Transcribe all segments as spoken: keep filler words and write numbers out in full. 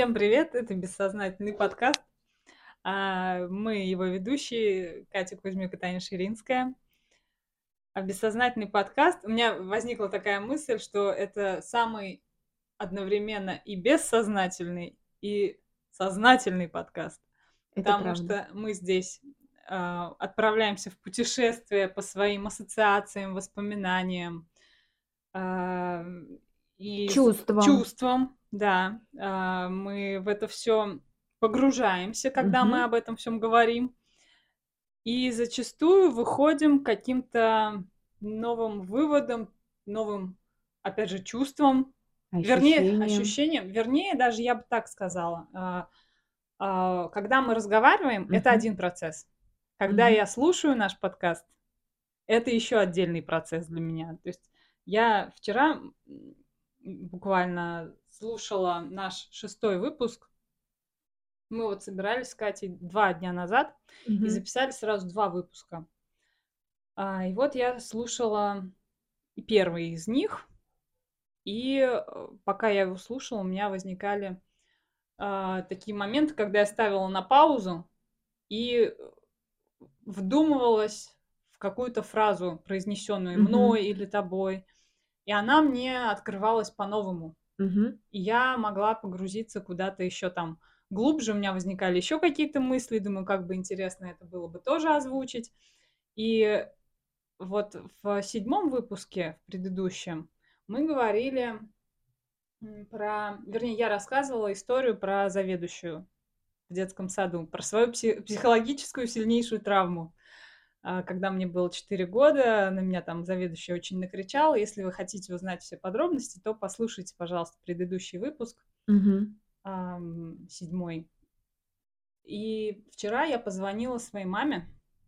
Всем привет! Это бессознательный подкаст. А, Мы его ведущие Катя Кузьмюк и Таня Ширинская. А бессознательный подкаст. У меня возникла такая мысль, что это самый одновременно и бессознательный, и сознательный подкаст. Это Потому правда. что мы здесь а, отправляемся в путешествие по своим ассоциациям, воспоминаниям а, и с- Чувством. чувствам. Да, А, мы в это все погружаемся, когда мы Мгм. об этом всем говорим. И зачастую выходим к каким-то новым выводам, новым, опять же, чувствам, вернее, Ощущением. ощущениям, вернее, даже я бы так сказала. А, а, Когда мы разговариваем, это Мгм. один процесс. Когда Мгм. я слушаю наш подкаст, это еще отдельный процесс для меня. То есть я вчера м, буквально слушала наш шестой выпуск. Мы вот собирались с Катей два дня назад и Мгм. записали сразу два выпуска. А, и вот я слушала первый из них, и э, пока я его слушала, у меня возникали а, такие моменты, когда я ставила на паузу и вдумывалась в какую-то фразу, произнесенную Мгм. мной или тобой, и она мне открывалась по-новому. Мгм. И я могла погрузиться куда-то еще там глубже. У меня возникали еще какие-то мысли. Думаю, как бы интересно это было бы тоже озвучить. И вот в седьмом выпуске, в предыдущем, мы говорили м, про... Вернее, я рассказывала историю про заведующую в детском саду, про свою пси- психологическую сильнейшую травму. А, Когда мне было четыре года, на меня там заведующая очень накричала. Если вы хотите узнать все подробности, то послушайте, пожалуйста, предыдущий выпуск, Мгм. ам, седьмой. И вчера я позвонила своей маме.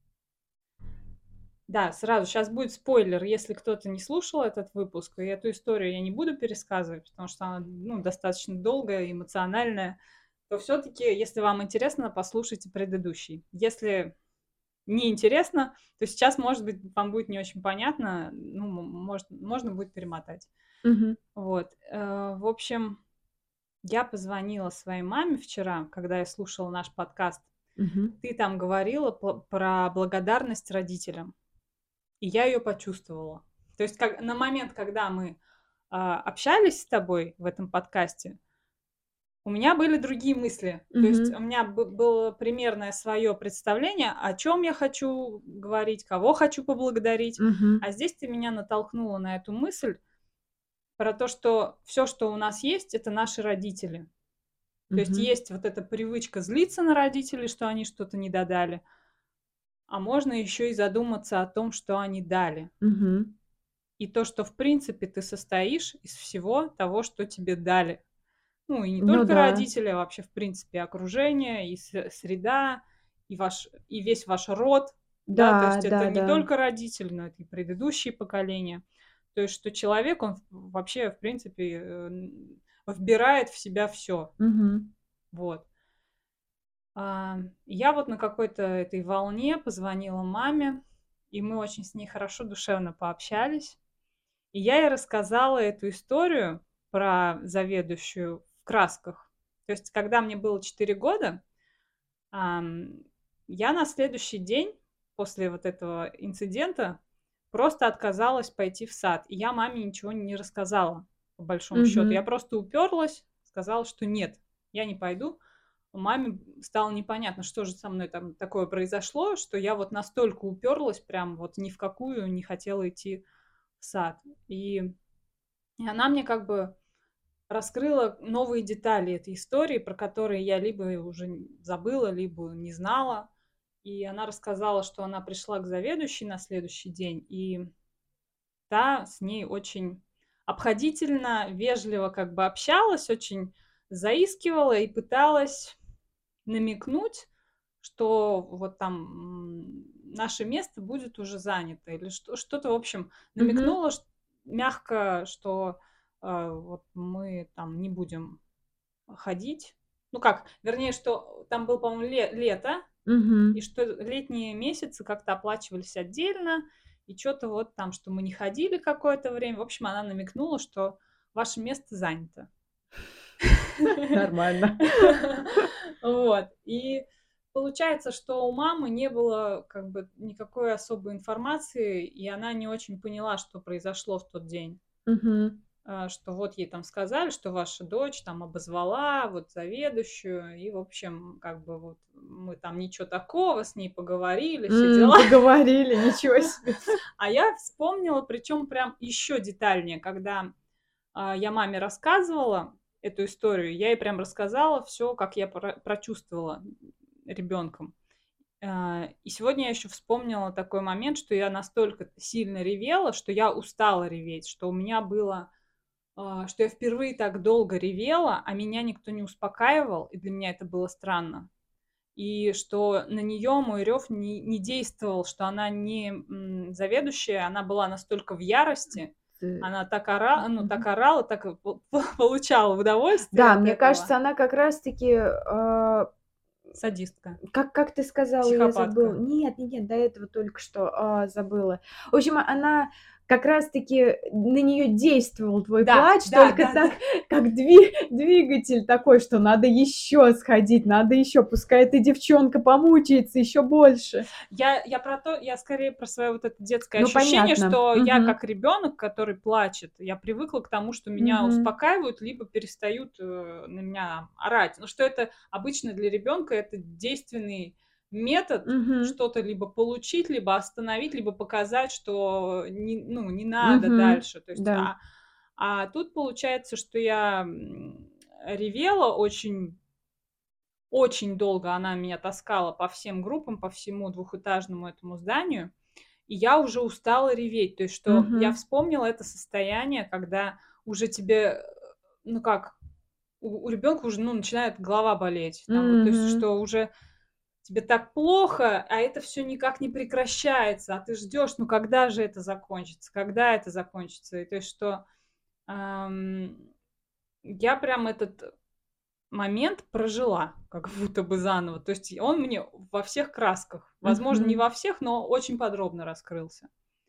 Да, сразу, сейчас будет спойлер, если кто-то не слушал этот выпуск, и эту историю я не буду пересказывать, потому что она, ну, достаточно долгая, эмоциональная, то все-таки, если вам интересно, послушайте предыдущий. Если не интересно, то сейчас, может быть, вам будет не очень понятно, ну, м- может, можно будет перемотать. Мгм. Вот. э, В общем, я позвонила своей маме вчера, когда я слушала наш подкаст. Мгм. Ты там говорила по- про благодарность родителям, и я ее почувствовала. То есть как, на момент, когда мы а, общались с тобой в этом подкасте, у меня были другие мысли. То есть Мгм. у меня бы- было примерное свое представление, о чем я хочу говорить, кого хочу поблагодарить. Мгм. А здесь ты меня натолкнула на эту мысль про то, что все, что у нас есть, это наши родители. То есть Мгм. есть вот эта привычка злиться на родителей, что они что-то не додали, а можно еще и задуматься о том, что они дали. Мгм. И то, что в принципе ты состоишь из всего того, что тебе дали. Ну, и не Ну только да. родители, а вообще, в принципе, окружение, и с- среда, и, ваш, и весь ваш род. Да, то Да, есть это да, не да. только родители, но это и предыдущие поколения. То есть, что человек, он вообще, в принципе, э, н- вбирает в себя все. Мгм. Вот. А, Я вот на какой-то этой волне позвонила маме, и мы очень с ней хорошо душевно пообщались. И я ей рассказала эту историю про заведующую в красках. То есть, когда мне было четыре года, ам, я на следующий день после вот этого инцидента просто отказалась пойти в сад. И я маме ничего не рассказала, по большому счету. Я Мгм. просто уперлась, сказала, что нет, я не пойду. Маме стало непонятно, что же со мной там такое произошло, что я вот настолько уперлась, прям вот ни в какую не хотела идти в сад. И и она мне как бы раскрыла новые детали этой истории, про которые я либо уже забыла, либо не знала. И она рассказала, что она пришла к заведующей на следующий день, и та с ней очень обходительно, вежливо как бы общалась, очень заискивала и пыталась намекнуть, что вот там м, наше место будет уже занято, или что, что-то, в общем, Мгм. намекнула ш- мягко, что э, вот мы там не будем ходить. Ну как, вернее, что там было, по-моему, ле- лето, и Мгм. что летние месяцы как-то оплачивались отдельно, и что-то вот там, что мы не ходили какое-то время. В общем, она намекнула, что ваше место занято. Нормально. Вот. И получается, что у мамы не было как бы никакой особой информации, и она не очень поняла, что произошло в тот день. Мгм. А, что вот ей там сказали, что ваша дочь там обозвала вот заведующую, и, в общем, как бы вот мы там ничего такого, с ней поговорили, все М, дела. поговорили, ничего себе. А я вспомнила, причем прям еще детальнее, когда а, я маме рассказывала эту историю, я ей прям рассказала все, как я про- прочувствовала ребенком. А, И сегодня я еще вспомнила такой момент, что я настолько сильно ревела, что я устала реветь, что у меня было а, что я впервые так долго ревела, а меня никто не успокаивал, и для меня это было странно. И что на нее мой рев не, не действовал, что она не м, заведующая, она была настолько в ярости, Ты она так, ора, ну, так Мгм. орала, так и по- по- получала удовольствие Да, от мне этого. кажется, она как раз таки, а, Садистка, как как ты сказала, я забыла. психопатка. Нет, нет, нет, до этого только что, а, забыла. В общем, она как раз таки на нее действовал твой Да, плач да, только да, так, да. как дви двигатель такой, что надо еще сходить, надо еще, пускай эта девчонка помучается еще больше. Я я про то, я скорее про свое вот это детское Ну, ощущение, понятно. что я Мгм. как ребенок, который плачет, я привыкла к тому, что меня Мгм. успокаивают, либо перестают, э, на меня орать. Ну, что это обычно для ребенка это действенный метод Мгм. что-то либо получить, либо остановить, либо показать, что не ну, не надо Мгм. дальше. То есть, Да. а а тут получается, что я, м, ревела очень очень долго она меня таскала по всем группам, по всему двухэтажному этому зданию, и я уже устала реветь. То есть, что я Мгм. вспомнила это состояние, когда уже тебе, э, ну как, у, у ребенка уже, ну, начинает голова болеть. Там вот, то есть, Мгм. что уже тебе так плохо, а это все никак не прекращается, а ты ждешь, ну когда же это закончится, когда это закончится. И то есть, что ам, я прям этот момент прожила как будто бы заново. То есть он мне во всех красках, возможно, не Мгм. во всех, но очень подробно раскрылся.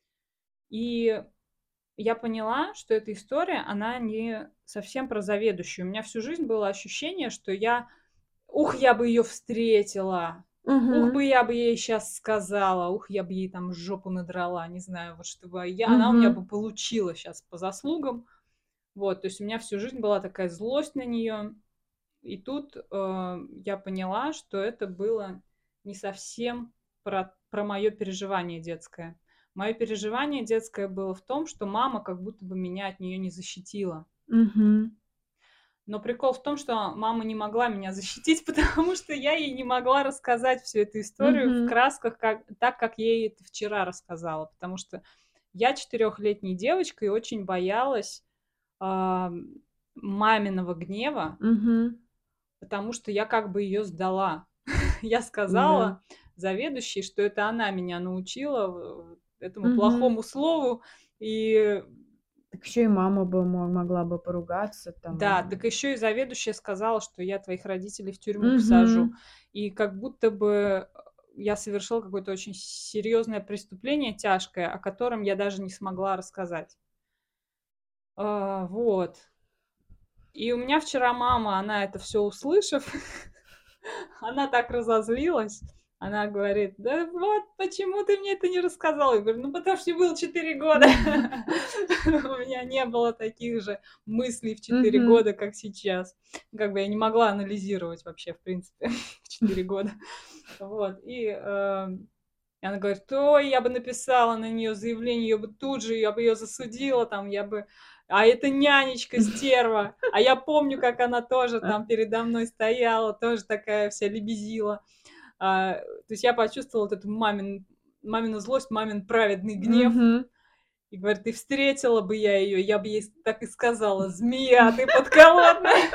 И я поняла, что эта история, она не совсем про заведующую. У меня всю жизнь было ощущение, что я, ух, я бы ее встретила, ух бы Мгм. я бы ей сейчас сказала, ух, я бы ей там жопу надрала, не знаю, вот чтобы я, она у меня бы Мгм. получила сейчас по заслугам. Вот, то есть у меня всю жизнь была такая злость на нее. И тут, э, я поняла, что это было не совсем про про моё переживание детское. Моё переживание детское было в том, что мама как будто бы меня от неё не защитила. Мгм. Но прикол в том, что мама не могла меня защитить, потому что я ей не могла рассказать всю эту историю в Мгм. красках, как так, как я ей это вчера рассказала. Потому что я четырехлетней девочкой очень боялась, ам, маминого гнева, Мгм. потому что я как бы её сдала. Я Да. сказала заведующей, что это она меня научила в этому Мгм. плохому слову. И Так еще и мама бы мо могла бы поругаться да, там. так еще и заведующая сказала, что я твоих родителей в тюрьму посажу. Мгм. И как будто бы, э, я совершила какое-то очень серьезное преступление, тяжкое, о котором я даже не смогла рассказать. А, вот. И у меня вчера мама, она это все услышав, она так разозлилась. Она говорит: "Да вот почему ты мне это не рассказал?" Я говорю: "Ну, потому что мне было четыре года". У меня не было таких же мыслей в четыре Мгм. года, как сейчас. Как бы я не могла анализировать вообще, в принципе, в четыре года. Вот, и, эм, и она говорит: "Ой, я бы написала на нее заявление, я бы тут же, я бы ее засудила, там, я бы а это нянечка стерва". А я помню, как она тоже А. там передо мной стояла, тоже такая вся лебезила. А, то есть я почувствовала вот эту мамин мамину злость, мамин праведный гнев. Мгм. И говорит: "И встретила бы я ее, я бы ей с так и сказала: 'Змея ты подколодная'".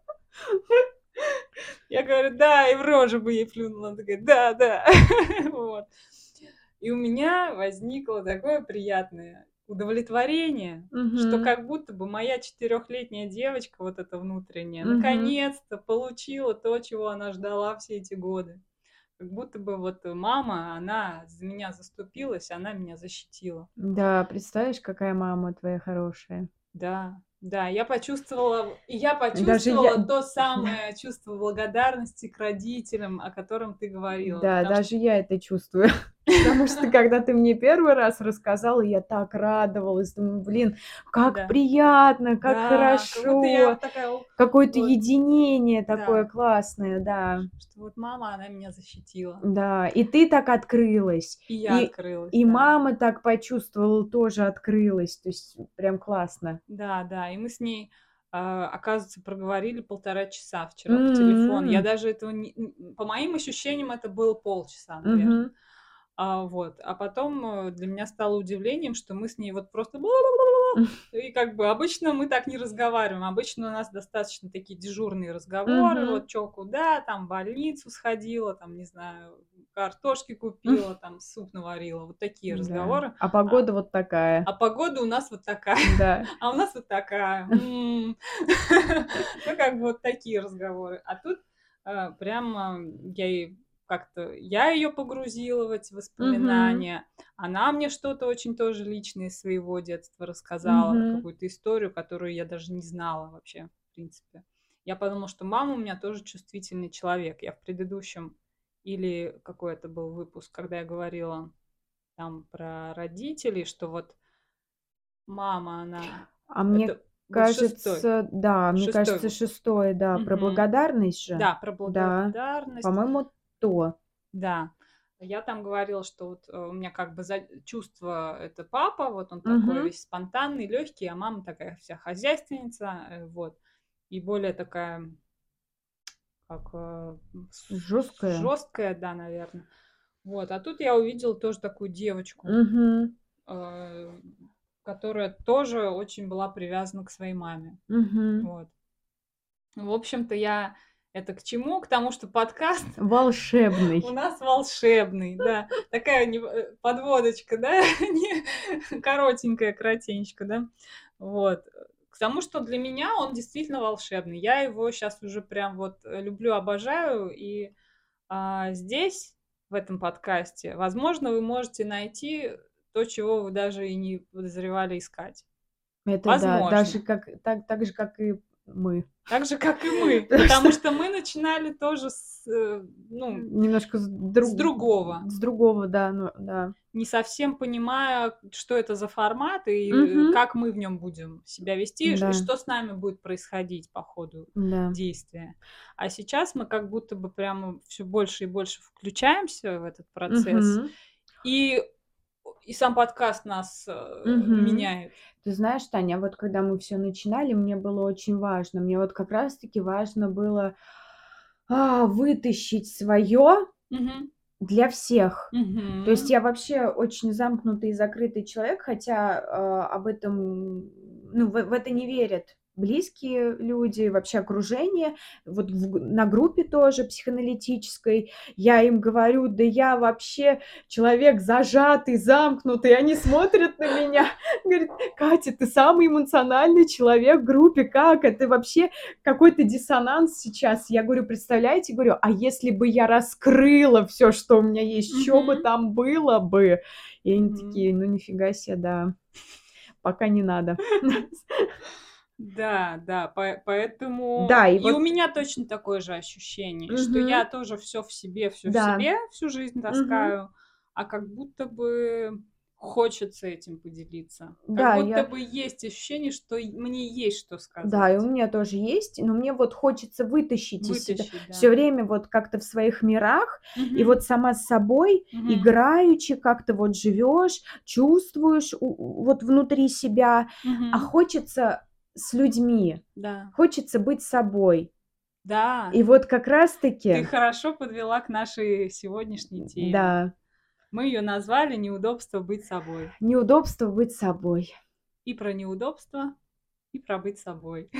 Я говорю: "Да", и в рожу бы ей плюнула. Она такая: "Да, да". Вот. И у меня возникло такое приятное удовлетворение, что Мгм. как будто бы моя четырехлетняя девочка, вот эта внутренняя, Мгм. наконец-то получила то, чего она ждала все эти годы. Как будто бы вот мама, она за меня заступилась, она меня защитила. Да, представляешь, какая мама твоя хорошая. Да. Да, я почувствовала, и я Даже почувствовала я, то самое чувство благодарности к родителям, о котором ты говорила. да, Потому что даже я это чувствую. Потому что когда ты мне первый раз рассказала, я так радовалась. Думаю, блин, как да, приятно, как да, как будто я хорошо. вот такая, о, Какое-то вот, единение такое да, классное, да. что вот мама, она меня защитила. Да, и ты так открылась, И я и открылась, и да. мама так почувствовала, тоже открылась. То есть прям классно. Да, да, и мы с ней, а, оказывается, проговорили полтора часа вчера по телефону. Я М. даже этого не н по моим ощущениям, это было полчаса, наверное. Мгм. А, вот, а потом, э, для меня стало удивлением, что мы с ней вот просто и как бы обычно мы так не разговариваем. Обычно у нас достаточно такие дежурные разговоры: Мгм. вот чё, куда, там, в больницу сходила, там, не знаю, картошки купила, там, суп наварила. Вот такие Да. разговоры. А А погода вот такая. а погода у нас вот такая, Да. а у нас вот такая. М. Ну, как бы вот такие разговоры. А тут, э, прямо я ей как-то я ее погрузила в эти Мгм. воспоминания, она мне что-то очень тоже личное из своего детства рассказала, Мгм. какую-то историю, которую я даже не знала вообще, в принципе. Я подумала, что мама у меня тоже чувствительный человек. Я в предыдущем или какой это был выпуск, когда я говорила там про родителей, что вот мама, она А мне это был шестой, кажется, да, мне шестой кажется, выпуск. шестое, да, про Мгм. благодарность же. Да, про Да, благодарность. по-моему, то. Да. Я там говорила, что вот, э, у меня как бы за чувство — это папа, вот он такой Мгм. весь спонтанный, легкий, а мама такая вся хозяйственница, э, вот. И более такая, как, э, Жёсткая. жесткая, да, наверное. Вот. А тут я увидела тоже такую девочку, Мгм. э, которая тоже очень была привязана к своей маме. Мгм. Вот. В общем-то, я это к чему? К тому, что подкаст у Волшебный. нас волшебный, да. Такая нев э, подводочка, да, не коротенькая, коротенечко, да. Вот. К тому, что для меня он действительно волшебный. Я его сейчас уже прям вот, э, люблю, обожаю. И, а, здесь, в этом подкасте, возможно, вы можете найти то, чего вы даже и не подозревали искать. Это да, даже Возможно. как так так же, как и мы. Так же, как и мы. Потому что Потому что мы начинали тоже с, э, ну, немножко с с друг другого, с другого, да, ну да. не совсем понимая, что это за формат и Мгм. как мы в нем будем себя вести, и Да, что с нами будет происходить по ходу да. действия. А сейчас мы как будто бы прямо все больше и больше включаемся в этот процесс, Мгм. и и сам подкаст нас, э, Мгм. меняет. Ты знаешь, Таня, вот когда мы все начинали, мне было очень важно. Мне вот как раз таки важно было, а, вытащить свое Мгм. для всех. То есть Мгм. я вообще очень замкнутый и закрытый человек, хотя, а, об этом, ну, в в это не верят близкие люди, вообще окружение. Вот в г на группе тоже психоаналитической я им говорю: "Да я вообще человек зажатый, замкнутый". Они смотрят на меня, говорят: "Катя, ты самый эмоциональный человек в группе. Как это вообще какой-то диссонанс сейчас?" Я говорю: "Представляете?" Говорю: "А если бы я раскрыла все, что у меня есть, что бы Мгм. там было бы?" И они Мгм. такие: "Ну, нифига себе, да, пока не надо". Да, да, по поэтому Да, и и у вот меня точно такое же ощущение, что я мгм, тоже все в себе, все в да, себе всю жизнь мгм. таскаю, а как будто бы хочется этим поделиться. Как Да, будто я бы есть ощущение, что и мне есть что да, и у сказать, меня тоже есть, но мне вот хочется вытащить из себя вытащить, все да. время вот как-то в своих мирах, и Мгм, вот сама с собой мгм, играючи как-то вот живешь, чувствуешь у у вот внутри себя, а мгм. хочется с людьми, Да, хочется быть собой. да, И вот как раз ты таки, хорошо подвела к нашей сегодняшней теме. да, Мы ее назвали "Неудобство быть собой". неудобство быть собой. И про неудобства, и про быть собой.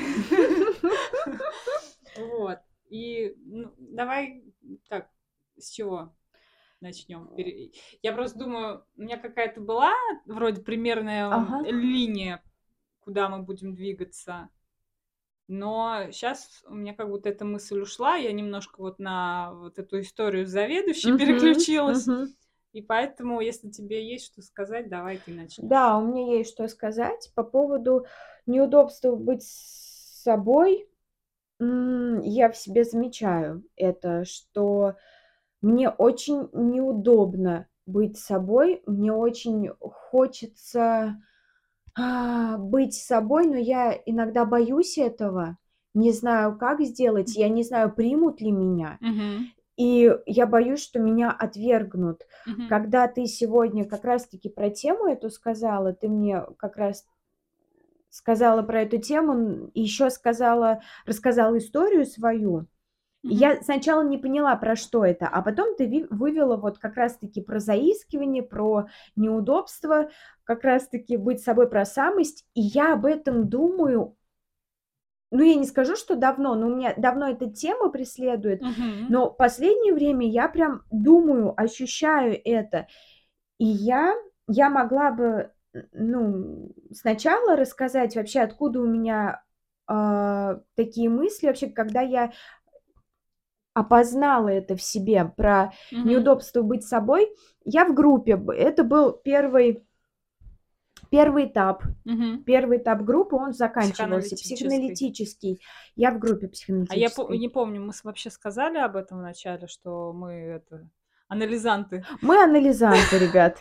Вот. И, ну, давай так, с чего начнем? Пере Я просто думаю, у меня какая-то была вроде примерная, м, Ага. линия, куда мы будем двигаться, но сейчас у меня как будто эта мысль ушла. Я немножко вот на вот эту историю с заведующей Мгм, переключилась. мгм. И поэтому, если тебе есть что сказать, давай ты начнёшь. Да, у меня есть что сказать по поводу неудобства быть с собой. М, я в себе замечаю это, что мне очень неудобно быть собой. Мне очень хочется, а, быть собой, но я иногда боюсь этого, не знаю, как сделать, я Мгм. не знаю, примут ли меня. Мгм. И я боюсь, что меня отвергнут. Мгм. Когда ты сегодня как раз таки про тему эту сказала, ты мне как раз сказала про эту тему, н и ещё сказала рассказала историю свою. И Мгм. я сначала не поняла, про что это, а потом ты ви вывела вот как раз таки про заискивание, про неудобство, как раз таки быть собой, про самость. И я об этом думаю ну, я не скажу, что давно, но у меня давно эта тема преследует, Мгм. но последнее время я прям думаю, ощущаю это. И я я могла бы, н ну, сначала рассказать вообще, откуда у меня, а, такие мысли, вообще, когда я опознала это в себе, про Мгм. неудобство быть собой. Я в группе, б это был первый первый этап. Мгм. Первый этап группы, он заканчивался, Психоаналитической. психоаналитический. Я в группе А я по психоаналитической. не помню, мы с вообще сказали об этом в начале, что мы это анализанты? Мы анализанты, ребят.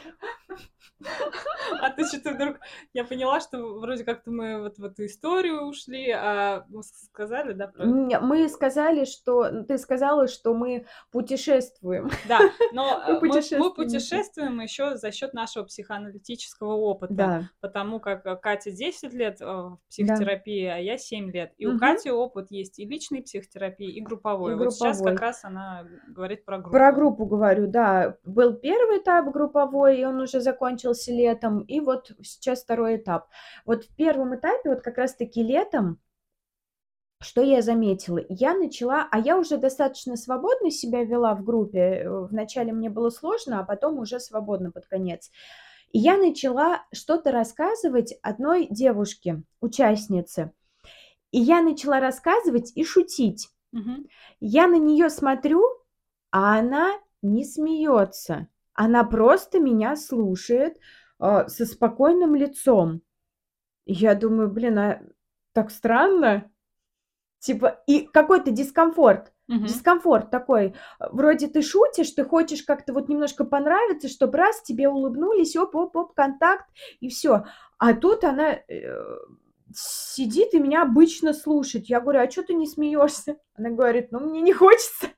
А то чё-то вдруг я поняла, что вроде как-то мы вот в эту историю ушли, а мы с сказали, да, про М, мы сказали, что ну, ты сказала, что мы путешествуем. Да, но, Мы э, мы мы путешественники. путешествуем ещё за счёт нашего психоаналитического опыта, Да. потому как, э, Катя десять лет, э, в Да. психотерапии, а я семь лет. И у Мгм. Кати опыт есть и личной психотерапии, и И групповой. Вот сейчас как групповой. раз она говорит про Про группу. группу говорю, да. Был первый этап групповой, и он уже закончился летом, и вот сейчас второй этап. Вот в первом этапе, вот как раз таки летом что я заметила? Я начала а я уже достаточно свободно себя вела в группе. Э, вначале мне было сложно, а потом уже свободно под конец. И я начала что-то рассказывать одной девушке, участнице. И я начала рассказывать и шутить. Мгм. Я на неё смотрю, а она не смеётся. Она просто меня слушает, а, со спокойным лицом. И я думаю: "Блин, а так странно". Типа, и какой-то дискомфорт. Мгм. Дискомфорт такой. Вроде ты шутишь, ты хочешь как-то вот немножко понравиться, чтоб раз тебе улыбнулись, оп оп оп, контакт и всё. А тут она, э, сидит и меня обычно слушает. Я говорю: "А чё ты не смеёшься?" Она говорит: "Ну, мне не хочется".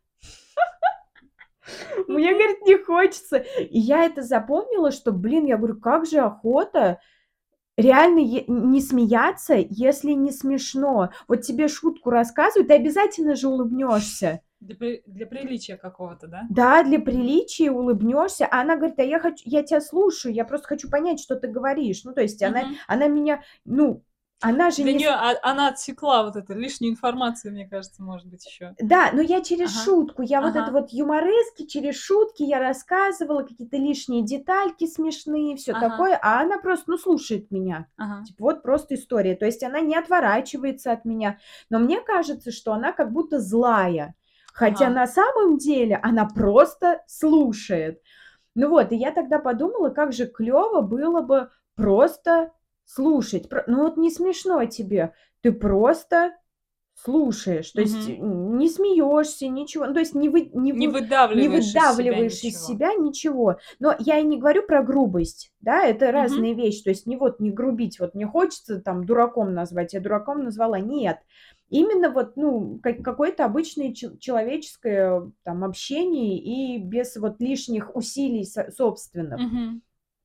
Мне, Мгм. говорит, не хочется. И я это запомнила, что, блин, я говорю, как же охота реально е не смеяться, если не смешно. Вот тебе шутку рассказывают, ты обязательно же улыбнешься. Для при для приличия какого-то, да? Да, для Мгм. приличия улыбнешься. А она говорит: "А я хоч я тя слушаю, я просто хочу понять, что ты говоришь". Ну, то есть она Мгм. она меня, ну, она же Для не с неё а она отсекла вот эту лишнюю информацию, мне кажется, может быть, ещё. Да, но я через Ага. шутку, я вот это Ага. вот юморески, через шутки я рассказывала, какие-то лишние детальки смешные, всё Ага. такое, а она просто, ну, слушает меня. Ага. Типа, вот просто история. То есть она не отворачивается от меня, но мне кажется, что она как будто злая, хотя Ага. на самом деле она просто слушает. Ну вот, и я тогда подумала, как же клёво было бы просто слушать. Про ну, вот не смешно тебе, ты просто слушаешь, то есть Мгм. н не смеёшься, ничего. Ну, то есть не вы не Не вы не выдавливаешь из себя выдавливаешь из ничего. себя ничего. Но я и не говорю про грубость, да, это Мгм. разные вещи. То есть не вот не грубить, вот мне хочется там дураком назвать, я дураком назвала. Нет. Именно вот, ну, ка какое-то обычное че человеческое там общение и без вот лишних усилий со собственных. Мгм.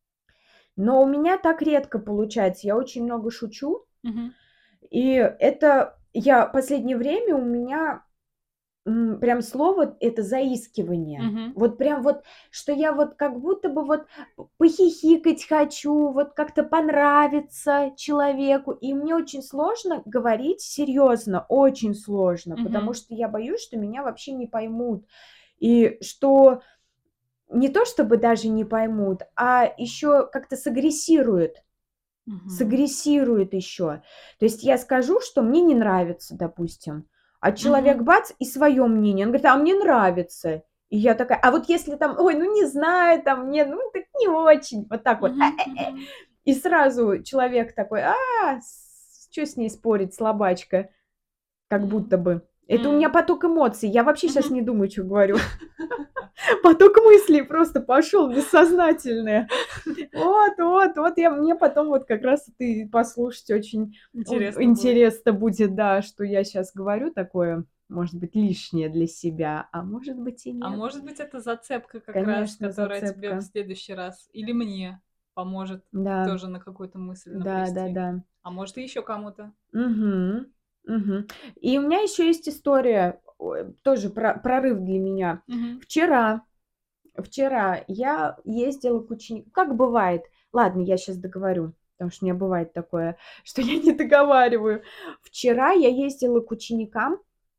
Но у меня так редко получается. Я очень много шучу. Мгм. И это я последнее время у меня, м, прям слово- это заискивание. Мгм. Вот прям вот, что я вот как будто бы вот п похихикать хочу, вот как-то понравиться человеку. И мне очень сложно говорить серьёзно, очень сложно, потому Мгм. что я боюсь, что меня вообще не поймут. И что не то чтобы даже не поймут, а ещё как-то сагрессируют. Мгм. Сагрессируют ещё. То есть я скажу, что мне не нравится, допустим, а человек Мгм. бац- и своё мнение. Он говорит: "А мне нравится". И я такая: "А вот если там, ой, ну не знаю, там мне, ну так не очень". Вот так вот. Мгм, "Э-э-э". мгм. И сразу человек такой: "А, с чё с ней спорить, слабачка". Как М. будто бы. Это у меня М. поток эмоций. Я вообще щас Мгм. не думаю, чё говорю. Поток мыслей просто пошёл бессознательные. Вот вот вот я мне потом вот как раз ты послушать очень у Интересно будет. интересно будет, да, что я щас говорю такое, может быть, лишнее для себя, а может быть и А нет. может быть, это зацепка как раз, Конечно, которая тебе в зацепка. следующий раз или мне поможет Да. тоже на какую-то мысль навести. Да-да-да. А может, и ещё кому-то. Мгм. Мгм. И у меня ещё есть история, ой, тоже про прорыв для меня. Мгм. Вчера вчера я ездила к учени как бывает. Ладно, я щас договорю, потому что у меня бывает такое, что я не договариваю. Вчера я ездила к ученикам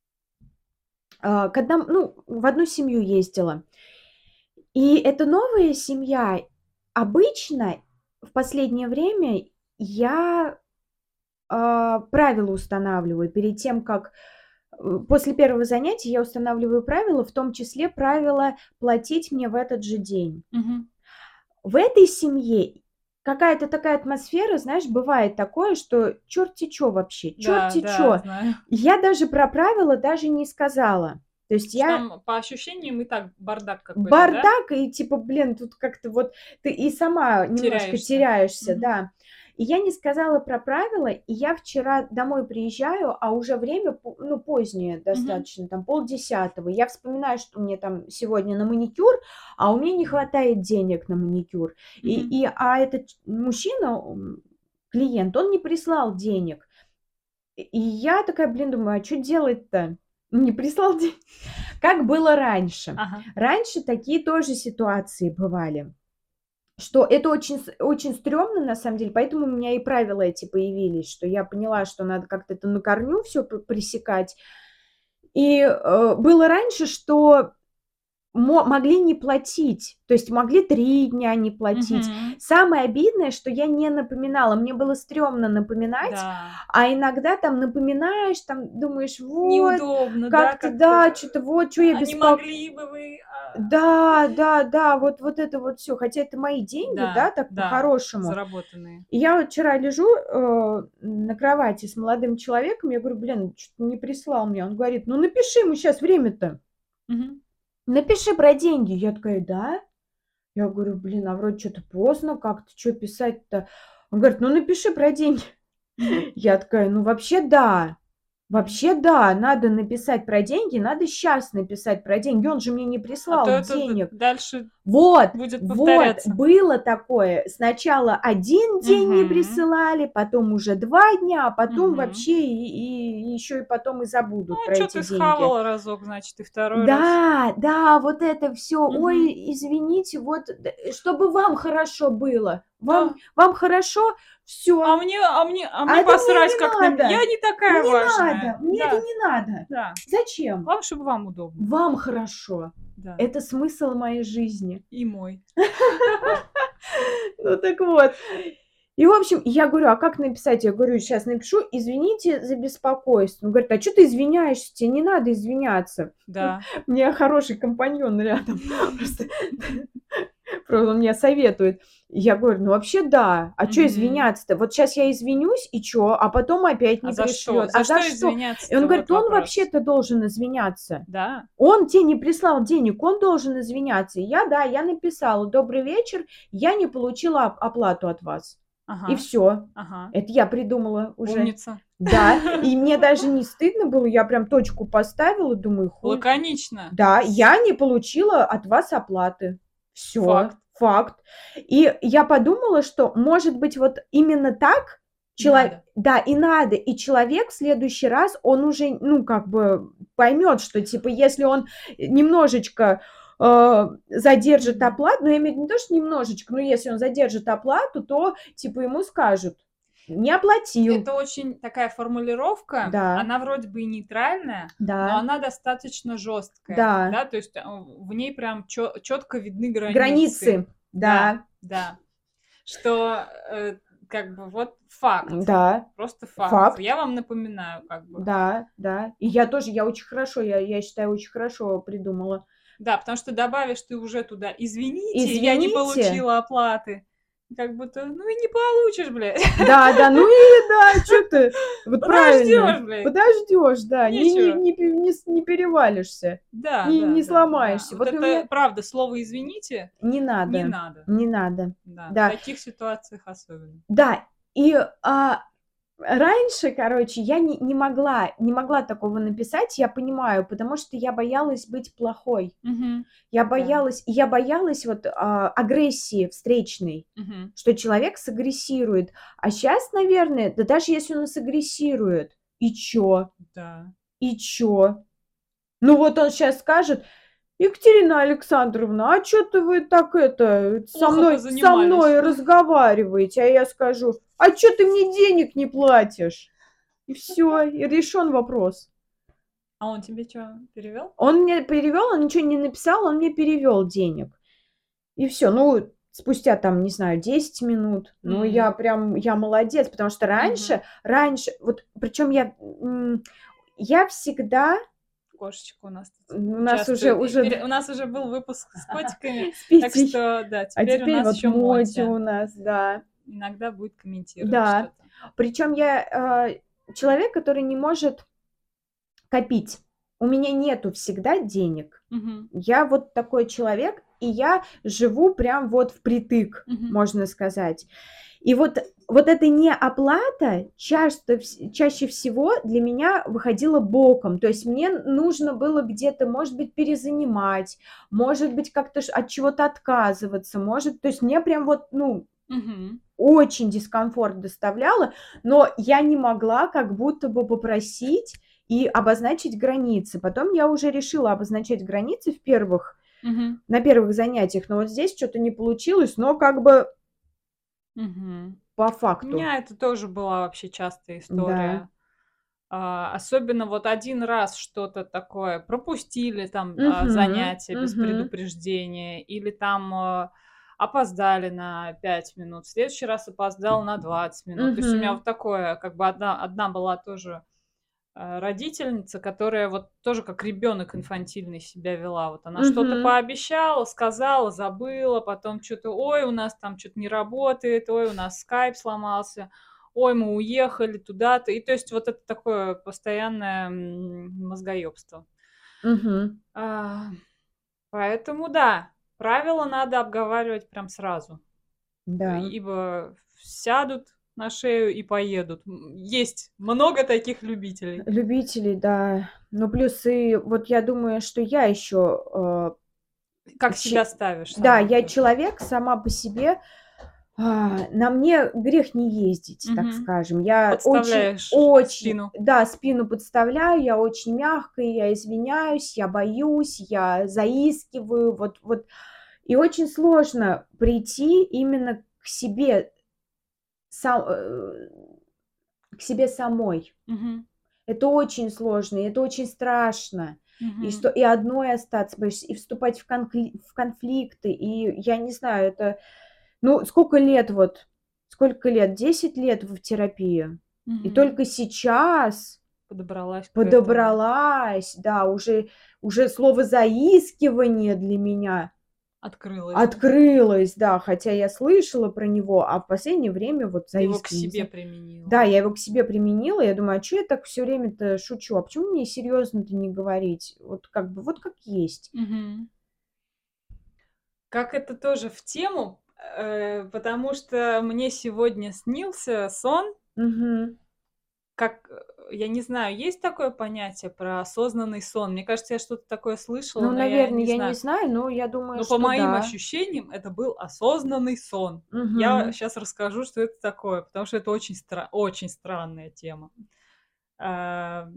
а, к одном ну, в одну семью ездила. И это новая семья. Обычно в последнее время я, а, правила устанавливаю перед тем, как э, после первого занятия я устанавливаю правила, в том числе правило платить мне в этот же день. Мгм. В этой семье какая-то такая атмосфера, знаешь, бывает такое, что черти чё вообще, Да, черти да, чё. знаю. Я даже про правила даже не сказала. То есть Что я там по ощущениям и так бардак какой-то, да? Бардак, и типа, блин, тут как-то вот ты и сама немножко Теряешься. теряешься, Мгм. да. И я не сказала про правила, и я вчера домой приезжаю, а уже время по ну, позднее Мгм. достаточно, там полдесятого. Я вспоминаю, что мне там сегодня на маникюр, а у меня не хватает денег на маникюр. И Мгм. и, а этот ч мужчина, м, клиент, он не прислал денег. И и я такая, блин, думаю: "А чё делать-то?" Не прислал денег. Как было раньше. Ага. Раньше такие тоже ситуации бывали, что это очень с очень стрёмно на самом деле, поэтому у меня и правила эти появились, что я поняла, что надо как-то это на корню всё п пресекать. И, э, было раньше, что мо могли не платить, то есть могли три дня не платить. Мгм. Самое обидное, что я не напоминала. Мне было стрёмно напоминать, Да. а иногда там напоминаешь, там думаешь: "Вот, Неудобно, да, как-то как-то, да, э, чё-то вот, чё я а не беспок" могли бы вы, а Да, да, да, вот вот это вот всё. Хотя это мои деньги, Да, да, так да, по-хорошему. заработанные. И я вот вчера лежу, э, на кровати с молодым человеком, я говорю: "Блин, чё-то не прислал мне". Он говорит: "Ну, напиши ему, щас время-то". Мгм. "Напиши про деньги". Я такая: "Да?" Я говорю: "Блин, а вроде чё-то поздно как-то, чё писать-то?" Он говорит: "Ну, напиши про деньги". Мгм. Я такая: "Ну, вообще, да. Мгм. Вообще, да, надо написать про деньги, надо щас написать про деньги. Он же мне не А то прислал это д денег". дальше Вот, будет вот, повторяться. было такое. Сначала один день не Мгм. присылали, потом уже два дня, а потом Мгм. вообще и и ещё и потом и Ну, забудут а про чё эти ты деньги. схавала разок, значит, и второй раз. Да, да, вот это всё. Мгм. Ой, извините, вот, д чтобы вам хорошо было. Вам Да. вам хорошо? А Всё. мне а мне а А мне это мне посрать, не как на ме я надо. не такая Не важная. надо, мне это Да, не надо. да. Зачем? Главное, чтобы вам удобно. Вам хорошо. Да. Это смысл моей жизни. И мой. Ну так вот. И, в общем, я говорю: "А как написать?" Я говорю: "Щас напишу: извините за беспокойство". Он говорит: "А чё ты извиняешься? Те не надо извиняться". Да. У меня хороший компаньон рядом. Просто про он мне советует. Я говорю: "Ну, вообще, да. А чё Мгм. извиняться-то? Вот щас я извинюсь, и чё? А потом опять А не за что? пришлёт. За А за что что?" И он извиняться-то? говорит: Вот "Он вопрос. вообще-то должен извиняться. Да? Он те не прислал денег, он должен извиняться". И я, да, я написала: "Добрый вечер, я не получила оп оплату от вас". И Ага, всё. ага. Это я придумала уже. Умница. Да, и мне даже не стыдно было, я прям точку поставила, думаю: "Хуй". Лаконично. Да, С я не получила от вас оплаты. Всё, Факт. факт. И я подумала, что, может быть, вот именно так И чело надо. да, и надо. И человек в следующий раз, он уже, ну, как бы поймёт, что, типа, если он немножечко, э, задержит Мгм. оплату, ну, я имею в виду не то, что немножечко, но если он задержит оплату, то, типа, ему скажут: "Не оплатил". Это очень такая формулировка. Да. Она вроде бы и нейтральная, но Да. она достаточно жёсткая. Да. Да, то есть, а, в ней прям чё чётко видны границы. Границы. Да, Да. да. Что, э, как бы вот факт. Да. Просто факт. Я Факт. вам напоминаю как бы. Да, да. И я тоже, я очень хорошо, я я считаю, очень хорошо придумала. Да, потому что добавишь ты уже туда: "Извините, я не Извините. получила оплаты". Как будто, ну и не получишь, блядь. Да, да, ну и да, чё ты? Вот правильно. Подождёшь, блядь. Подождёшь, да, не не Нечего. не пе не с не перевалишься, Да, не да, не да, да. сломаешься. Вот Вот у это меня правда, слово "извините" Не не надо, надо. не надо. Да, в Да. таких ситуациях особенно. Да, и, а, раньше, короче, я не не могла не могла такого написать, я понимаю, потому что я боялась быть плохой. Мгм. Я Да. боялась я боялась вот, а, агрессии встречной, Мгм. что человек сагрессирует. А щас, наверное, да даже если он сагрессирует, и чё? Да. И чё? Ну вот он щас скажет: "Екатерина Александровна, а чё-то вы так это, со Плохо мной со позанимались. мной разговариваете?" А я скажу: "А чё ты мне денег не платишь?" И всё, и решён вопрос. А он тебе чё, перевёл? Он мне перевёл, он ничего не написал, он мне перевёл денег. И всё. Ну, спустя там, не знаю, десять минут. Ну, я М. прям, я молодец, потому что раньше, Мгм. раньше, вот причём я, м, я всегда Кошечка у нас тут У нас уже участвует. И уже пере у нас уже был выпуск с котиками, с так Петей. что да, А теперь у теперь нас вот ещё Мотя Мотя. у нас, да. Иногда будет комментировать Да. что-то. Причём я, а, человек, который не может копить. У меня нету всегда денег. Мгм. Я вот такой человек, и я живу прям вот впритык, Мгм. можно сказать. И вот вот эта неоплата часто вс чаще всего для меня выходила боком. То есть мне нужно было где-то, может быть, перезанимать, может быть, как-то ш от чего-то отказываться, может, то есть мне прям вот, ну, Мгм. очень дискомфорт доставляло, но я не могла как будто бы попросить и обозначить границы. Потом я уже решила обозначать границы в первых Мгм. на первых занятиях, но вот здесь чё-то не получилось, но как бы Мгм. по У факту. меня это тоже была вообще частая Да. история. А, особенно вот один раз что-то такое пропустили там, а, Мгм, занятие без мгм. предупреждения или там, а, опоздали на пять минут, в следующий раз опоздал на двадцать минут. То есть у меня Мгм. вот такое, как бы одна одна была тоже, а, родительница, которая вот тоже как ребёнок инфантильный себя вела. Вот она что-то Мгм. пообещала, сказала, забыла, потом чё-то: "Ой, у нас там чё-то не работает, ой, у нас скайп сломался, ой, мы уехали туда-то". И то есть вот это такое постоянное, м, мозгоёбство. Мгм. А, поэтому да, правила надо обговаривать прям сразу. Да. Ибо сядут на шею и поедут. М, есть много таких любителей. Любителей, да. Ну, плюс и вот я думаю, что я ещё, а, Как себя че ставишь да, сама я тоже. человек сама по себе, а, на мне грех не ездить, так Мгм. скажем. Я очень Подставляешь очень, спину. да, спину подставляю, я очень мягкая, я извиняюсь, я боюсь, я заискиваю. Вот вот. И очень сложно прийти именно к себе са э, к себе самой. Мгм. Это очень сложно, и это очень страшно. И Мгм. что и одной остаться боишься, и вступать в конкли в конфликты. И я не знаю, это, ну, сколько лет вот, сколько лет? десять лет в терапии. И Мгм. только сейчас Подобралась к этому. подобралась, да, уже уже слово "заискивание" для меня Открылась, да? открылось, да. Хотя я слышала про него, а в последнее время вот Ты его к заискивание, не себе знаю. применила. Да, я его к себе применила. Я думаю: "А чё я так всё время-то шучу? А почему мне серьёзно-то не говорить? Вот как бы, вот как есть". Мгм. Как это тоже в тему, э, потому что мне сегодня снился сон Мгм. как, э, я не знаю, есть такое понятие про осознанный сон? Мне кажется, я что-то такое слышала, Ну, но я наверно, не я не знаю. знаю, но я думаю, Но по что моим да. ощущениям, это был осознанный сон. Я Мгм. щас расскажу, что это такое, потому что это очень стра очень странная тема. А,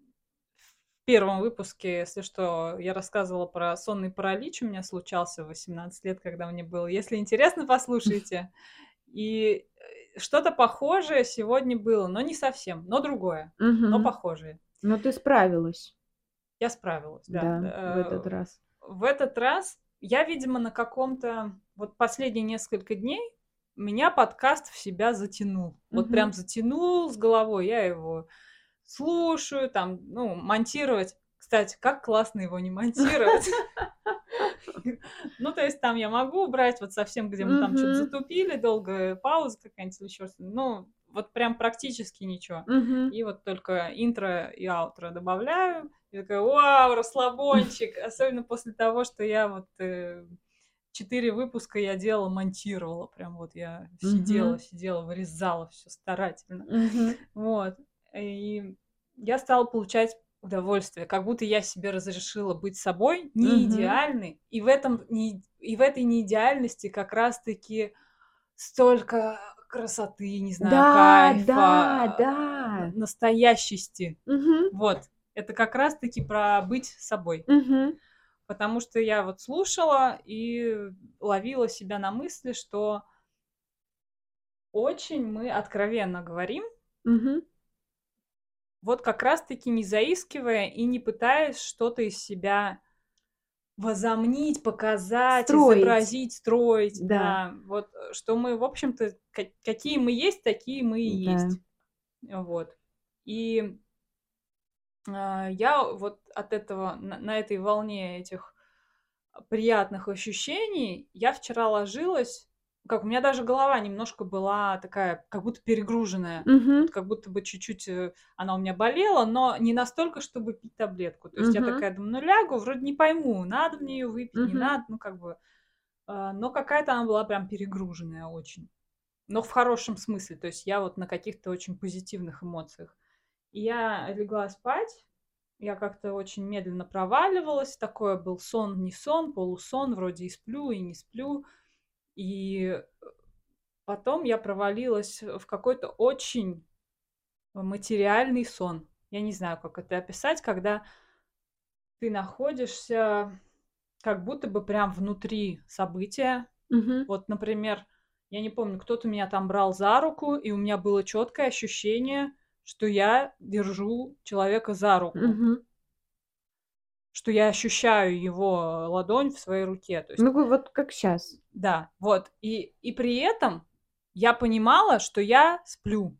в первом выпуске, если что, я рассказывала про сонный паралич, у меня случался в восемнадцать лет, когда мне было. Если интересно, послушайте. И, э, что-то похожее сегодня было, но не совсем, но другое, но Мгм. похожее. Но ты справилась. Я справилась, да. Д Да, в этот э, раз. в этот раз я, видимо, на каком-то вот последние несколько дней меня подкаст в себя затянул. Вот прям Мгм. затянул с головой. Я его слушаю, там, ну, монтировать. Кстати, как классно его не монтировать. Ну, то есть там я могу убрать вот совсем, где мы там что-то Мгм. затупили, долгая пауза какая-нибудь или еще что-то. Ну, вот прям практически ничего. Мгм. И вот только интро и аутро добавляю. И такая, вау, расслабончик. Особенно после того, что я вот э, четыре выпуска я делала, монтировала. Прям вот я сидела, Мгм. сидела, вырезала все старательно. Мгм. Вот. И я стала получать удовольствие, как будто я себе разрешила быть собой, не Мгм. идеальной. И в этом не и в этой неидеальности как раз-таки столько красоты, не знаю, Да, да, кайфа, н да. настоящести. Мгм. Вот. Это как раз-таки про быть собой. Мгм. Потому что я вот слушала и ловила себя на мысли, что очень мы откровенно говорим, Мгм. вот как раз-таки не заискивая и не пытаясь что-то из себя возомнить, показать, Строить. изобразить, строить, Да, да. Вот, э, что мы, в общем-то, ка какие мы есть, такие мы и да. есть. Вот. И, а, я вот от этого, на на этой волне этих приятных ощущений, я вчера ложилась, как у меня даже голова немножко была такая, как будто перегруженная. Мгм. Вот как будто бы чуть-чуть, э, она у меня болела, но не настолько, чтобы пить таблетку. То есть я Мгм. такая думаю: "Ну, лягу, вроде не пойму, надо мне ее выпить, не Мгм. надо". Ну, как бы, а, но какая-то она была прям перегруженная очень. Но в хорошем смысле. То есть я вот на каких-то очень позитивных эмоциях. И я легла спать, я как-то очень медленно проваливалась. Такой был сон, не сон, полусон, вроде и сплю, и не сплю. И потом я провалилась в какой-то очень материальный сон. Я не знаю, как это описать, когда ты находишься как будто бы прям внутри события. Мгм. Вот, например, я не помню, кто-то меня там брал за руку, и у меня было четкое ощущение, что я держу человека за руку, Мгм. что я ощущаю его ладонь в своей руке. То есть, Ну, вы вот как сейчас. да, вот. И, и при этом я понимала, что я сплю.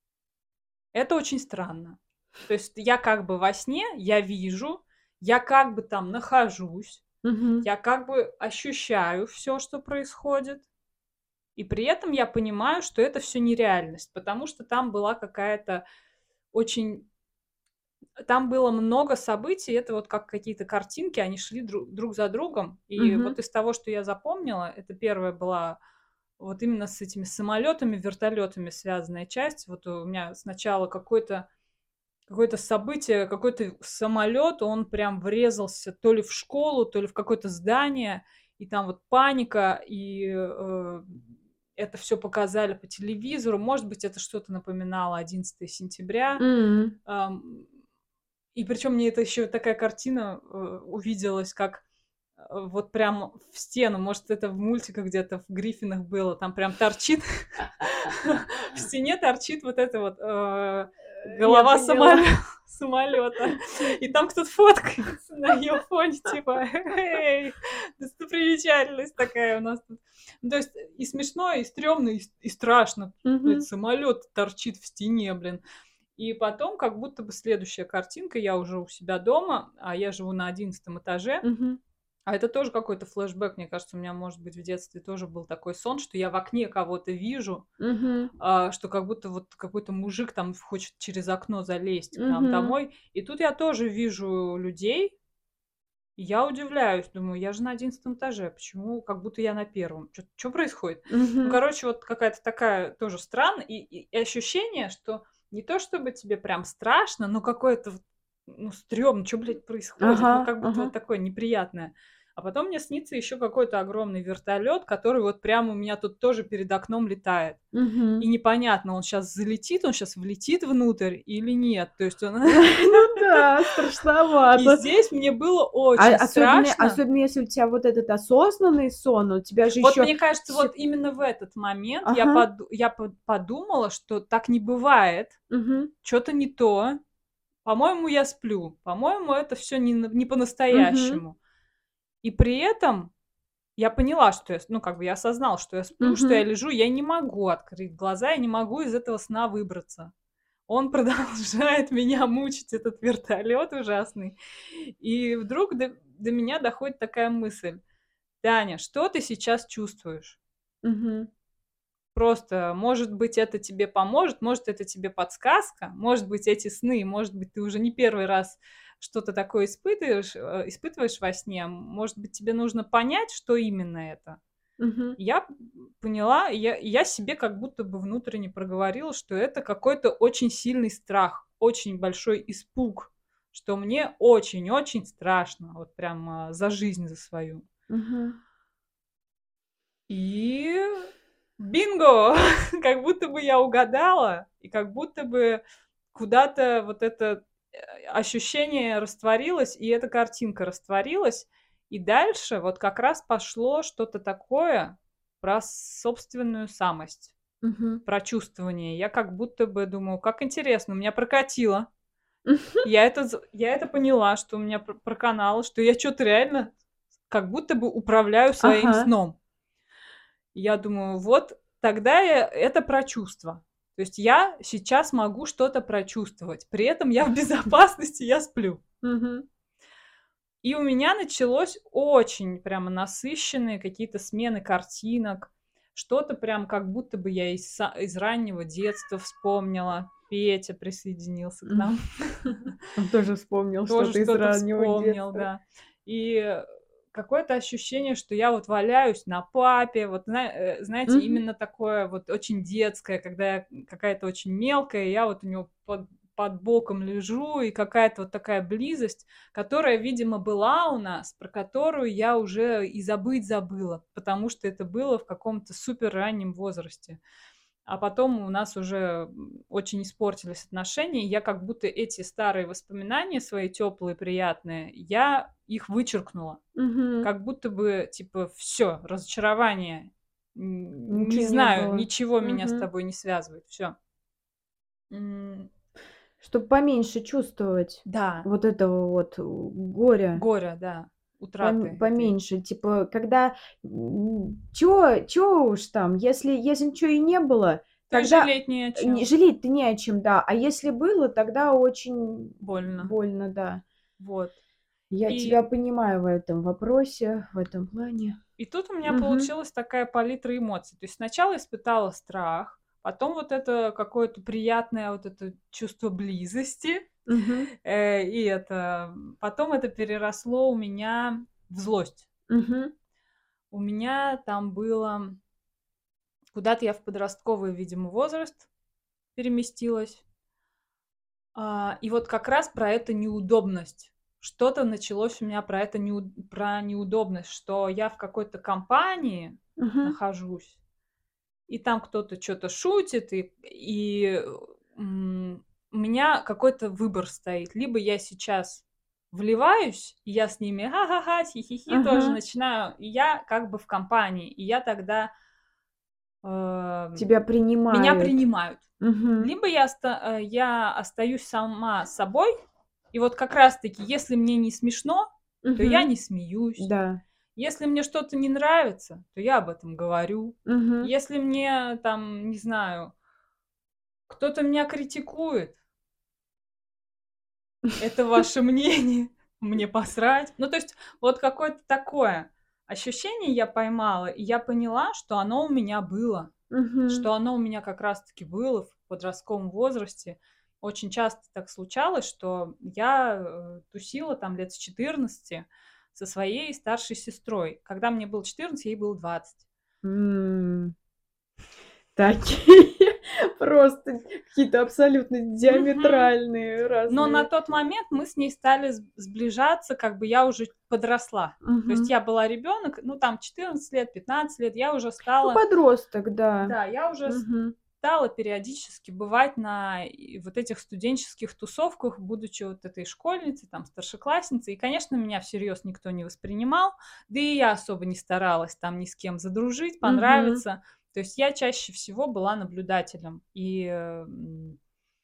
Это очень странно. То есть я как бы во сне, я вижу, я как бы там нахожусь, Мгм. я как бы ощущаю все, что происходит. И при этом я понимаю, что это все нереальность, потому что там была какая-то очень там было много событий, это вот как какие-то картинки, они шли дру друг за другом. И Мгм. вот из того, что я запомнила, это первая была вот именно с этими самолетами, вертолетами связанная часть. Вот у меня сначала какой-то какое-то событие, какой-то самолет, он прям врезался то ли в школу, то ли в какое-то здание, и там вот паника, и э, это все показали по телевизору. Может быть, это что-то напоминало одиннадцатое сентября. М. Ам, и причем мне это еще такая картина э, увиделась, как э, вот прям в стену, может, это в мультиках где-то в Гриффинах было, там прям торчит, в стене торчит вот эта вот э, Я голова поняла. самолета, и там кто-то фоткается на ее фоне, типа, эй, достопримечательность такая у нас тут. Ну, то есть и смешно, и стрёмно, и, и страшно. Этот Мгм. самолет торчит в стене, блин. И потом как будто бы следующая картинка, я уже у себя дома, а я живу на одиннадцатом этаже, Мгм. а это тоже какой-то флешбэк, мне кажется, у меня, может быть, в детстве тоже был такой сон, что я в окне кого-то вижу, Мгм. а, что как будто вот какой-то мужик там хочет через окно залезть к нам Мгм. домой. И тут я тоже вижу людей, и я удивляюсь, думаю, я же на одиннадцатом этаже, почему как будто я на первом? Что происходит? Ну, Мгм. короче, вот какая-то такая тоже странно, и, и- и ощущение, что не то чтобы тебе прям страшно, но какое-то, вот, ну, стрёмно, что, блядь, происходит? Ага, Ну, как будто ага. вот такое неприятное. А потом мне снится еще какой-то огромный вертолет, который вот прямо у меня тут тоже перед окном летает. И Мгм. непонятно, он сейчас залетит, он сейчас влетит внутрь или нет. То есть он Ну да, И страшновато. здесь мне было А очень особенно страшно. особенно если у тебя вот этот осознанный сон, у тебя же Вот еще мне кажется, всё. вот именно в этот момент я Ага. поду я по подумала, что так не бывает, Мгм. что то не то. По-моему, я сплю. По-моему, это все не н не Мгм. по-настоящему. И при этом я поняла, что я с ну, как бы я осознала, что я сплю, что я Мгм. лежу, я не могу открыть глаза, я не могу из этого сна выбраться. он продолжает меня мучить, этот вертолет ужасный. И вдруг до, до меня доходит такая мысль. Таня, что ты сейчас чувствуешь? Мгм. Просто, может быть, это тебе поможет, может, это тебе подсказка, может быть, эти сны, может быть, ты уже не первый раз что-то такое испытываешь, э, испытываешь во сне, может быть, тебе нужно понять, что именно это. Мгм. Я поняла, я, я себе как будто бы внутренне проговорила, что это какой-то очень сильный страх, очень большой испуг, что мне очень-очень страшно, вот прям а, за жизнь за свою. Мгм. И бинго! Как будто бы я угадала, и как будто бы куда-то вот это э, ощущение растворилось, и эта картинка растворилась. И дальше вот как раз пошло что-то такое про собственную самость, Мгм. про чувствование. Я как будто бы думаю, как интересно, у меня прокатило. Я это, з- я это поняла, что у меня пр- проканало, что я что-то реально как будто бы управляю своим Ага. сном. Я думаю, вот тогда я это про чувства. То есть я сейчас могу что-то прочувствовать, при этом я в безопасности, я сплю. Мгм. И у меня началось очень прямо насыщенные какие-то смены картинок, что-то прям как будто бы я из, са- из раннего детства вспомнила. Петя присоединился к нам. М. Он тоже вспомнил Тоже что-то из что-то раннего вспомнил, детства. да. И какое-то ощущение, что я вот валяюсь на папе, вот, зна- э, знаете, Мгм. именно такое вот очень детское, когда я какая-то очень мелкая, я вот у него под, под боком лежу, и какая-то вот такая близость, которая, видимо, была у нас, про которую я уже и забыть забыла, потому что это было в каком-то супер раннем возрасте. А потом у нас уже очень испортились отношения. Я как будто эти старые воспоминания свои теплые, приятные, я их вычеркнула. Мгм. Как будто бы, типа, все, разочарование. Н- Не Ничего не знаю, было. ничего меня с Мгм. тобой не связывает. Все. Чтоб поменьше чувствовать Да, вот этого вот, э, горя. горе, да, Пом утраты этой. поменьше. Типа, когда, м, чё чё уж там, если если ничего и не было, То и тогда, жалеть не о э, не чем. жалеть-то не о чем, да. А если было, тогда очень Больно. больно, да. Вот. Я И тебя понимаю в этом вопросе, в этом плане. И тут у меня Мгм. получилась такая палитра эмоций. То есть сначала испытала страх, потом вот это какое-то приятное вот это чувство близости, Мгм. э, и это потом это переросло у меня в злость. Мгм. У меня там было куда-то я в подростковый, видимо, возраст переместилась. А, и вот как раз про эту неудобность. Что-то началось у меня про это неу про неудобность, что я в какой-то компании Мгм. нахожусь. И там кто-то что-то шутит, и, и м, у меня какой-то выбор стоит. Либо я сейчас вливаюсь, и я с ними ха-ха-ха, хи-хи-хи тоже Ага. начинаю, и я как бы в компании, и я тогда эм, Тебя меня принимают. принимают. Мгм. Либо я, оста- э, я остаюсь сама собой, и вот как раз-таки, если мне не смешно, то я Мгм. не смеюсь. Да. Если мне что-то не нравится, то я об этом говорю. Мгм. Если мне там, не знаю, кто-то меня критикует, это ваше мнение, мне посрать. Ну, то есть вот какое-то такое ощущение я поймала, и я поняла, что оно у меня было, Мгм. что оно у меня как раз-таки было в подростковом возрасте. Очень часто так случалось, что я э, тусила там лет с четырнадцати со своей старшей сестрой. Когда мне было четырнадцать, ей было двадцать. М. Такие просто какие-то абсолютно Мгм. диаметральные Но на разные. тот момент мы с ней стали с сближаться, как бы я уже подросла. То есть Мгм. я была ребенок, ну, там четырнадцать лет, пятнадцать лет, я уже Ну, стала подросток, да. да, я уже Мгм. стала периодически бывать на и вот этих студенческих тусовках, будучи вот этой школьницей, там, старшеклассницей. И, конечно, меня всерьез никто не воспринимал, да и я особо не старалась там ни с кем задружить, Мгм. понравиться. То есть я чаще всего была наблюдателем. И, э, м,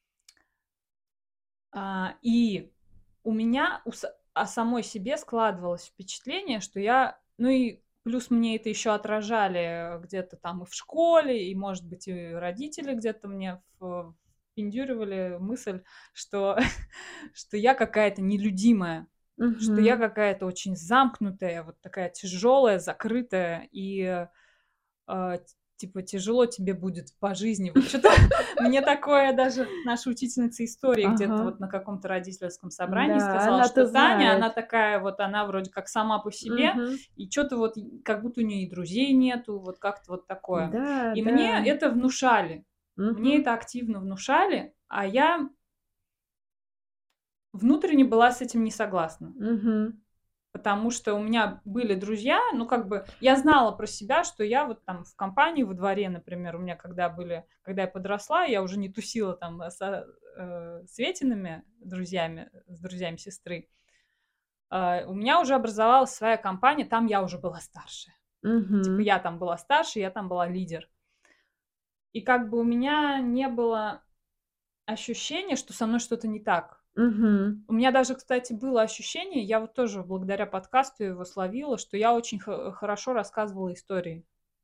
а, и у меня у са о самой себе складывалось впечатление, что я ну и плюс мне это еще отражали, э, где-то там и в школе, и, может быть, и родители где-то мне в впендюривали мысль, что, что я какая-то нелюдимая, что я Мгм. какая-то очень замкнутая, вот такая тяжелая, закрытая, и а, т- типа тяжело тебе будет по жизни. Вот что-то мне такое даже наша учительница истории Ага. где-то вот на каком-то родительском собрании Да, сказала, что она-то Таня, она знает. такая вот, она вроде как сама по себе, Мгм. и что-то вот и- как будто у нее и друзей нету, вот как-то вот такое. Да, И да. мне это внушали, мне Мгм. это активно внушали, а я внутренне была с этим не согласна. Мгм. Потому что у меня были друзья, ну, как бы, я знала про себя, что я вот там в компании во дворе, например, у меня когда были, когда я подросла, я уже не тусила там э, со э, Светиными друзьями, с друзьями сестры. А, у меня уже образовалась своя компания, там я уже была старше. Типа Мгм. я там была старше, я там была лидер. И как бы у меня не было ощущения, что со мной что-то не так. Мгм. У меня даже, кстати, было ощущение, я вот тоже благодаря подкасту его словила, что я очень хо хорошо рассказывала истории.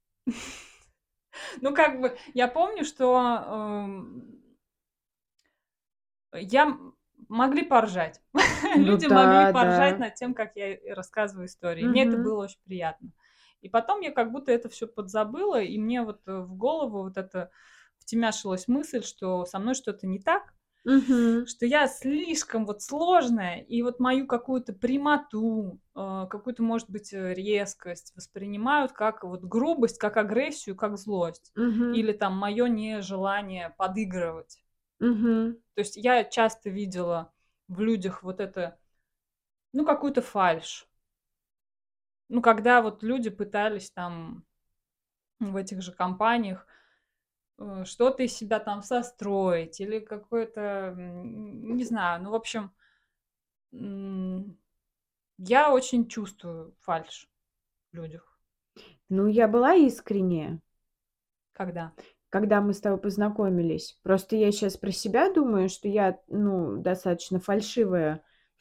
Ну, как бы я помню, что, эм, я м могли поржать. Ну Люди могли да, поржать да. над тем, как я, э, рассказываю истории. Мне это Мгм. было очень приятно. И потом я как будто это все подзабыла, и мне вот, э, в голову вот это втемяшилась мысль, что со мной что-то не так. Мгм. Что я слишком вот сложная, и вот мою какую-то прямоту, э, какую-то, может быть, э, резкость воспринимают как вот грубость, как агрессию, как злость. Мгм. Или там мое нежелание подыгрывать. Мгм. То есть я часто видела в людях вот это, ну, какую-то фальшь. Ну, когда вот люди пытались там в этих же компаниях э, что-то из себя там состроить или какое-то, м, не знаю, ну, в общем, м, я очень чувствую фальшь в людях. Ну, я была искренняя, Когда? когда мы с тобой познакомились. Просто я сейчас про себя думаю, что я, ну, достаточно фальшивая.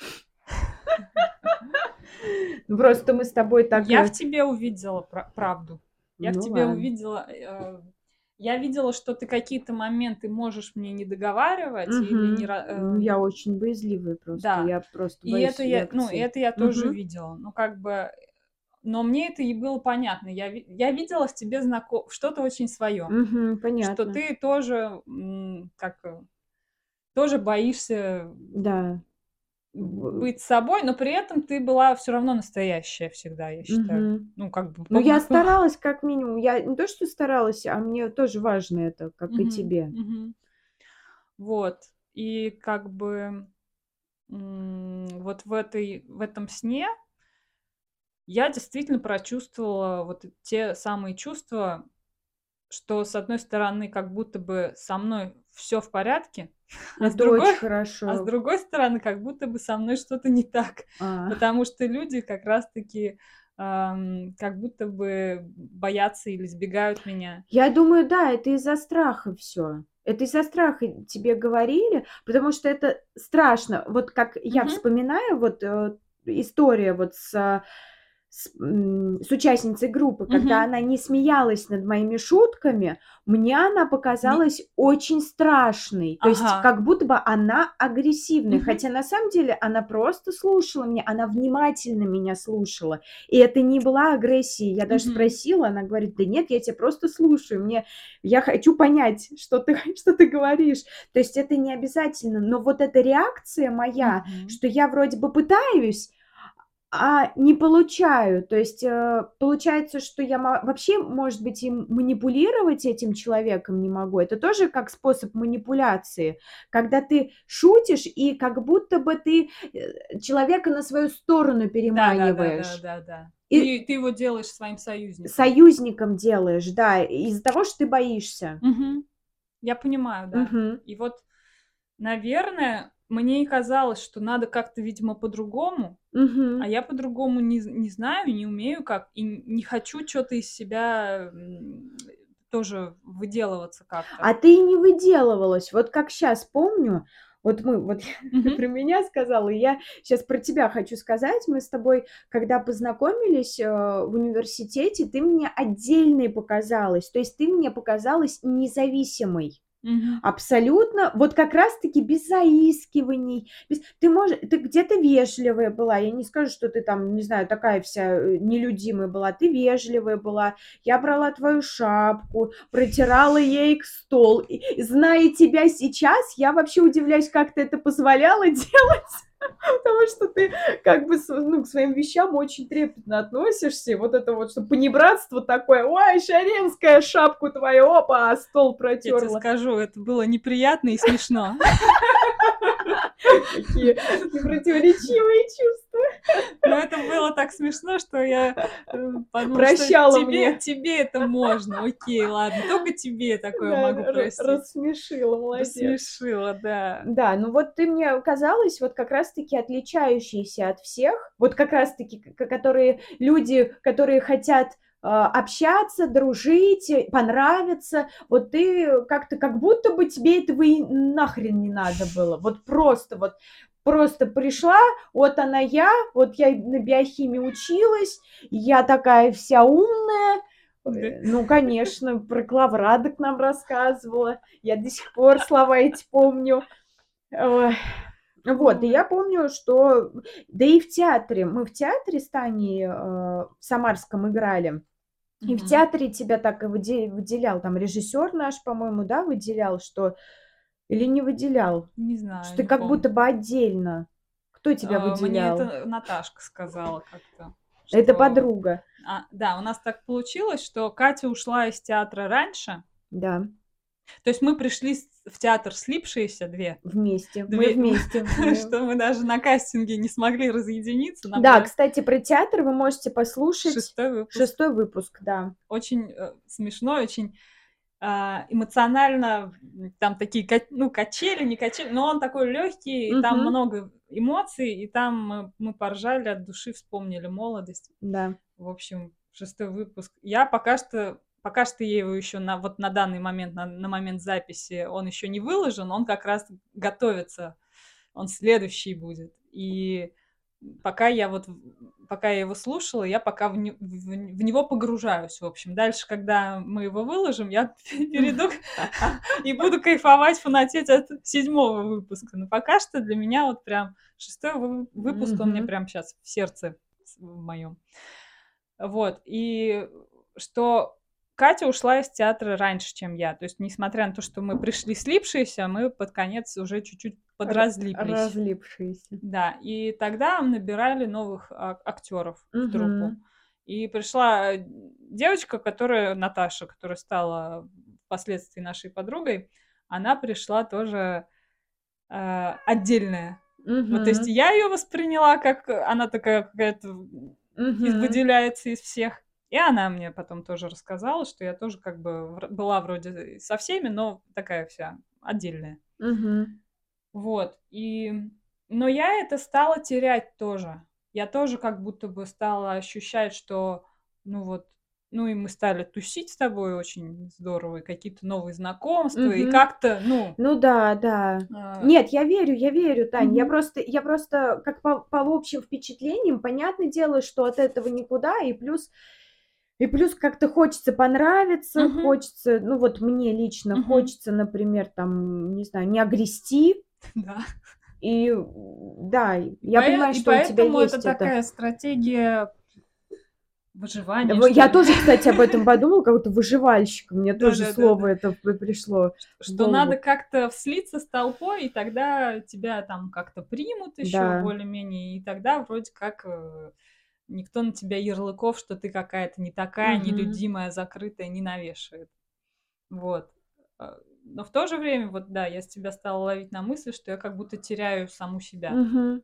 Ну, просто мы с тобой так, Я в э тебе увидела пра правду. Я в Ну тебе ладно. увидела, э, я видела, что ты какие-то моменты можешь мне не договаривать или не Мгм. ра Ну, э, я очень боязливая просто. да. Я просто И это боюсь я, ну, реакции. это я тоже Мгм. видела. Ну, как бы, но мне это и было понятно. Я ви я видела в тебе знако что-то очень свое, Мгм. что Понятно. ты тоже, м, как, э, тоже боишься Да. В быть собой, но при этом ты была все равно настоящая всегда, я считаю. Мгм. Ну, как бы Ну, по я по старалась как минимум. Я не то что старалась, а мне тоже важно это, как и Мгм, тебе. мгм. Вот. И как бы, м, вот в этой в этом сне я действительно прочувствовала вот те самые чувства, что, с одной стороны, как будто бы со мной все в порядке, а с Это очень другой а с хорошо. другой стороны, как будто бы со мной что-то не так. А. Потому что люди как раз таки, ам, как будто бы боятся или избегают меня. Я думаю, да, это из-за страха все. Это из-за страха тебе говорили, потому что это страшно. Вот как я Мгм, вспоминаю, вот, э, история вот с, а, с, м, с участницей группы, когда мгм. она не смеялась над моими шутками, мне она Не показалась очень страшной. То есть Ага. как будто бы она агрессивная, Мгм, хотя на самом деле она просто слушала меня, она внимательно меня слушала. И это не была агрессия. Я даже мгм, спросила, она говорит: "Да нет, я тебя просто слушаю. Мне я хочу понять, что ты что ты говоришь". То есть это не обязательно, но вот эта реакция моя, мгм. что я вроде бы пытаюсь, а не получаю. То есть, э, получается, что я ма вообще, может быть, и манипулировать этим человеком не могу. Это тоже как способ манипуляции, когда ты шутишь и как будто бы ты, э, человека на свою сторону переманиваешь. Да-да-да-да-да-да. И Ты ты его делаешь своим союзником. союзником делаешь, да, из-за того, что ты боишься. Мгм. Я понимаю, да. Мгм. И вот, наверное, мне и казалось, что надо как-то, видимо, по-другому, а Мгм. я по-другому не з не знаю, не умею как, и н не хочу чё-то из себя, м, тоже выделываться как-то. А ты и не выделывалась. Вот как щас помню, вот мы вот ты Мгм. про меня сказала, и я щас про тебя хочу сказать. Мы с тобой, когда познакомились, э, в университете, ты мне отдельной показалась. То есть ты мне показалась независимой. Мгм. Абсолютно, вот как раз-таки без заискиваний, без ты можешь ты где-то вежливая была. Я не скажу, что ты там, не знаю, такая вся, э, нелюдимая была. Ты вежливая была. Я брала твою шапку, протирала ей к стол. И зная тебя сейчас, я вообще удивляюсь, как ты это позволяла делать, потому что ты как бы с ну, к своим вещам очень трепетно относишься. И вот это вот, что понебратство такое: "Ой, Шаренская, шапку твою, опа, стол Я тебе протерла". скажу, это было неприятно и смешно. Какие непротиворечивые чувства. Но это было так смешно, что я, э, подумала, что Прощала тебе мне. тебе это можно. Окей, ладно, только тебе такое Да, могу ра простить. рассмешила, молодец. Рассмешила, да. Да, ну вот ты мне казалась вот как раз-таки отличающейся от всех, вот как раз-таки, к которые люди, которые хотят, а, общаться, дружить, э, понравиться. Вот ты как-то, как будто бы тебе этого и нахрен не надо было. Вот просто вот, просто пришла, вот она я, вот я на биохимии училась, я такая вся умная. Да. Э, ну, конечно, про Клаврадок нам рассказывала. Я до сих пор слова эти помню. Ой. Вот, и Ой. я помню, что да и в театре, мы в театре с Таней, э, в Самарском играли, и в Мгм. театре тебя так и выде выделял там режиссер наш, по-моему, да, выделял, что или не выделял, Не что знаю, ты не как помню. будто бы отдельно. Кто тебя Э, мне выделял? это Наташка сказала как-то, Это что подруга. а, да, у нас так получилось, что Катя ушла из театра раньше. Да, То есть мы пришли с в театр слипшиеся две, вместе. Мы две, вместе. Мы что мы даже на кастинге не смогли разъединиться. Нам Да, прям кстати, про театр вы можете послушать шестой выпуск. шестой выпуск, да. Очень, э, смешно, очень, а, эмоционально. М, там такие ка ну, качели, не качели, но он такой легкий, и там Мгм. много эмоций, и там мы мы поржали от души, вспомнили молодость. Да. В общем, шестой выпуск. Я пока что пока что я его еще на вот на данный момент, на на момент записи он еще не выложен, он как раз готовится, он следующий будет. И пока я вот в пока я его слушала, я пока в не в в него погружаюсь, в общем. Дальше, когда мы его выложим, я перейду и буду кайфовать, фанатеть от седьмого выпуска. Но пока что для меня вот прям шестой вы выпуск, он мне Мгм. прям сейчас в сердце с в моем. Вот, и что Катя ушла из театра раньше, чем я. То есть, несмотря на то, что мы пришли слипшиеся, мы под конец уже чуть-чуть Р подразлиплись. разлипшиеся. Да, и тогда набирали новых ак актеров в труппу. Мгм. И пришла, э, девочка, которая Наташа, которая стала впоследствии нашей подругой. Она пришла тоже, э, отдельная. Вот, то есть Мгм. я ее восприняла как она такая какая-то, м, из Мгм. выделяется из всех. И она мне потом тоже рассказала, что я тоже как бы вр была вроде со всеми, но такая вся отдельная. Мгм. Вот, и но я это стала терять тоже. Я тоже как будто бы стала ощущать, что, ну вот, ну и мы стали тусить с тобой очень здорово, и какие-то новые знакомства, и Мгм. как-то, ну, Ну да, да. а, Нет, я верю, я верю, Тань. Я мгм, просто я просто как по по общим впечатлениям, понятное дело, что от этого никуда. И плюс и плюс как-то хочется понравиться, мгм, хочется, ну вот мне лично мгм, хочется, например, там, не знаю, не огрести. да. И, м, да, И я пое понимаю, и что у тебя поэтому это есть это. такая стратегия выживания, Во что я ли. тоже, кстати, об этом подумала, как будто выживальщик. Мне тоже Да-да-да-да. слово это п пришло Ш в что надо голову. как-то слиться с толпой, и тогда тебя там как-то примут еще Да. более-менее, и тогда вроде как, э, никто на тебя ярлыков, что ты какая-то не такая, Мгм. нелюдимая, закрытая, не навешает. Вот. А, но в то же время, вот да, я с тебя стала ловить на мысли, что я как будто теряю саму себя. Мгм.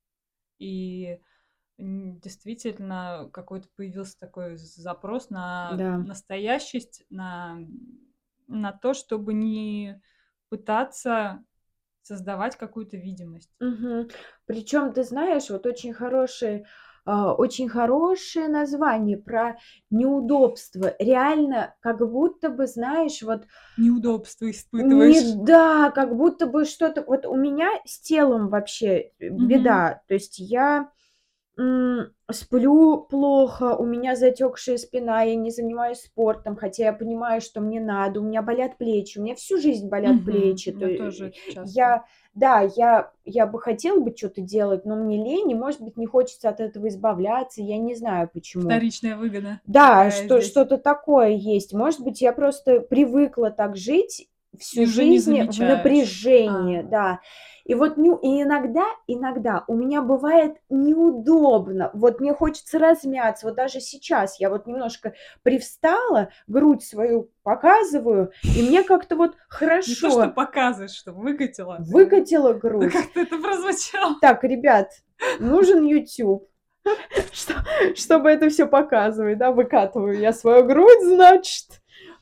И, м, действительно, какой-то появился такой запрос на Да. настоящесть, на на то, чтобы не пытаться создавать какую-то видимость. Мгм. Причем, ты знаешь, вот очень хорошее, а, очень хорошее название про неудобство. Реально, как будто бы, знаешь, вот Неудобство не испытываешь. да, как будто бы что-то вот у меня с телом вообще, э, Мгм. беда. То есть я м, сплю плохо, у меня затекшая спина, я не занимаюсь спортом, хотя я понимаю, что мне надо, у меня болят плечи, у меня всю жизнь болят Мгм. плечи. У То меня тоже е это часто. я, да, я я бы хотела бы что то делать, но мне лень, и, может быть, не хочется от этого избавляться, я не знаю почему. Вторичная выгода Да, такая что здесь. что-то такое есть. Может быть, я просто привыкла так жить И всю уже не жизнь в замечаешь. напряжении, А, да. И вот ню и иногда иногда у меня бывает неудобно. Вот мне хочется размяться. Вот даже сейчас я вот немножко привстала, грудь свою показываю, и мне как-то вот не то, что хорошо. показываешь, что выкатила. Ты Выкатила да грудь. как-то это прозвучало. Так, ребят, нужен YouTube. Что чтобы это все показывать, да, выкатываю я свою грудь, значит.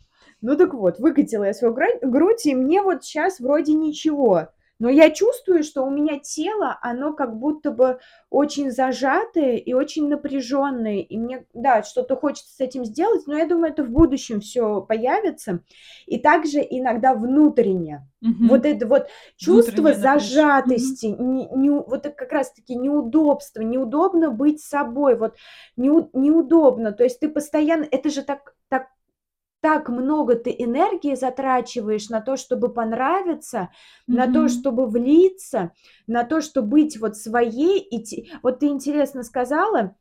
Ну так вот, выкатила я свою грань грудь, и мне вот сейчас вроде ничего. Но я чувствую, что у меня тело, оно как будто бы очень зажатое и очень напряженное. И мне, да, что-то хочется с этим сделать, но я думаю, это в будущем все появится. И также иногда внутренне. Вот Мгм. это вот чувство Внутренняя напряж Мгм. зажатости, не не вот это как раз таки неудобство, неудобно быть собой, вот неу неудобно. То есть ты постоянно это же так так так много ты энергии затрачиваешь на то, чтобы понравиться, на то, Мгм. чтобы влиться, на то, чтобы быть вот своей. И те вот ты интересно сказала,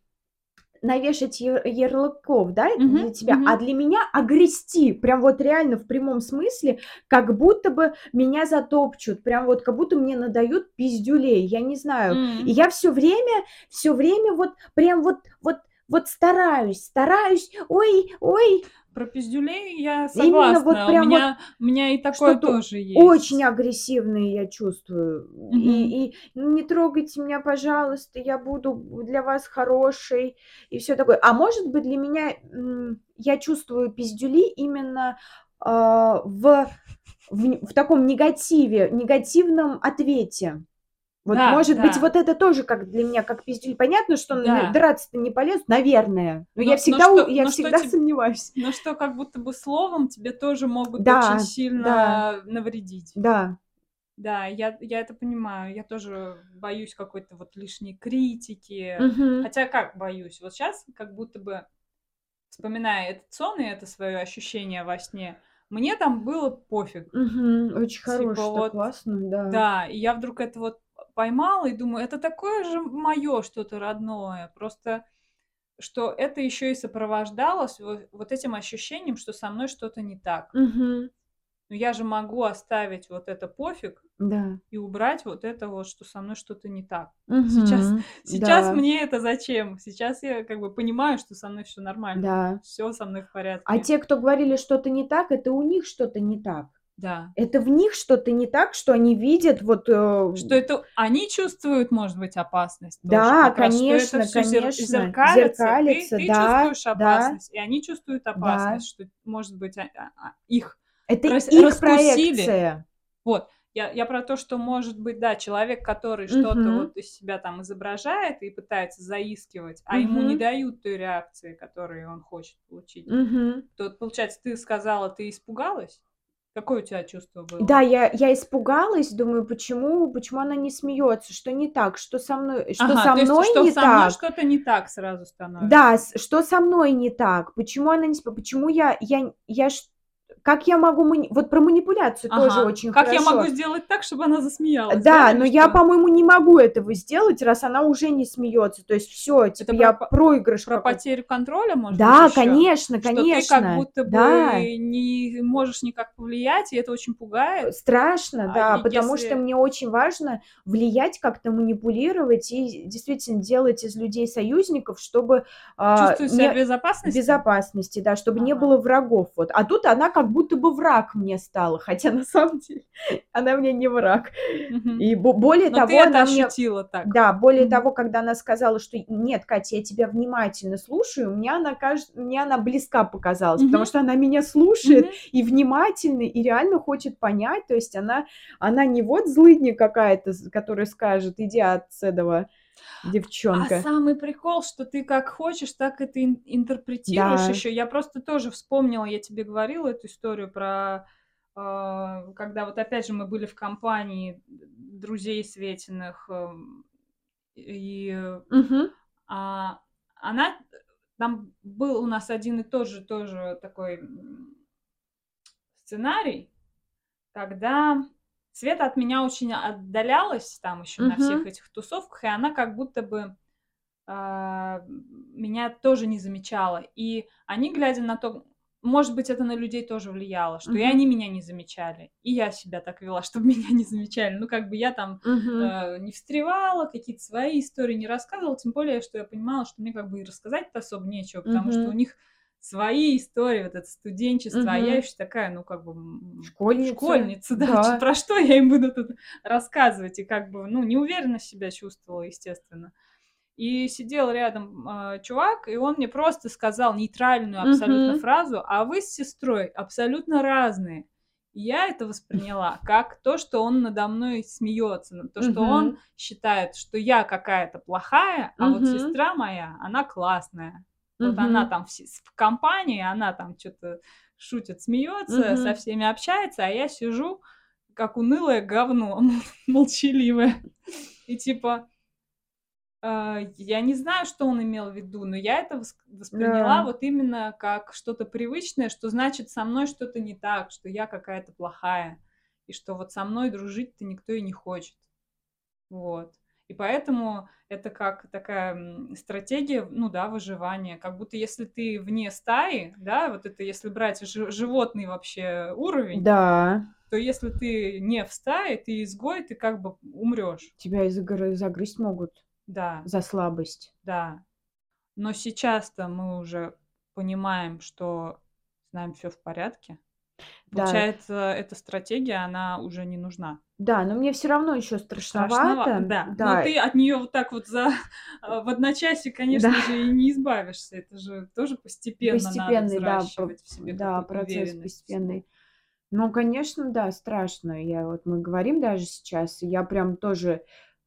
навешать я ярлыков, да, Мгм. для тебя, Мгм. а для меня огрести, прям вот реально в прямом смысле, как будто бы меня затопчут, прям вот как будто мне надают пиздюлей, я не знаю. И М. я все время все время вот прям вот вот вот стараюсь, стараюсь, ой, ой, Про пиздюлей я именно вот согласна. У прям вот меня у меня и такое что-то тоже очень есть. агрессивное я чувствую. Мгм. И и ну, не трогайте меня, пожалуйста, я буду для вас хорошей и все такое. А может быть, для меня, м, я чувствую пиздюли именно, а, в в н в таком негативе, негативном ответе. Вот, Да, может быть, да, вот это тоже как для меня, как пиздюль. Понятно, что н да. драться-то не полезно, наверное, но я Но но всегда у что я но что всегда теб сомневаюсь. но что как будто бы словом тебе тоже могут очень Да, да, сильно навредить. да. Да, я я это понимаю. Я тоже боюсь какой-то вот лишней критики. Мгм. Хотя как боюсь? Вот сейчас как будто бы, вспоминая этот сон и это свое ощущение во сне, мне там было пофиг. Мгм. Очень Типа хороший, так вот, классно, да. да, и я вдруг это вот поймала и думаю, это такое же мое что-то родное. Просто, что это еще и сопровождалось во вот этим ощущением, что со мной что-то не так. Мгм. Но я же могу оставить вот это пофиг Да. и убрать вот это вот, что со мной что-то не так. Сейчас Мгм. сейчас Да, мне это зачем? Сейчас я как бы понимаю, что со мной все нормально, да. все со мной в А порядке. те, кто говорили, что-то не так, это у них что-то не так. Да. Это в них что-то не так, что они видят вот, э Что это они чувствуют, может быть, опасность тоже Да, как раз, что это конечно, все конечно, зеркалится. Ты зеркалится, ты да, чувствуешь да, опасность, и они чувствуют да. опасность, что, может быть, а а а их Это рас их раскусили. проекция. Вот. Я я про то, что, может быть, да, человек, который что-то Мгм, вот из себя там изображает и пытается заискивать, а ему не мгм, дают той реакции, которую он хочет получить. мгм. То вот, получается, ты сказала, ты испугалась? Какое у тебя чувство Да, было? я я испугалась, думаю, почему почему она не смеется, что не так, что со мной что Ага, со то есть, мной что не со мной так? что-то не так сразу Да, становится. с что со мной не так? Почему она не сп почему я я я ш как я могу мани вот про манипуляцию тоже Ага. очень Как я могу хорошо. сделать так, чтобы она засмеялась, да, Да, или но я, что? по-моему, не могу этого сделать, раз она уже не смеется. То есть всё, Это типа про я по проигрыш про какой-то. потерю контроля, может быть, Да, еще? конечно, Что ты как конечно. будто Да. бы не можешь никак повлиять, и это очень Э, пугает? страшно, А да, и потому что если мне очень важно влиять, как-то манипулировать и действительно делать из людей союзников, чтобы, а, чувствовать себя в не безопасности? безопасности, да, чтобы не Ага. было врагов, вот. А тут она как будто бы враг мне стала, хотя на самом деле она мне не враг. Мгм. И бо более Но ты того, это она мне ощутила так? да, более Мгм. того, когда она сказала, что: "Нет, Катя, я тебя внимательно слушаю", мне она кажет мне она близка показалась, потому Мгм. что она меня слушает Мгм. и внимательно, и реально хочет понять. То есть она она не вот злыдня какая-то, з которая скажет: "Иди отседова, А девчонка". самый прикол, что ты как хочешь, так это ин интерпретируешь Да. еще. Я просто тоже вспомнила, я тебе говорила эту историю про, а, когда вот опять же мы были в компании друзей Светиных, эм, и А, она там был у нас один и тот же тоже такой м, сценарий, когда Света от меня очень отдалялась там еще на всех Мгм. этих тусовках, и она как будто бы а, меня тоже не замечала. И они, глядя на то, может быть, это на людей тоже влияло, что и Мгм. они меня не замечали, и я себя так вела, чтобы меня не замечали. Ну, как бы я там Мгм. э, не встревала, какие-то свои истории не рассказывала, тем более, что я понимала, что мне как бы и рассказать-то особо нечего, потому что у Мгм. них свои истории, вот это студенчество, а я Мгм. еще такая, ну, как бы м, Школьница. школьница, да, чё- Да. про что я им буду тут рассказывать, и как бы, ну, неуверенно себя чувствовала, естественно. И сидел рядом, а, чувак, и он мне просто сказал нейтральную абсолютно Мгм. фразу: "А вы с сестрой абсолютно разные". И я это восприняла как то, что он надо мной смеется, на то, что он Мгм. считает, что я какая-то плохая, а вот Мгм. сестра моя, она классная. Вот она Мгм. там в, с- в компании, она там что-то шутит, смеется, со Мгм. всеми общается, а я сижу как унылое говно, молчаливое. И типа, а, я не знаю, что он имел в виду, но я это воск восприняла Да. вот именно как что-то привычное, что значит со мной что-то не так, что я какая-то плохая, и что вот со мной дружить-то никто и не хочет. Вот. И поэтому это как такая, м, стратегия, ну да, выживания. Как будто если ты вне стаи, да, вот это если брать жи животный вообще уровень, Да. то если ты не в стае, ты изгой, ты как бы умрёшь. Тебя и загры загрызть могут Да, за слабость. да. Но сейчас-то мы уже понимаем, что с нами всё в порядке. Да. Получается, эта стратегия, она уже не нужна. Да, но мне всё равно еще Страшного страшновато. да, но Да. ты от неё вот так вот за а, в одночасье, Да. конечно же, и не избавишься. Это же тоже постепенно надо Постепенный, да, п взращивать в себе да, какую-то процесс уверенность в себе. постепенный. Ну, конечно, да, страшно. Я вот мы говорим даже сейчас, и я прям тоже,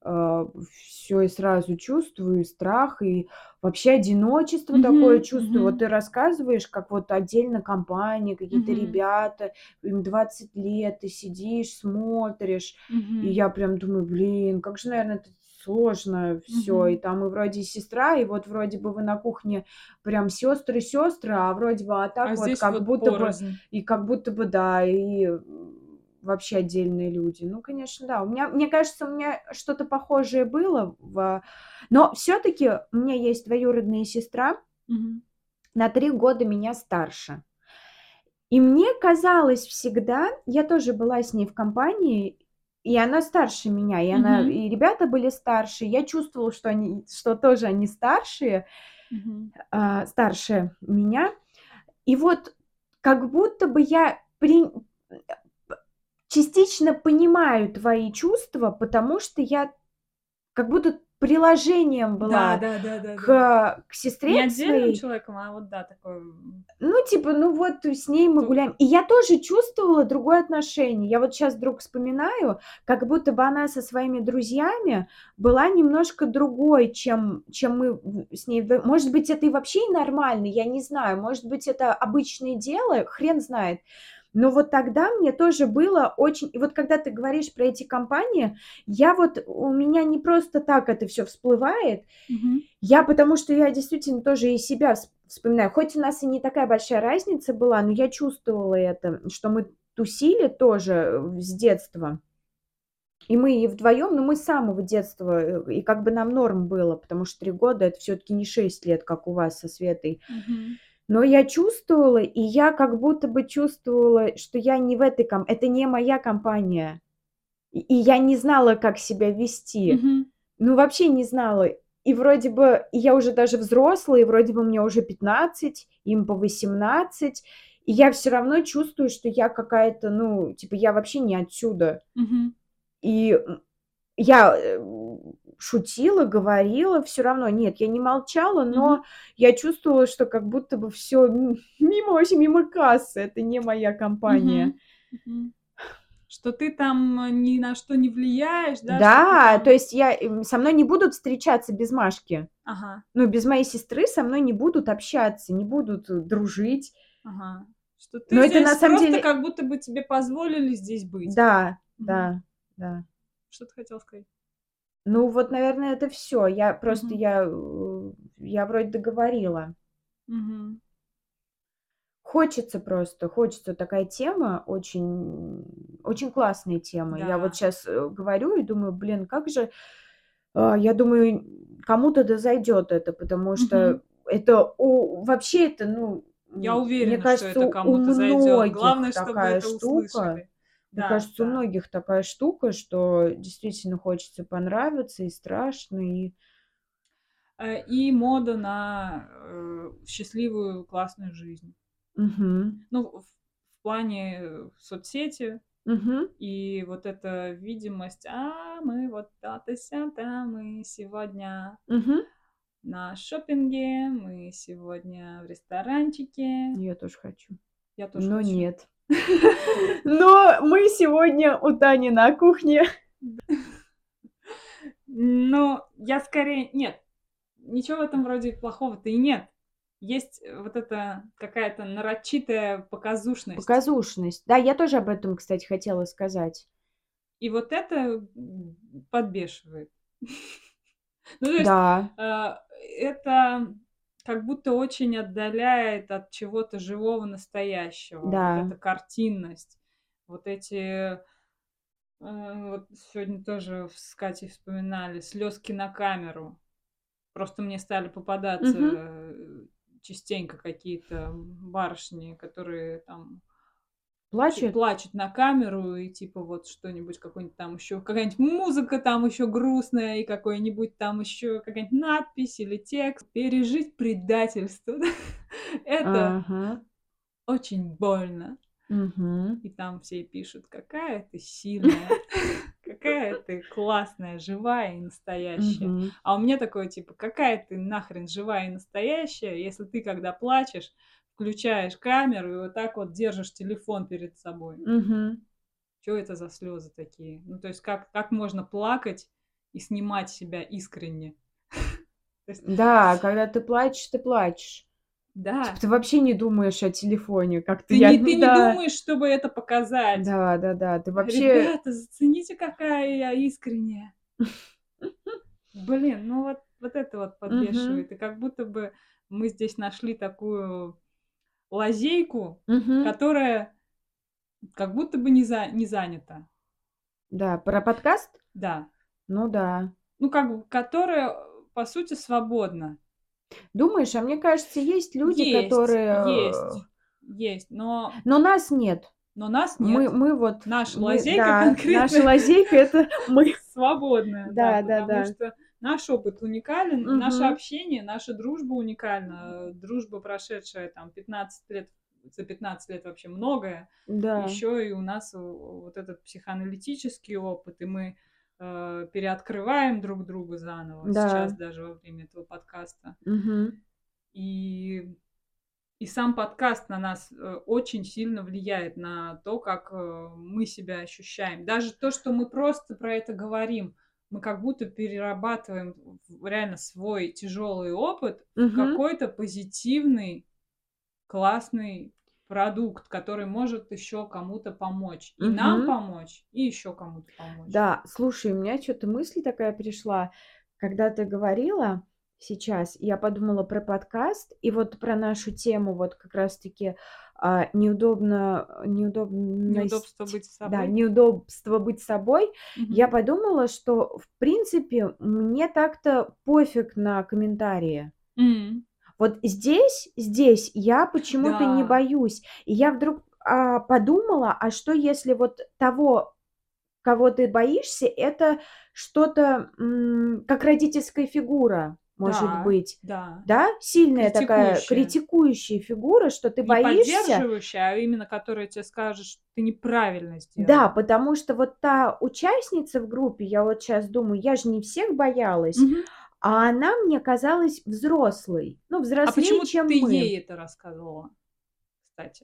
все и сразу чувствую, и страх, и вообще одиночество такое Мгм, чувствую. мгм, Вот ты рассказываешь, как вот отдельно компания, какие-то мгм, ребята, им двадцать лет, ты сидишь, смотришь, и мгм, я прям думаю: "Блин, как же, наверное, это сложно все". И мгм. там и вроде и сестра, и вот вроде бы вы на кухне прям сестры сестры, а вроде бы, а А так вот здесь как вот будто бы порознь. и как будто бы, да, и, м, вообще отдельные люди. Ну, конечно, да. У меня, мне кажется, у меня что-то похожее было в но все таки у меня есть двоюродная сестра, Мгм, на три года меня старше. И мне казалось всегда, я тоже была с ней в компании, и она старше меня, и она мгм, и ребята были старше. Я чувствовала, что они что тоже они старшие, мгм. а, старше меня. И вот как будто бы я при частично понимаю твои чувства, потому что я как будто приложением Да, была да, да, да, да. к к сестре Не к отдельным своей. человеком, а вот да, такой, м, Ну, типа, ну вот с ней мы ту гуляем. И я тоже чувствовала другое отношение. Я вот сейчас вдруг вспоминаю, как будто бы она со своими друзьями была немножко другой, чем чем мы в с ней вдво Может быть, это и вообще и нормально, я не знаю. Может быть, это обычное дело, хрен знает. Но вот тогда мне тоже было очень и вот когда ты говоришь про эти компании, я вот у меня не просто так это все всплывает. Мгм. Я потому что я действительно тоже и себя вс вспоминаю. Хоть у нас и не такая большая разница была, но я чувствовала это, что мы тусили тоже, э, с детства. И мы и вдвоем, но мы с самого детства, э, и как бы нам норм было, потому что три года — это все таки не шесть лет, как у вас со Светой. Мгм. Но я чувствовала, и я как будто бы чувствовала, что я не в этой ком это не моя компания. И и я не знала, как себя вести. Мгм. Ну, вообще не знала. И вроде бы и я уже даже взрослая, и вроде бы мне уже пятнадцать, им по восемнадцать, и я все равно чувствую, что я какая-то, ну, типа, я вообще не отсюда. Мгм. И, м, я, э, шутила, говорила, все равно. Нет, я не молчала, Мгм. но я чувствовала, что как будто бы все мимо, вообще мимо кассы. Это не моя компания. Мгм. Мгм. Что ты там, э, ни на что не влияешь, да, что ты Да, то там есть я, эм, со мной не будут встречаться без Машки. ага, Ну, без моей сестры со мной не будут общаться, не будут, э, дружить. ага. Что ты Но это на здесь самом просто деле как будто бы тебе позволили здесь быть. да, Мгм. да, да. Что ты хотела сказать? Ну вот, наверное, это всё. Я просто Мгм. я, э, я вроде договорила. Мгм. Хочется просто, хочется. Такая тема очень очень классная тема. Я вот Да. щас, э, говорю и думаю: "Блин, как же". А, я думаю, кому-то да зайдёт это, потому Мгм. что это у вообще это, ну, Я м, мне уверена, что кажется, это у кому-то зайдёт. многих Главное, чтобы такая это штука. услышали. Мне Да, кажется, у да. многих такая штука, что действительно хочется понравиться, и страшно, и Э, и мода на, э, счастливую, классную жизнь. Мгм. Ну, в в плане, э, соцсети Мгм. и вот эта видимость: "А мы вот то-то-сё-то, мы сегодня Мгм. на шопинге, мы сегодня в ресторанчике". Я тоже хочу. Я тоже Но хочу. нет. Но мы сегодня у Тани на кухне. Да. Но я скорее нет, ничего в этом вроде плохого-то и нет. Есть, э, вот эта какая-то нарочитая показушность. Показушность. Да, я тоже об этом, кстати, хотела сказать. И вот это, м, подбешивает. Ну, то есть, Да. э, это как будто очень отдаляет от чего-то живого, настоящего. Вот Да. эта картинность, вот эти, э, вот сегодня тоже с Катей вспоминали слёзки на камеру. Просто мне стали попадаться, Мгм. э, частенько какие-то барышни, которые там чё Плачут? плачут на камеру и типа вот что-нибудь, какой-нибудь там ещё, какая-нибудь музыка там ещё грустная и какой-нибудь там ещё какая-нибудь надпись или текст. Пережить предательство, да? Это Ага. очень больно. Мгм. И там все пишут: "Какая ты сильная, какая ты классная, живая и настоящая". Мгм. А у меня такое типа: "Какая ты нахрен живая и настоящая, если ты, когда плачешь, включаешь камеру и вот так вот держишь телефон перед собой?" Мгм. Чё это за слёзы такие? Ну, то есть как как можно плакать и снимать себя искренне? То есть Да, когда ты плачешь, ты плачешь. Типа Да. ты вообще не думаешь о телефоне. Как-то Ты я не ты н не да. думаешь, чтобы это показать. Да, да-да. Ты вообще Ребята, зацените, какая я искренняя. Блин, ну вот вот это вот Мгм. подбешивает. И как будто бы мы здесь нашли такую лазейку, Мгм. которая как будто бы не за не занята. Да, про подкаст? Да. Ну да. Ну, как бы, которая, по сути, свободна. Думаешь? А мне кажется, есть люди, Есть, которые, э есть, есть, но Но нас нет. но нас Мы нет. мы вот Наша мы лазейка да, наша конкретная лазейка- это мы. свободная, да, Да, потому да-да. что наш опыт уникален, наше Мгм. общение, наша дружба уникальна. Э, дружба, прошедшая там пятнадцать лет, за пятнадцать лет вообще многое. Да. Еще и у нас вот этот психоаналитический опыт, и мы, э, переоткрываем друг друга заново сейчас Да. даже во время этого подкаста. Мгм. И и сам подкаст на нас, э, очень сильно влияет на то, как, э, мы себя ощущаем. Даже то, что мы просто про это говорим, мы как будто перерабатываем в реально свой тяжелый опыт в Мгм. какой-то позитивный, классный продукт, который может еще кому-то помочь. И нам Мгм. помочь, и еще кому-то помочь. Да, слушай, у меня чё-то мысль такая пришла. Когда ты говорила сейчас, я подумала про подкаст и вот про нашу тему вот как раз таки, а, неудобно неудобность, Неудобство быть да, собой? неудобство быть собой. Я Мгм. подумала, что, в принципе, мне так-то пофиг на комментарии. М. Вот здесь здесь я почему-то не Да. боюсь. И я вдруг, а, подумала: а что, если вот того, кого ты боишься, это что-то, м, как родительская фигура, может Да, быть, да. да? Сильная такая Критикующая. критикующая фигура, что ты Не боишься поддерживающая, а именно которая те скажет, что ты неправильно Да, сделала. потому что вот та участница в группе, я вот щас думаю, я ж не всех боялась, Мгм. а она мне казалась взрослой. Ну, А взрослее, почему чем ты мы. ей это рассказывала, кстати?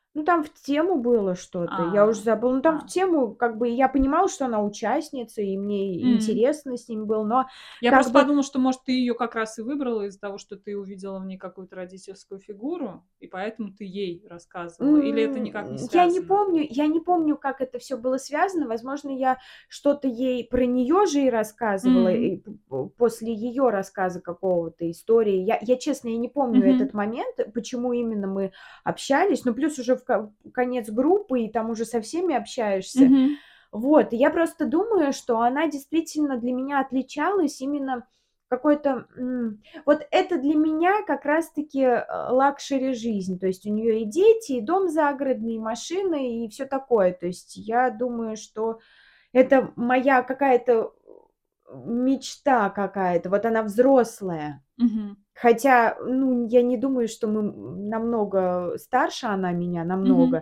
Ну, там в тему было что-то, я уже А, забыла. Ну, там в а. тему, как бы, я понимала, что она участница, и мне М. интересно с ним было, но Я как просто бы подумала, что, может, ты её как раз и выбрала из-за того, что ты увидела в ней какую-то родительскую фигуру, и поэтому ты ей рассказывала, или это никак не М, я не связано? помню я не помню, как это всё было связано. Возможно, я что-то ей про неё же и рассказывала, М. и п п после её рассказа какого-то, истории. Я я, честно, я не помню Мгм. этот момент, почему именно мы общались. Ну, плюс уже в ко конец группы, и там уже со всеми общаешься. Мгм. Вот, и я просто думаю, что она действительно для меня отличалась именно какой-то, м вот это для меня как раз-таки, э, лакшери жизнь. То есть у неё и дети, и дом загородный, и машина, и всё такое. То есть я думаю, что это моя какая-то, э, мечта какая-то. Вот она взрослая. Мгм. Хотя, ну, я не думаю, что мы, м, намного старше она меня, Мгм. намного.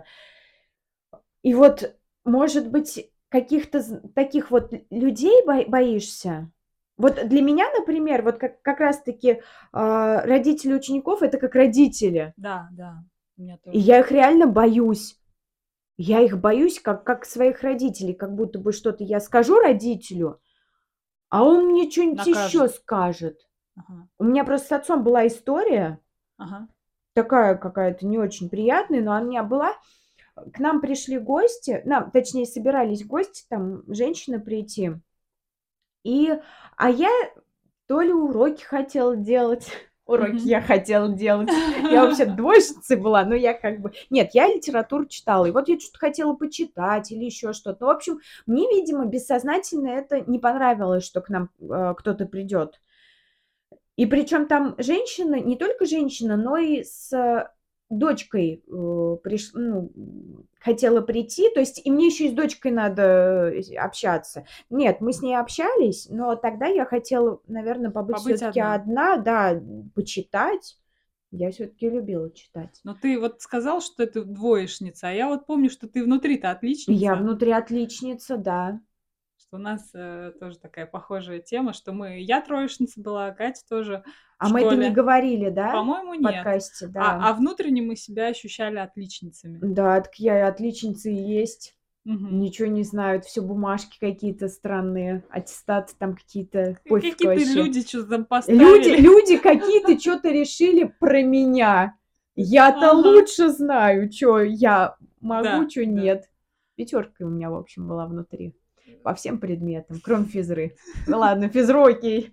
И вот, может быть, каких-то з таких вот л людей бо боишься? Вот для меня, например, вот как как раз-таки, а, родители учеников- это как родители. Да, да, у меня И тоже я их так. реально боюсь. Я их боюсь как как своих родителей. Как будто бы что-то я скажу родителю, а он мне чё-нибудь Накажет. ещё скажет. Ага. У меня просто с отцом была история Ага. такая какая-то не очень приятная, но она у меня была. К нам пришли гости, нам, точнее, собирались гости, там женщины прийти. И, а я то ли уроки хотела делать, уроки Мгм. я хотела делать. Я вообще-то двоечницей была, но я как бы нет, я литературу читала, и вот я чё-то хотела почитать или ещё что-то. Ну, в общем, мне, видимо, бессознательно это не понравилось, что к нам, э, кто-то придёт. И причём там женщина, не только женщина, но и с дочкой, э, приш ну, хотела прийти. То есть и мне ещё и с дочкой надо, э, общаться. Нет, мы с ней общались, но тогда я хотела, наверно, побыть Побыть всё-таки одна. одна, да, почитать. Я всё-таки любила читать. Но ты вот сказала, что ты двоечница, а я вот помню, что ты внутри-то Я отличница. внутри отличница, да. Что у нас, э, тоже такая похожая тема, что мы я троечница была, Катя тоже в А мы это не школе. говорили, да, По-моему, в нет. подкасте? А Да. а внутренне мы себя ощущали отличницами. Да, так я и отличница и есть. Мгм. Ничего не знаю, это всё бумажки какие-то странные, аттестаты там какие-то, К пофиг какие-то вообще. люди чё-то там Люди поставили. люди какие-то чё-то решили про меня. Я-то Ага. лучше знаю, чё я могу, Да, чё да. нет. Пятерка у меня, в общем, была внутри по всем предметам, кроме физры. Ну ладно, физру окей.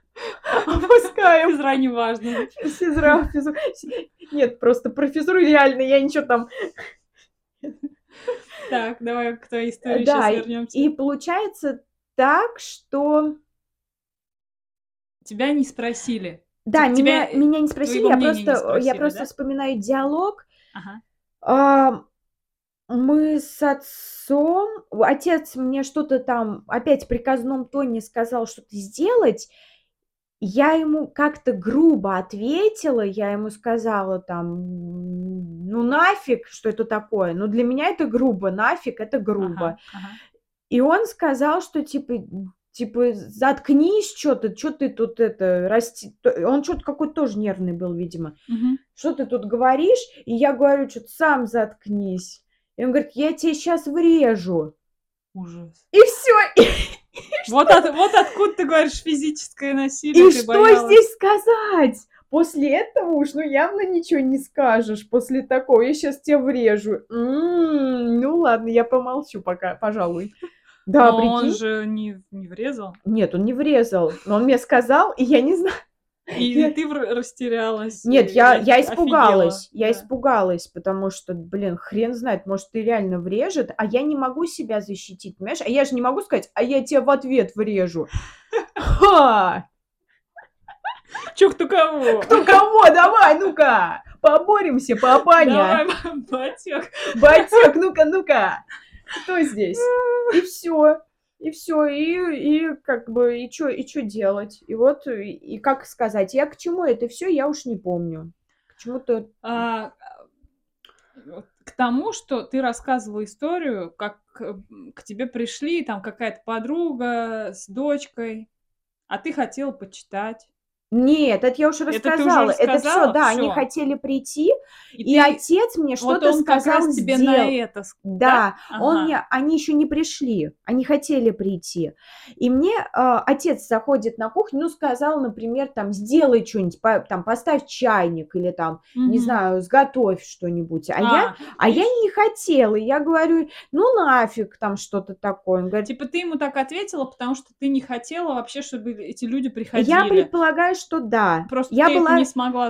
Опускаем. Физра не важно, да? Физра физру нет, просто про физру реально я ничего там Так, давай к твоей Э, истории щас да, и вернёмся. получается так, что Тебя не спросили. Да, Теб тебя, меня э, меня не спросили, твоего я мнения просто, не э, я спросили, просто да? вспоминаю диалог. Ага. Ам, мы с отцом отец мне что-то там опять в приказном тоне сказал что-то сделать. Я ему как-то грубо ответила, я ему сказала там: "Ну, нафиг, что это такое?" Но для меня это грубо, нафиг- это грубо. Ага, ага. И он сказал, что типа типа: "Заткнись, чё ты чё ты тут это расти" Он чё-то какой-то тоже нервный был, видимо. Мгм. "Что ты тут говоришь?" И я говорю чё-то: "Сам заткнись". И он говорит: "Я те щас врежу". Ужас. И всё. И Вот что? от вот откуда, ты говоришь, физическое насилие И ты что боялась. здесь сказать? После этого уж, ну, явно ничего не скажешь. После такого: "Я щас те врежу". М, ну ладно, я помолчу пока, пожалуй. Да, Но он прикинь. же не не врезал? Нет, он не врезал, но он мне сказал, и я не знаю, И я ты в растерялась Нет, или я я офи офигела, испугалась, я да? испугалась, потому что, блин, хрен знает, может, и реально врежет, а я не могу себя защитить, понимаешь? А я же не могу сказать: "А я те в ответ врежу". Ха! Чё, кто кого? Кто кого? Давай, ну-ка, поборемся, Давай, папаня. ба батёк. Батёк, ну-ка, ну-ка, кто здесь? И всё, и всё, и и как бы, и чё и чё делать? И вот, и как сказать, я к чему это всё, я уж не помню. К чему-то А, вот к тому, что ты рассказывала историю, как, м, к тебе пришли, там какая-то подруга с дочкой, а ты хотела почитать. Нет, это я уже Это ты уже рассказала. Это всё, рассказала? да, они Всё. хотели прийти, И и ты отец мне вот что-то он как раз сказал, тебе на сдел это ск да? Да, он Ага. мне они еще не пришли, они хотели прийти. И мне, а, отец заходит на кухню, ну, сказал, например, там: "Сделай чё-нибудь, па там, поставь чайник или там, не Мгм. знаю, сготовь что-нибудь". А я А, а я видишь? не хотела. И я говорю: "Ну нафиг", там что-то такое. Он говорит Типа ты ему так ответила, потому что ты не хотела вообще, чтобы эти люди Я приходили. предполагаю, что да. Просто Я ты это не была смогла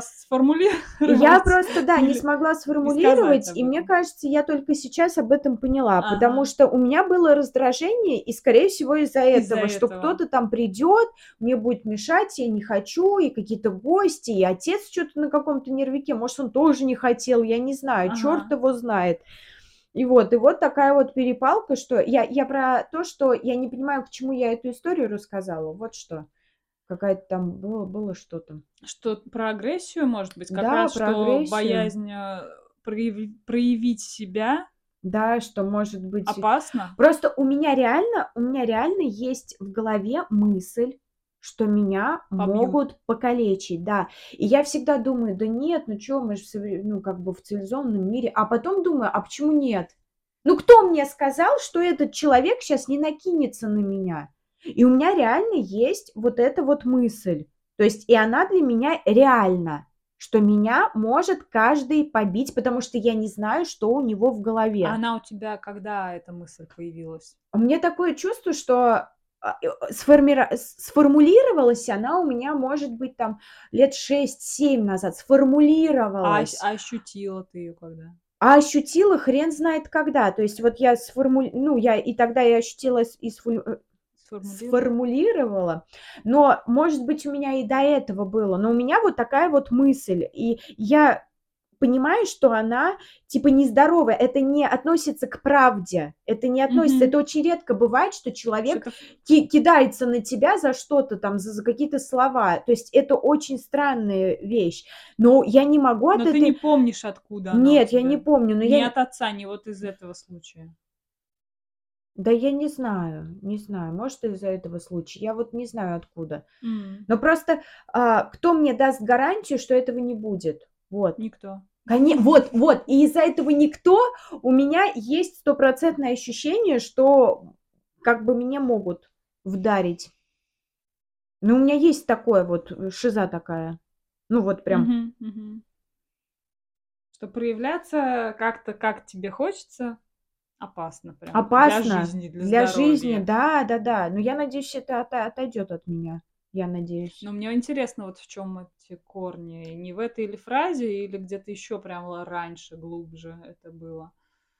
Я сформулировать просто, да, не или смогла не сказать сформулировать, об и мне этом. кажется, я только сейчас об этом поняла, потому Ага. что у меня было раздражение, и, скорее всего, из-за Из-за этого, что этого. кто-то там придет, мне будет мешать, я не хочу, и какие-то гости, и отец чё-то на каком-то нервике, может, он тоже не хотел, я не знаю, чёрт Ага. его знает. И вот, и вот такая вот перепалка, что я я про то, что я не понимаю, к чему я эту историю рассказала, вот что. Какая-то там было было что-то. Что про агрессию, может быть? Как Да, раз, про что агрессию. боязнь, э, прояви проявить себя Да, что, может быть опасно? Просто у меня реально у меня реально есть в голове мысль, что меня Побьют. могут покалечить, да. И я всегда думаю: "Да нет, ну чё, мы ж в совре ну, как бы в цивилизованном мире". А потом думаю: "А почему нет? Ну, кто мне сказал, что этот человек щас не накинется на меня?" И у меня реально есть вот эта вот мысль. То есть и она для меня реальна, что меня может каждый побить, потому что я не знаю, что у него в А голове. она у тебя когда, эта мысль, появилась? У меня такое чувство, что, а, э, сформира с сформулировалась она у меня, может быть, там лет шесть семь назад, А ощ сформулировалась. а ощутила ты её когда? А ощутила хрен знает когда. То есть вот я сформу ну, я и тогда я ощутила с и сфуль э, Сформулировала? сформулировала, но, может быть, у меня и до этого было, но у меня вот такая вот мысль, и я понимаю, что она типа нездоровая. Это не относится к правде, это не относится Мгм. это очень редко бывает, что человек Что-то ф ки кидается на тебя за что-то там, за за какие-то слова. То есть это очень странная вещь. Но я не могу от Но ты не этой помнишь, откуда она у Нет, я не тебя? помню, но я Не н от отца, не вот из этого случая? Да я не знаю, не знаю, может, из-за этого случая, я вот не знаю откуда. М. Но просто, а, кто мне даст гарантию, что этого не будет? Вот. Никто. Коне вот вот, и из-за этого "никто" у меня есть стопроцентное ощущение, что как бы меня могут вдарить. Ну, у меня есть такое вот, э, шиза такая. Ну, вот прям. Мгм, мгм. Что проявляться как-то, как тебе хочется, опасно прям для Опасно жизни, для для жизни, здоровья. да-да-да. Но я надеюсь, это ото отойдет от меня. Я надеюсь. Но мне интересно, вот в чём эти корни. Не в этой ли фразе или где-то еще прямо раньше, глубже это было?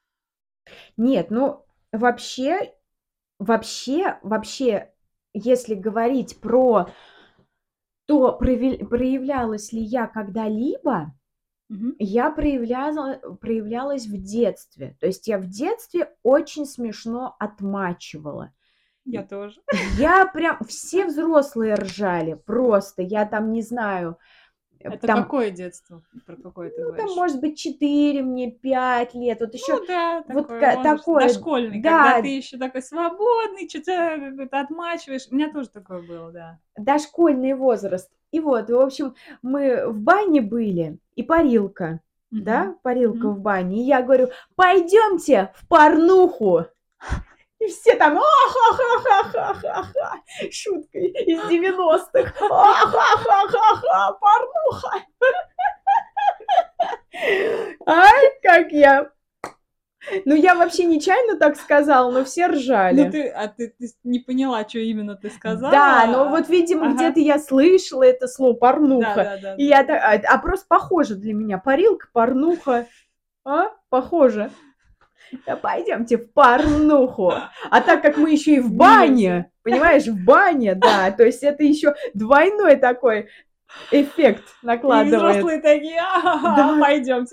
Нет, ну, вообще вообще вообще, если говорить про то, провель проявлялась ли я когда-либо, Мгм. я проявляла проявлялась в детстве. То есть я в детстве очень смешно отмачивала. Я И тоже. я прям все взрослые ржали просто. Я там не знаю, э, Это там какое детство? Про какое ты ну, там, говоришь? может быть, четыре мне, пять лет. Вот еще Ну да, вот такой ка возраст такое, дошкольный, когда ты да. еще такой свободный, чё-то какой-то отмачиваешь. У меня тоже такое было, да. Дошкольный возраст. И вот, в общем, мы в бане были, и парилка, Мгм, да, парилка мгм. в бане. И я говорю: "Пойдемте в порнуху". И все там: "А-ха-ха-ха-ха-ха-ха-ха". Шутка из девяностых: "А-ха-ха-ха-ха, порнуха". Ай, как я Ну, я вообще нечаянно так сказала, но все Ну ржали. ты, а ты ты с не поняла, чё именно ты сказала, Да, но вот, а, видимо, где-то ага. я слышала это слово "порнуха", и я та Да-да-да-да-да. а, а просто похоже для меня: парилка, порнуха. А, похоже. Да пойдемте в порнуху. А так как мы еще и в Нельзя. бане, понимаешь, в бане, да, то есть это еще двойной такой эффект И накладывает. взрослые такие: "А, Да. пойдемте".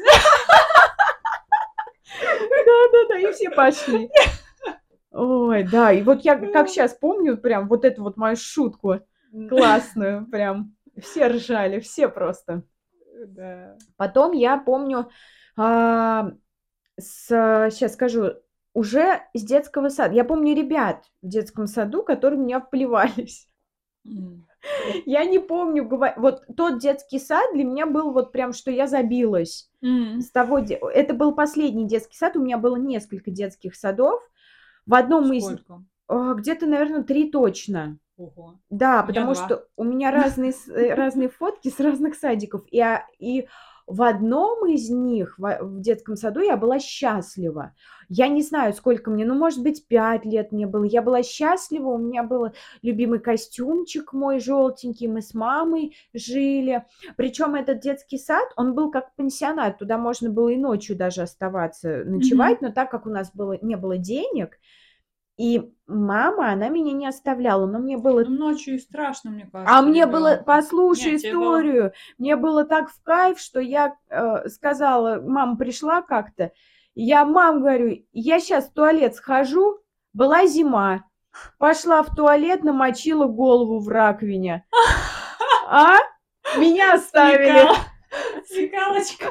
Да-да-да, и все пошли. Ой, да, и вот я как щас помню прям вот эту вот мою шутку М. классную, прям все ржали, все просто. Э, да. Потом я помню, а, с щас скажу, уже с детского сада. Я помню ребят в детском саду, которые в меня вплевались. М. Я не помню, гова вот тот детский сад для меня был вот прям, что я забилась. М. С того де это был последний детский сад, у меня было несколько детских садов. В одном из н Сколько? а, где-то, наверно, три точно. Ого. Да, У меня потому два. что у меня разные с э, разные фотки с разных садиков. И, а, и в одном из них, в в детском саду, я была счастлива. Я не знаю, сколько мне, ну, может быть, пять лет мне было. Я была счастлива, у меня был любимый костюмчик мой желтенький, мы с мамой жили. Причем этот детский сад, он был как пансионат, туда можно было и ночью даже оставаться Мгм. ночевать, но так как у нас было не было денег, и мама, она меня не оставляла, но мне было Ну, ночью и страшно, мне а кажется, мне было ребенку. послушай Не, тебе было историю, мне было так в кайф, что я, э, сказала, мама пришла как-то, я: "Мам, говорю, я щас в туалет схожу". Была зима, пошла в туалет, намочила голову в раковине. А? Меня оставили. Смекала. Смекалочка.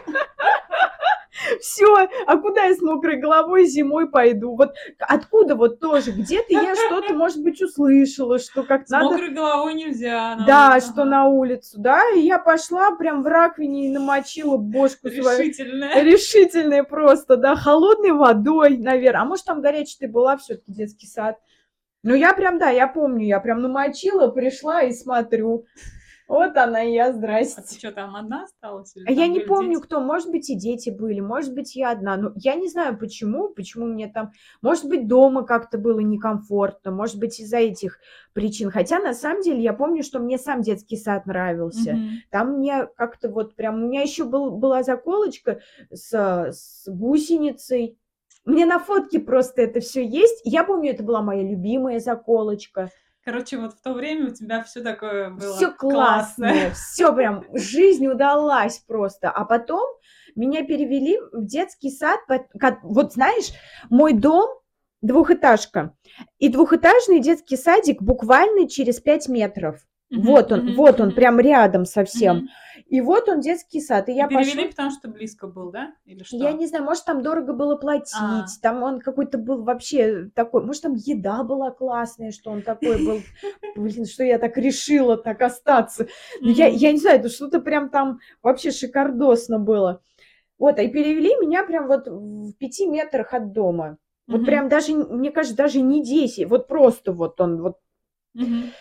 Всё, а куда я с мокрой головой зимой пойду? Вот откуда вот тоже, где-то я что-то, может быть, услышала, что как С надо мокрой головой нельзя на Да, улицу, что ага. на улицу, да. И я пошла прям в раковине и намочила бошку свою. Решительная. Решительная просто, да, холодной водой, навер а может, там горячая-то и была всё-таки, детский сад. Но я прям, да, я помню, я прям намочила, пришла и смотрю. Вот она и я, А ты здрасте. чё, там одна осталась или А я там не были помню, дети? кто, может быть, и дети были, может быть, я одна. Ну, я не знаю, почему, почему мне там может быть, дома как-то было некомфортно, может быть, из-за этих причин. Хотя, на самом деле, я помню, что мне сам детский сад нравился. Мгм. Там мне как-то вот прям у меня еще был была заколочка с с гусеницей. У меня на фотке просто это всё есть. Я помню, это была моя любимая заколочка. Короче, вот в то время у тебя всё такое Всё было классное. классное, всё прям, жизнь удалась просто. А потом меня перевели в детский сад, пот кот вот знаешь, мой дом- двухэтажка, и двухэтажный детский садик буквально через пять метров. Мгм, Вот он, мгм, вот он, мгм. прям рядом совсем. Мгм. И вот он, детский сад. И И я перевели, пошла потому что близко был, да, или Я что? не знаю, может, там дорого было А. платить, там он какой-то был вообще такой, может, там еда была классная, что он такой был. Блин, что я так решила так остаться. Ну, я я М. не знаю, это что-то прям там вообще шикардосно было. Вот, и перевели меня прям вот в пяти метрах от дома. Вот Мгм. прям даже, н мне кажется, даже не деси вот просто вот он вот. Мгм.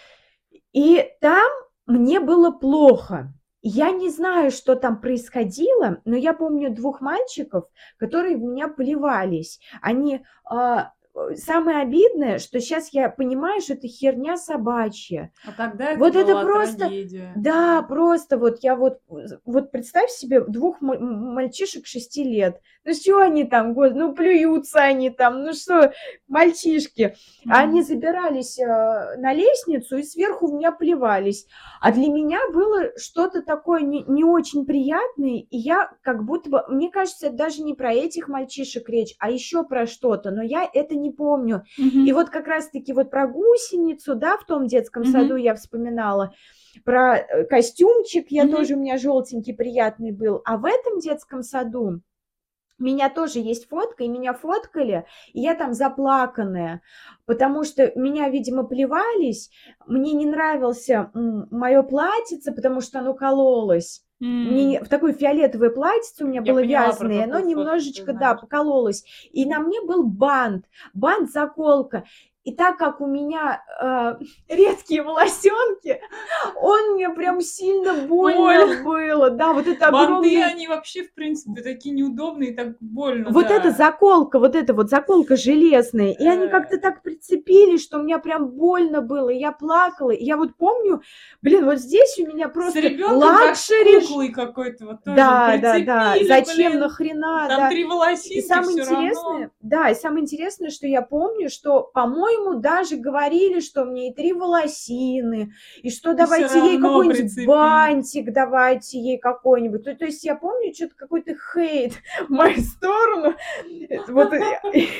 И там мне было плохо. Я не знаю, что там происходило, но я помню двух мальчиков, которые в меня плевались. Они, а, э, самое обидное, что щас я понимаю, что это херня собачья. А тогда это Вот это была просто трагедия, да, да. просто вот я вот з вот представь себе двух ма м мальчишек шести лет. Ну, чё они там, го ну, плюются они там, ну что, мальчишки. А они Мгм. забирались, а, на лестницу и сверху в меня плевались. А для меня было что-то такое не не очень приятное, и я как будто бы мне кажется, это даже не про этих мальчишек речь, а еще про что-то, но я это не помню. И Мгм. вот как раз таки вот про гусеницу, да, в том детском саду Мгм. я вспоминала, про, э, костюмчик я Мгм. тоже, у меня желтенький приятный был. А в этом детском саду меня тоже есть фотка, и меня фоткали, и я там заплаканная, потому что в меня, видимо, плевались. Мне не нравился, м, моё платьице, потому что оно кололось. Мне не М. в такое фиолетовое платьице у меня Я было поняла, про вязаное, и оно какую фотку ты немножечко, да, знаешь. покололось. И на мне был бант, бант-заколка. И так как у меня, а, редкие волосенки, он мне прям сильно Больно. больно было. Да, вот это Банты, огромный они вообще, в принципе, такие неудобные, так больно, Вот эта да. заколка, вот эта вот заколка железная, и они как-то Э. так прицепились, что мне прям больно было, и я плакала. И я вот помню, блин, вот здесь у меня С просто ребенком, как с лакшери ш куклой какой-то, вот тоже Да, да-да, прицепили, зачем, блин, нахрена, там да. три И волосинки, самое всё равно. интересное да, и самое интересное, что я помню, что, по-моему, даже говорили, что мне и три волосины, и что И всё давайте ей равно какой-нибудь прицепить. бантик, давайте ей какой-нибудь. Ну, то есть я помню чё-то какой-то хейт в мою сторону. Это вот, э,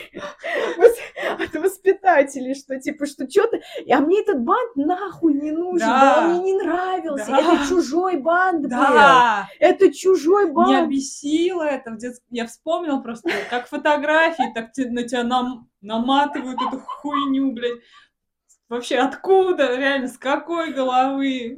вос от воспитателей, что типа, что чё-то а мне этот бант нахуй не нужен был, он мне Да, не нравился. Это да, чужой бант был. да. Это чужой Меня бант. бесило это в детс я вспомнила просто, как фотографии, так те на тя нам наматывают эту хуйню, блядь. Вообще откуда? Реально, с какой головы?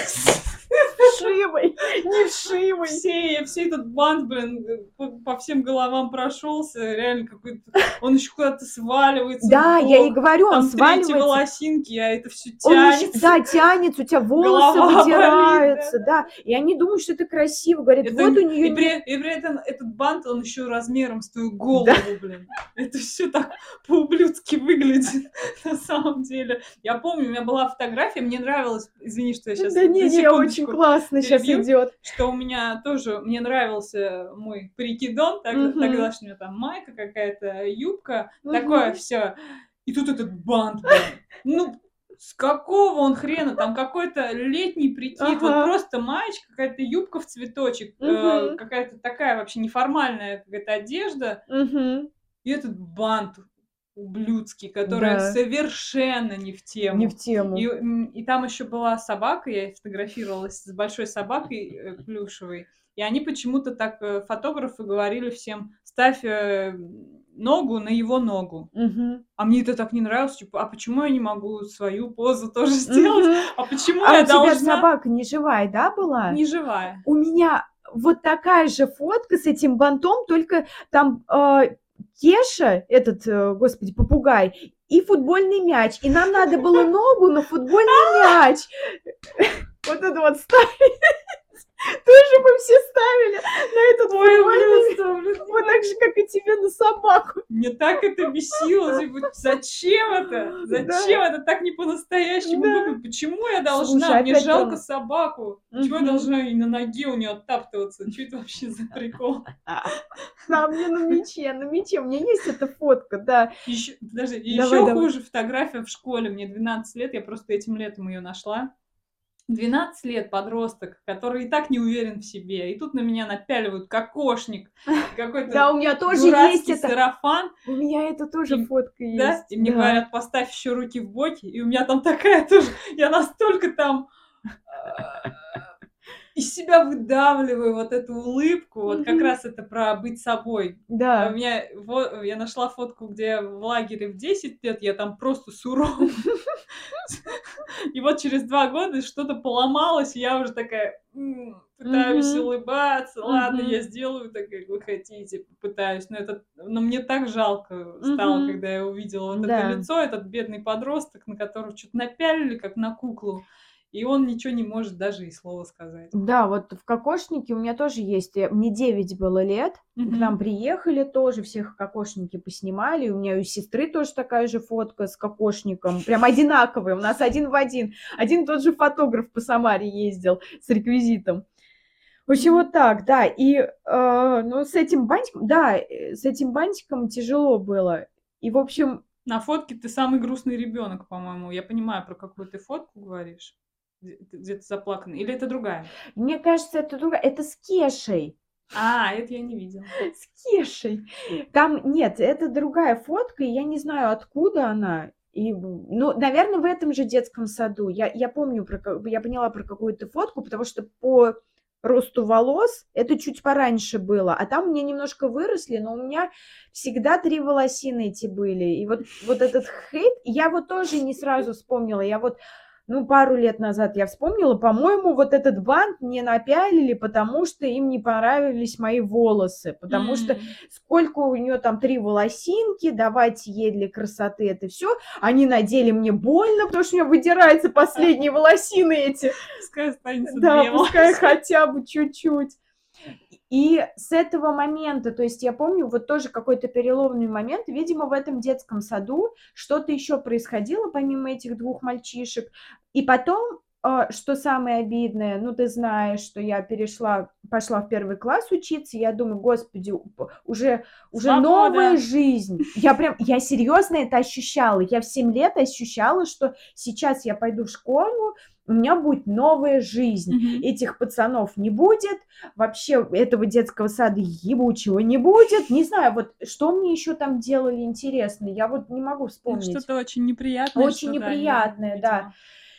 Вшивый, не вшивый. Все, все этот бант, блин, по, по всем головам прошелся, реально какой-то... Он еще куда-то сваливается. Да, в я и бок, говорю, он там третьи сваливается. волосинки, а это все Он еще, тянется. да, тянется, у тебя волосы Голова болит, выдираются, да. да. И они думают, что это красиво. Говорят, Это вот не- у нее и, при, и при этом этот бант, он еще размером с твою голову, блин. Это все так по-ублюдски выглядит на самом деле. Я помню, у меня была фотография, мне нравилось, извини, что я сейчас Да не, не, очень классно сейчас перебью, идет. что у меня тоже, мне нравился мой прикидон, так, Мгм. тогдашняя там майка какая-то, юбка, Мгм. такое все. И тут этот бант, блин. Ну, с какого он хрена? Там какой-то летний прикид, вот Ага. просто маечка, какая-то юбка в цветочек, э, Мгм. какая-то такая вообще неформальная какая-то одежда, Мгм. и этот бант ублюдский, который Да. совершенно не в тему. Не в тему. И, м, и там еще была собака, я фотографировалась с большой собакой э, плюшевой, и они почему-то так, э, фотографы говорили всем, ставь э, ногу на его ногу. Мгм. А мне это так не нравилось, типа, а почему я не могу свою позу тоже сделать? Мгм. А почему А я у тебя должна... собака не живая, да, была? Не живая. У меня вот такая же фотка с этим бантом, только там э, Кеша, этот, э, господи, попугай, и футбольный мяч. И нам надо было ногу на футбольный мяч. Вот это вот ставить. Тоже мы все ставили на этот футбольный мяч. Вот так же, как и тебе на собаку. Мне так это бесило. Типа, зачем это? Зачем это так не по-настоящему Да. выглядит? Почему я должна? Слушай, Мне опять жалко прям- собаку. Почему я Мгм. должна и на ноге у нее оттаптываться? Что это вообще за прикол? Да, мне на мяче, на мяче. У меня есть эта фотка, да. Еще, подожди, и Давай, еще давай. хуже фотография в школе. Мне двенадцать лет, я просто этим летом ее нашла. двенадцать лет подросток, который и так не уверен в себе. И тут на меня напяливают кокошник, какой-то Да, у меня тоже дурацкий есть это. сарафан. У меня это тоже И- фотка есть. Да? И мне да. говорят, поставь еще руки в боки. И у меня там такая тоже... Я настолько там... э, из себя выдавливаю вот эту улыбку. Вот как Мгм. раз это про быть собой. А У Да. меня, во- я нашла фотку, где в лагере в десять лет я там просто сурова. И вот через два года что-то поломалось, и я уже такая м, пытаюсь Мгм. улыбаться. Ладно, Мгм. я сделаю так, как вы хотите, попытаюсь. Но, это, но мне так жалко стало, Мгм. когда я увидела вот Да. это лицо, этот бедный подросток, на которого что-то напялили, как на куклу. И он ничего не может даже и слова сказать. Да, вот в кокошнике у меня тоже есть. э, Мне девять было лет. К Мгм. нам приехали тоже, всех кокошники поснимали. У меня и у сестры тоже такая же фотка с кокошником. Прям одинаковая. У нас один в один. Один тот же фотограф по Самаре ездил с реквизитом. В общем, Мгм. вот так, да. И э, ну, с этим бантиком, да, э, с этим бантиком тяжело было. И, в общем, На фотке ты самый грустный ребенок, по-моему. Я понимаю, про какую ты фотку говоришь. Где, где ты заплаканный. Или это другая? мне кажется, это другая. Это с Кешей. А, это я не видела. С Кешей. Там нет, это другая фотка, и я не знаю, откуда она. И, ну, наверное, в этом же детском саду. Я, я помню, про, ка- я поняла про какую-то фотку, потому что по росту волос это чуть пораньше было, а там у меня немножко выросли, но у меня всегда три волосины эти были. И вот, вот этот хейт, я вот тоже не сразу вспомнила. Я вот ну, пару лет назад я вспомнила, по-моему, вот этот бант мне напялили, потому что им не понравились мои волосы, потому что М. сколько у нее там три волосинки, давайте ей для красоты это все. Они надели мне больно, потому что у меня выдираются последние волосины эти. Пускай останется Да, две пускай волосы. хотя бы чуть-чуть. И с этого момента, то есть я помню вот тоже какой-то переломный момент, видимо, в этом детском саду что-то еще происходило помимо этих двух мальчишек. И потом, э, что самое обидное, ну ты знаешь, что я перешла, пошла в первый класс учиться, я думаю, господи, у- уже, уже Свобода. новая жизнь. Я прям, я серьезно это ощущала. Я в семь лет ощущала, что сейчас я пойду в школу, у меня будет новая жизнь. Мгм. Этих пацанов не будет, вообще этого детского сада ебучего не будет. Не знаю, вот что мне еще там делали интересно, я вот не могу Ну, вспомнить. что-то очень неприятное. Очень что-то они, неприятное, да. видимо.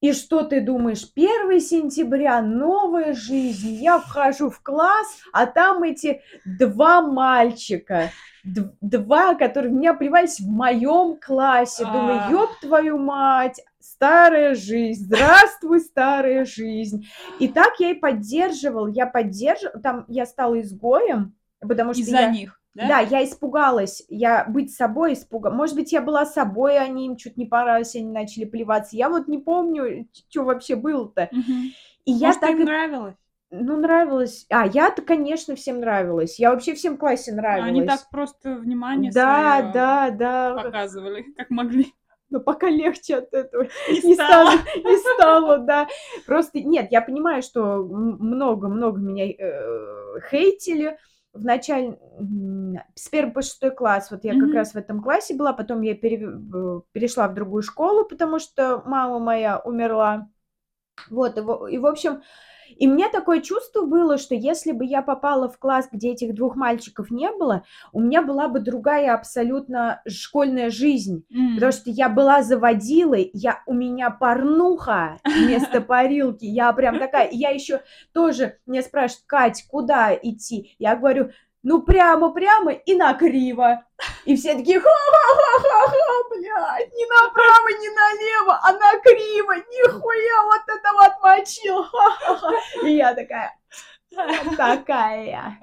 И что ты думаешь, первое сентября, новая жизнь, я вхожу в класс, а там эти два мальчика, дв- два, которые в меня плевались в моем классе. Думаю, А, ёб твою мать, старая жизнь, здравствуй, старая жизнь. И так я и поддерживал, я поддерживал, там я стала изгоем, потому что Из-за я... них, Да, да? я испугалась, я быть собой испугалась. Может быть, я была собой, они им чуть не понравилось, они начали плеваться. Я вот не помню, что вообще было-то. Мгм. И я Может, так им и, нравилось? ну, нравилась. А, я-то, конечно, всем нравилась. Я вообще всем в классе Они нравилась. так просто внимание Да, свое да, да. показывали, как могли. Но пока легче от этого Не не стало. стало, не стало, да. Просто нет, я понимаю, что м- много-много меня э, хейтили в начале, м, с первого по шестой класс, вот я как Мгм. раз в этом классе была, потом я пере- в- перешла в другую школу, потому что мама моя умерла. Вот, и, в и в общем, и мне такое чувство было, что если бы я попала в класс, где этих двух мальчиков не было, у меня была бы другая абсолютно школьная жизнь. Потому М. что я была заводилой, я у меня порнуха вместо парилки. Я прям такая. И я еще тоже, меня спрашивают: "Кать, куда идти?" Я говорю: "Ну, прямо-прямо и накриво". И все такие: ха-ха-ха-ха-ха, блядь, ни направо, ни налево, а накриво, нихуя, вот это вот мочил, ха-ха-ха. И я такая, вот такая.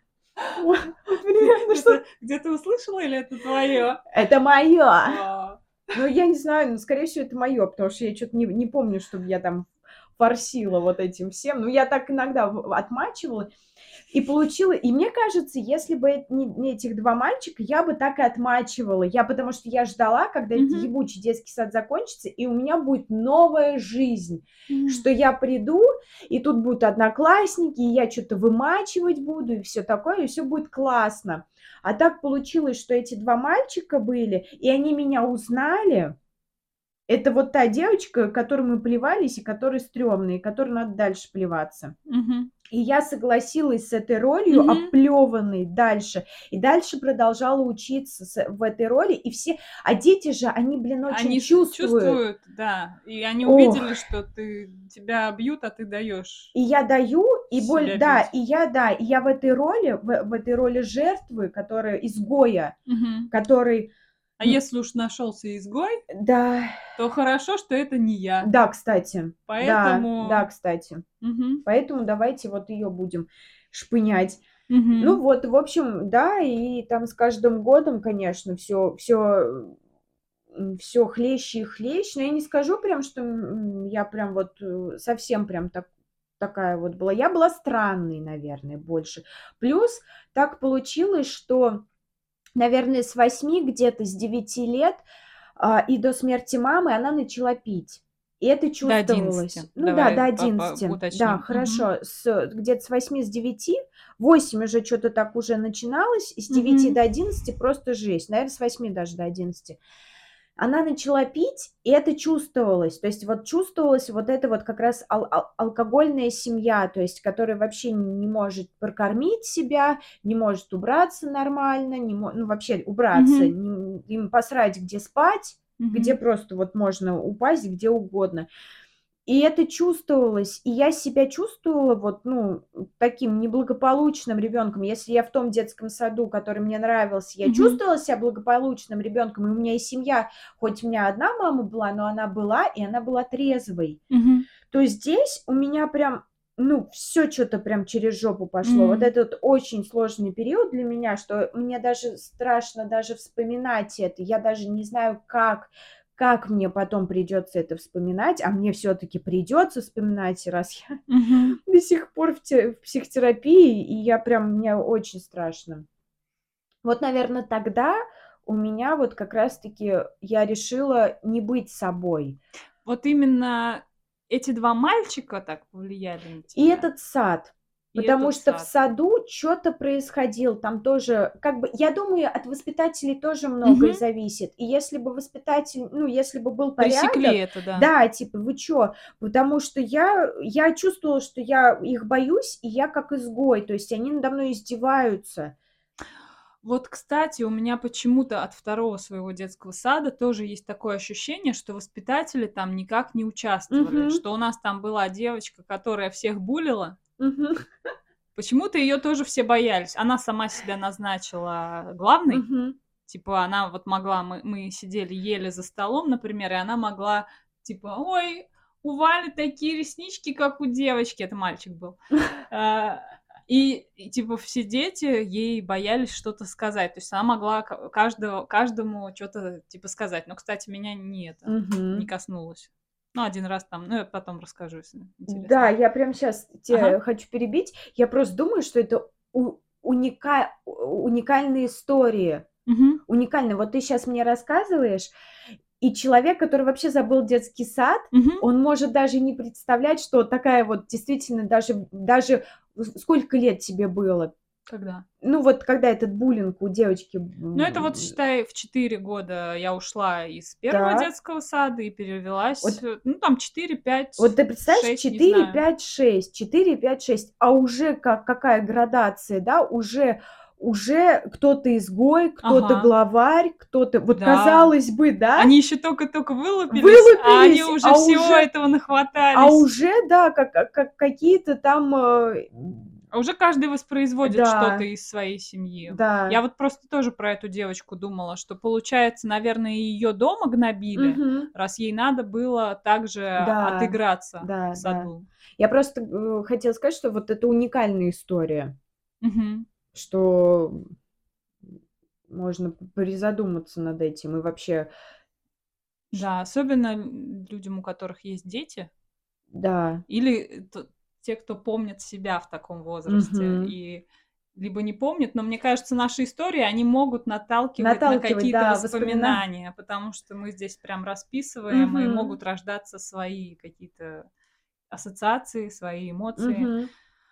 Вот, вот примерно что. Где-то где ты услышала или это твое? Это мое. А. Ну, я не знаю, ну, скорее всего, это мое, потому что я что-то не, не помню, чтобы я там форсила вот этим всем. Ну, я так иногда в- отмачивала. И получила, и мне кажется, если бы эт не не этих два мальчика, я бы так и отмачивала. Я потому что я ждала, когда этот Мгм. ебучий детский сад закончится, и у меня будет новая жизнь. М. Что я приду, и тут будут одноклассники, и я что то вымачивать буду, и все такое, и все будет классно. А так получилось, что эти два мальчика были, и они меня узнали. Это вот та девочка, которой мы плевались, и которая стрёмная, и которой надо дальше плеваться. Мгм. И я согласилась с этой ролью, Мгм. оплеванной дальше. И дальше продолжала учиться с в этой роли. И все а дети же, они, блин, очень Они ж чувствуют. чувствуют, да. И они Ох, увидели, что ты тебя бьют, а ты даешь и я даю, и боль себя да, бить. и я, да, и я в этой роли, в в этой роли жертвы, которая изгоя, Мгм. который, А м, если уж нашелся изгой, да, то хорошо, что это не я. да, кстати, да, да, Поэтому кстати. мгм. Поэтому давайте вот ее будем шпынять. Ну Мгм. вот, в общем, да, и там с каждым годом, конечно, все все все хлеще и хлеще. Но я не скажу прям, что, м, я прям вот, э, совсем прям так такая вот была. Я была странной, наверное, больше. Плюс так получилось, что, наверное, с восьми где-то, с девяти лет, а, и до смерти мамы она начала пить. И это До чувствовалось. одиннадцати. Ну да, до Давай по по одиннадцати. Да, уточним. Мгм. хорошо. С где-то с восьми, с девяти, восемь уже что то так уже начиналось, и с девяти Мгм. до одиннадцати просто жесть. Наверное, с восьми даже до одиннадцати. Она начала пить, и это чувствовалось. То есть вот чувствовалась вот эта вот как раз ал ал алкогольная семья, то есть которая вообще не может прокормить себя, не может убраться нормально, не мо ну, вообще убраться, Мгм. не им посрать, где спать, где Мгм. просто вот можно упасть где угодно. И это чувствовалось, и я себя чувствовала вот, ну, таким неблагополучным ребенком. Если я в том детском саду, который мне нравился, я Мгм. чувствовала себя благополучным ребенком, и у меня и семья, хоть у меня одна мама была, но она была, и она была трезвой, Мгм. то здесь у меня прям, ну, все что то прям через жопу пошло. Вот М. этот очень сложный период для меня, что мне даже страшно даже вспоминать это. Я даже не знаю, как как мне потом придется это вспоминать, а мне все таки придется вспоминать, раз я Мгм. до сих пор в те в психотерапии, и я прям мне очень страшно. Вот, наверное, тогда у меня вот как раз таки я решила не быть собой. Вот именно эти два мальчика так повлияли на И тебя? этот сад. И Потому этот что в сад. саду что то происходило, там тоже, как бы, я думаю, от воспитателей тоже многое Мгм. зависит. И если бы воспитатель, ну, если бы был Пресекли порядок, это, да. да, типа: "Вы чё?" Потому что я я чувствовала, что я их боюсь, и я как изгой, то есть они надо мной издеваются. Вот, кстати, у меня почему-то от второго своего детского сада тоже есть такое ощущение, что воспитатели там никак не участвовали, Мгм. что у нас там была девочка, которая всех булила. Мгм. Почему-то ее тоже все боялись. Она сама себя назначила главной. Мгм. Типа она вот могла, мы, мы сидели, ели за столом, например, и она могла, типа, ой, у Вали такие реснички, как у девочки. Это мальчик был. А, И, и, типа, все дети ей боялись что-то сказать. То есть она могла ка- каждого, каждому что-то, типа, сказать. Но, кстати, меня не это, не Мгм. коснулось. Ну, один раз там, ну, я потом расскажу, если Да, интересно. я прям сейчас Ага. тебя хочу перебить. Я просто думаю, что это у уника у уникальные истории. Мгм. Уникально. Вот ты сейчас мне рассказываешь, и человек, который вообще забыл детский сад, Мгм. он может даже не представлять, что такая вот действительно даже даже с сколько лет тебе было? Когда? Ну, вот когда этот буллинг у девочки, Ну, это вот, м, считай, в четыре года я ушла из первого так. детского сада и перевелась, Вот э, ну, там четыре, вот пять, ты представляешь, шесть, не четыре, знаю. пять, шесть, четыре, пять, шесть, а уже как какая градация, да? Уже уже кто-то изгой, кто-то Ага, главарь, кто-то вот да. казалось бы, да, Они еще только-только вылупились, а они вылупились, уже а всего уже этого а нахватались. уже, да, как как как какие-то там, э, А уже каждый воспроизводит что-то да, из своей семьи. Я да. вот просто тоже про эту девочку думала, что, получается, наверное, ее дома гнобили, Мгм. раз ей надо было также Да, отыграться в да, да. саду. Я просто, э, хотела сказать, что вот это уникальная история, Мгм. что можно призадуматься над этим и вообще, ш Да, особенно м, людям, у которых есть дети, да. или э, т- те, кто помнят себя в таком возрасте, Мгм. и либо не помнят, но мне кажется, наши истории, они могут наталкивать на Наталкивать, какие-то да, воспомина воспоминания, потому что мы здесь прям расписываем, и Мгм. могут рождаться свои какие-то ассоциации, свои эмоции. Мгм.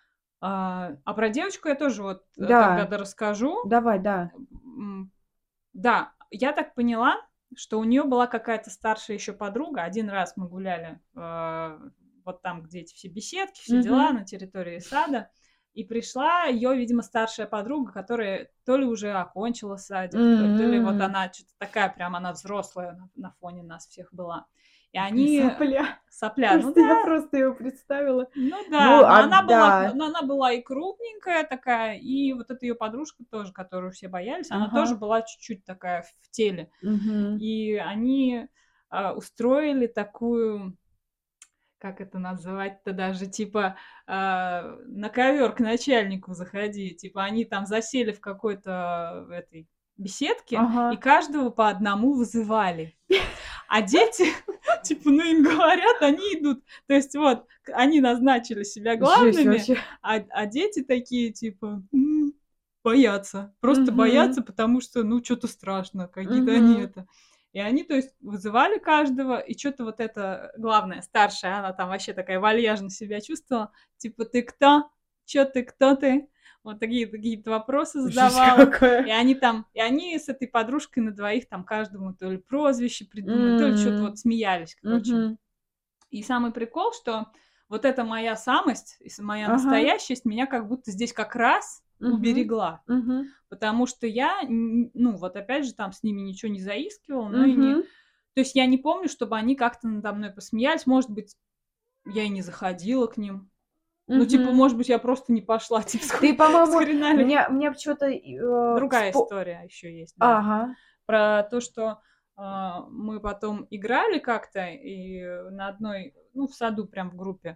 А, а про девочку я тоже вот э, тогда Да, да расскажу. давай, да. М, Да, я так поняла, что у нее была какая-то старшая еще подруга. Один раз мы гуляли э, вот там, где эти все беседки, все дела Мгм. на территории сада. И пришла ее, видимо, старшая подруга, которая то ли уже окончила садик, то, то ли вот М. она что-то такая прям, она взрослая на, на фоне нас всех была. И они, Сопля. сопля, ну Просто я да, просто его представила. ну Ну, да, но а, она была, да. но она была и крупненькая такая, и вот эта ее подружка тоже, которую все боялись, она тоже Ага. была чуть-чуть такая в теле. Мгм. И они а, устроили такую, как это называть-то даже, типа а, на ковер к начальнику заходи, типа они там засели в какой-то в этой беседке и Ага. каждого по одному вызывали. А дети, типа, ну им говорят, они идут. То есть вот, к- они назначили себя Жесть главными, вообще. а, а дети такие, типа, «М, боятся. Просто боятся, Мгм. потому что, ну, что-то страшно, какие-то они Мгм. это. И они, то есть, вызывали каждого, и что-то вот это, главное, старшая, она там вообще такая вальяжно себя чувствовала. Типа, ты кто? Чё ты, кто ты? Вот такие какие-то вопросы Жесть задавала. И какая. они там, и они с этой подружкой на двоих там каждому то ли прозвище придумали, то ли что-то вот М. смеялись, короче. Мгм. И самый прикол, что вот эта моя самость, и с- моя Ага. настоящесть меня как будто здесь как раз Мгм. уберегла. Мгм. Потому что я, н- ну вот опять же, там с ними ничего не заискивала, но и не... Мгм. То есть я не помню, чтобы они как-то надо мной посмеялись. Может быть, я и не заходила к ним. Ну, типа, Мгм. может быть, я просто не пошла, типа, Ты, с по-моему, хрена ли. мне мне почему-то, э, Другая вспо история еще есть, да. Ага. Про то, что, а, мы потом играли как-то и на одной, ну, в саду прям в группе.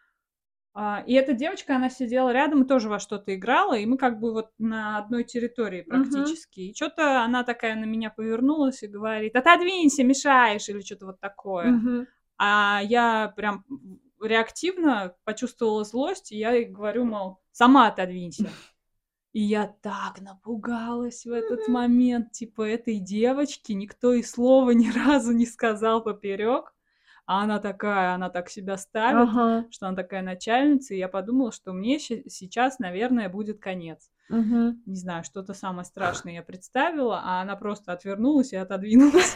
А, и эта девочка, она сидела рядом и тоже во что-то играла, и мы как бы вот на одной территории Мгм. практически. И что-то она такая на меня повернулась и говорит: "Отодвинься, мешаешь", или что-то вот такое. Мгм. А я прям реактивно почувствовала злость, и я ей говорю, мол: "Сама отодвинься". И я так напугалась в этот Мгм. момент. Типа этой девочке никто и слова ни разу не сказал поперек. А она такая, она так себя ставит, Ага. что она такая начальница. И я подумала, что мне ща- сейчас, наверное, будет конец. Мгм. Не знаю, что-то самое страшное я представила, а она просто отвернулась и отодвинулась.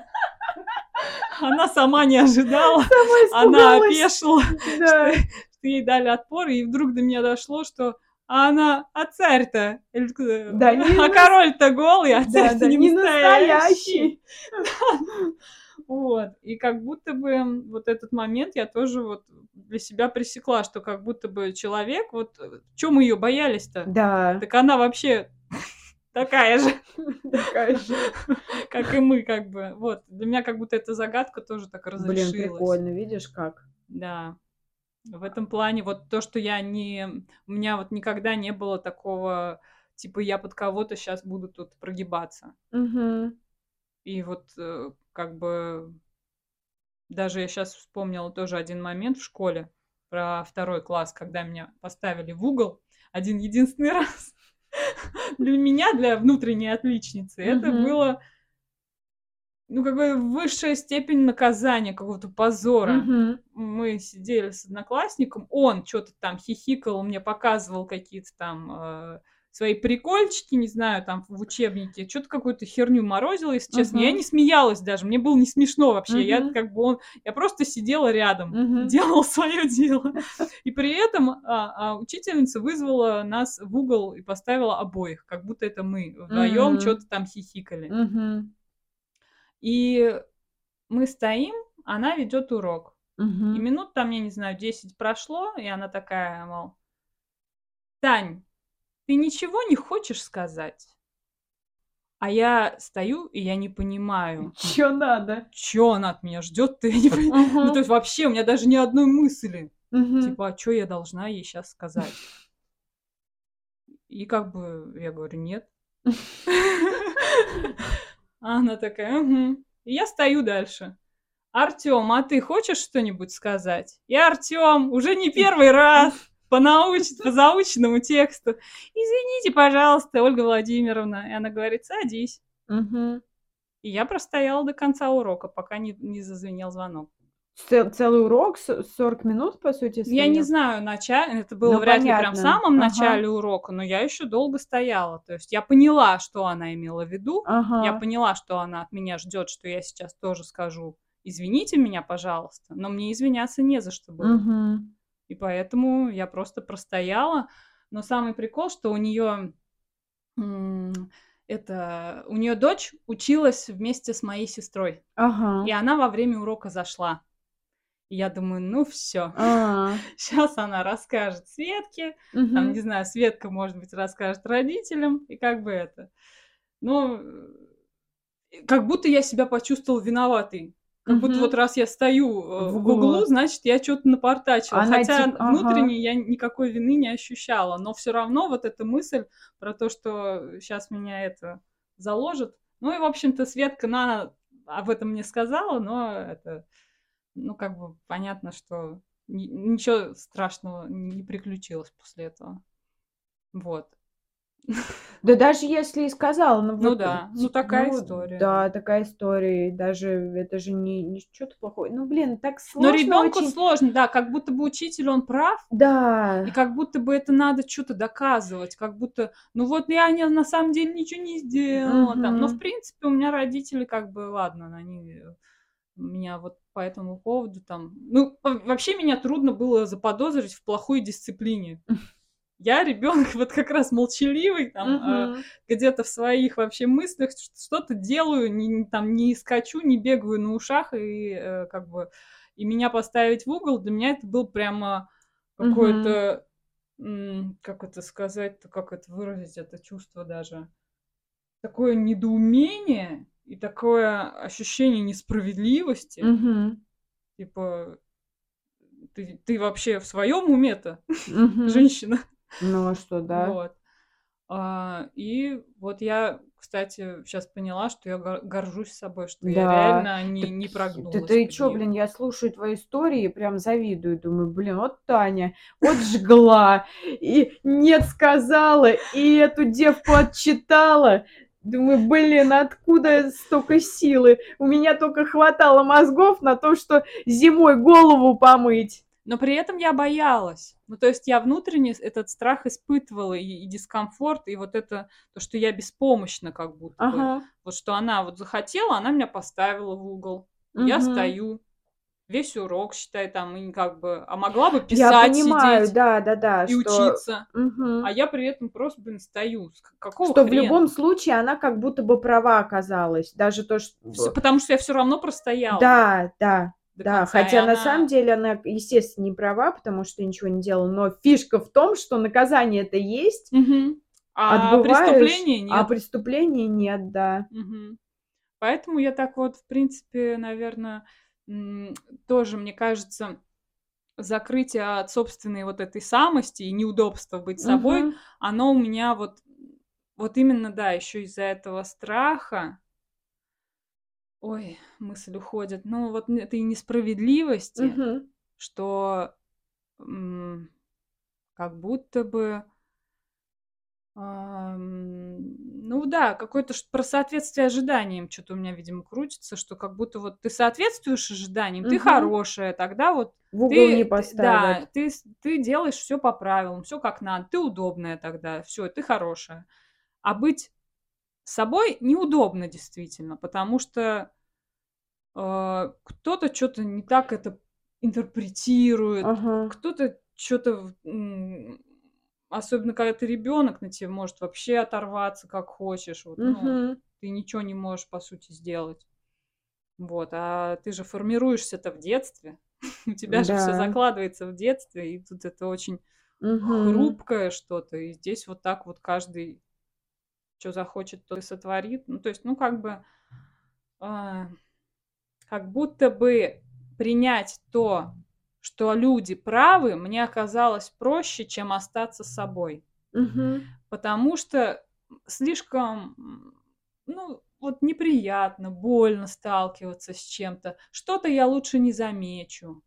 Она сама не ожидала, Сама она испугалась. опешила, что, Да. что ей дали отпор, и вдруг до меня дошло, что А она, а царь-то, или к- Да, не а нас- король-то голый, а Да, царь-то да, не не настоящий. настоящий. Вот. И как будто бы вот этот момент я тоже вот для себя пресекла, что как будто бы человек, вот чем мы ее боялись-то? Да, Так она вообще такая же, такая же. как и мы, как бы. Вот. Для меня как будто эта загадка тоже так Блин, разрешилась. прикольно, видишь как? Да. В этом плане вот то, что я не... У меня вот никогда не было такого, типа, я под кого-то сейчас буду тут прогибаться. Мгм. И вот э, как бы даже я сейчас вспомнила тоже один момент в школе про второй класс, когда меня поставили в угол один единственный раз. Для меня, для внутренней отличницы, это Мгм. было, ну, как бы высшая степень наказания, какого-то позора. Мгм. Мы сидели с одноклассником, он что-то там хихикал, мне показывал какие-то там э, свои прикольчики, не знаю, там в учебнике, что-то какую-то херню морозила, если честно. Я Мгм. не смеялась даже, мне было не смешно вообще. Я Мгм. как бы он, я просто сидела рядом, Мгм. делала свое дело. И при этом а, а учительница вызвала нас в угол и поставила обоих, как будто это мы вдвоем М. что-то там хихикали. Мгм. И мы стоим, она ведет урок. И Мгм. минут там, я не знаю, десять прошло, и она такая, мол, Тань, ты ничего не хочешь сказать? А я стою, и я не понимаю, Чё надо? что она от меня ждет-то. Я не пони- Ну, то Мгм. есть вообще у меня даже ни одной мысли. Мгм. Типа, а что я должна ей сейчас сказать? И как бы я говорю, нет. А она такая, угу. И я стою дальше. Артём, а ты хочешь что-нибудь сказать? И Артём уже не первый раз по, науч... по заученному тексту. Извините, пожалуйста, Ольга Владимировна. И она говорит, садись. Мгм. И я простояла до конца урока, пока не, не зазвенел звонок. Цел целый урок, с сорок минут, по сути, Я не стоял? знаю, нача... это было Ну, вряд ли прям в понятно. самом Ага. начале урока, но я еще долго стояла. То есть я поняла, что она имела в виду. Я Ага. поняла, что она от меня ждет, что я сейчас тоже скажу, извините меня, пожалуйста. Но мне извиняться не за что было. Мгм. И поэтому я просто простояла. Но самый прикол, что у нее это у нее дочь училась вместе с моей сестрой. И Ага. она во время урока зашла. И я думаю, ну все, А. сейчас она расскажет Светке, там, не Мгм. знаю, Светка, может быть, расскажет родителям, и как бы это. Ну, э, как будто я себя почувствовала виноватой. Как будто вот Мгм. раз я стою э, В в углу, углу. значит, я что-то напортачила. Она Хотя типа ага. внутренне я никакой вины не ощущала. Но все равно вот эта мысль про то, что сейчас меня это заложит. Ну и, в общем-то, Светка, ну, она об этом мне сказала, но это, ну, как бы понятно, что ни- ничего страшного не приключилось после этого. Вот. Да даже если и сказала, ну Ну вот, э, да, ну типа, такая ну история, да. да, такая история, и даже это же не не что-то плохое. Ну, блин, так Но сложно ребенку очень. сложно, да, как будто бы учитель, он прав, и Да. как будто бы это надо что-то доказывать, как будто, ну вот я не, на самом деле ничего не сделала там. Но в Мгм. принципе у меня родители как бы, ладно, они э, меня вот по этому поводу там... Ну, во- вообще меня трудно было заподозрить в плохой дисциплине. Я ребенок вот как раз молчаливый, там, а, Мгм. где-то в своих вообще мыслях ш- что-то делаю, не, не- там, не скачу, не бегаю на ушах, и э, как бы и меня поставить в угол, для меня это был прямо Мгм. какое-то, м, как это сказать-то, как это выразить, это чувство даже, такое недоумение и такое ощущение несправедливости, Мгм. типа, ты, ты вообще в своем уме-то, Мгм. женщина? Ну, а что, да? Вот. А, и вот я, кстати, сейчас поняла, что я гор- горжусь собой, что я Да. реально не, Так не ты прогнулась ты под чё, нее. блин, я слушаю твои истории и прям завидую. Думаю, блин, вот Таня, вот жгла, и нет сказала, и эту девку отчитала. Думаю, блин, откуда столько силы? У меня только хватало мозгов на то, что зимой голову помыть. Но при этом я боялась. Ну, то есть я внутренне с- этот страх испытывала и, и дискомфорт, и вот это, то, что я беспомощна как будто бы. Ага. Вот что она вот захотела, она меня поставила в угол. Я Мгм. стою. весь урок, считай, там, и как бы, а могла бы Я писать, понимаю, сидеть да-да-да, и что учиться, а мгм. я при этом просто, блин, стою. С какого Что в любом хрена? случае она как будто бы права оказалась. Даже то, что Всё, б потому что я всё равно простояла Да, да, до да. конца, и Хотя на самом она деле она, естественно, не права, потому что ничего не делала, но фишка в том, что наказание-то есть, Мгм. А отбываешь, преступления а нет. преступления нет, да. Мгм. Поэтому я так вот, в принципе, наверно, м, тоже, мне кажется, закрытие от собственной вот этой самости и неудобства быть собой, Мгм. оно у меня вот вот именно, да, ещё из-за этого страха ой, мысль уходит. Ну, вот н этой несправедливости, Мгм. что, м, как будто бы ам, ну да, какое-то ш про соответствие ожиданиям чё-то у меня, видимо, крутится, что как будто вот ты соответствуешь ожиданиям, ты Мгм. хорошая, тогда вот В угол не ты ты поставят. да, ты с ты делаешь всё по правилам, всё как надо, ты удобная тогда, всё, ты хорошая. А быть собой неудобно действительно, потому что а, кто-то чё-то не так это интерпретирует, Ага. кто-то чё-то в м, особенно когда ты ребёнок, на те может вообще оторваться как хочешь. Вот, ну, Мгм. ты ничего не можешь, по сути, сделать. Вот, а ты же формируешься-то в детстве. У тебя же всё Да. закладывается в детстве, и тут это очень Мгм. хрупкое что-то, и здесь вот так вот каждый чё захочет, то и сотворит. Ну, то есть, ну, как бы, а, как будто бы принять то, что люди правы, мне оказалось проще, чем остаться собой. Мгм. Потому что, м, слишком, м, ну, вот неприятно, больно сталкиваться с чем-то. Что-то я лучше не замечу.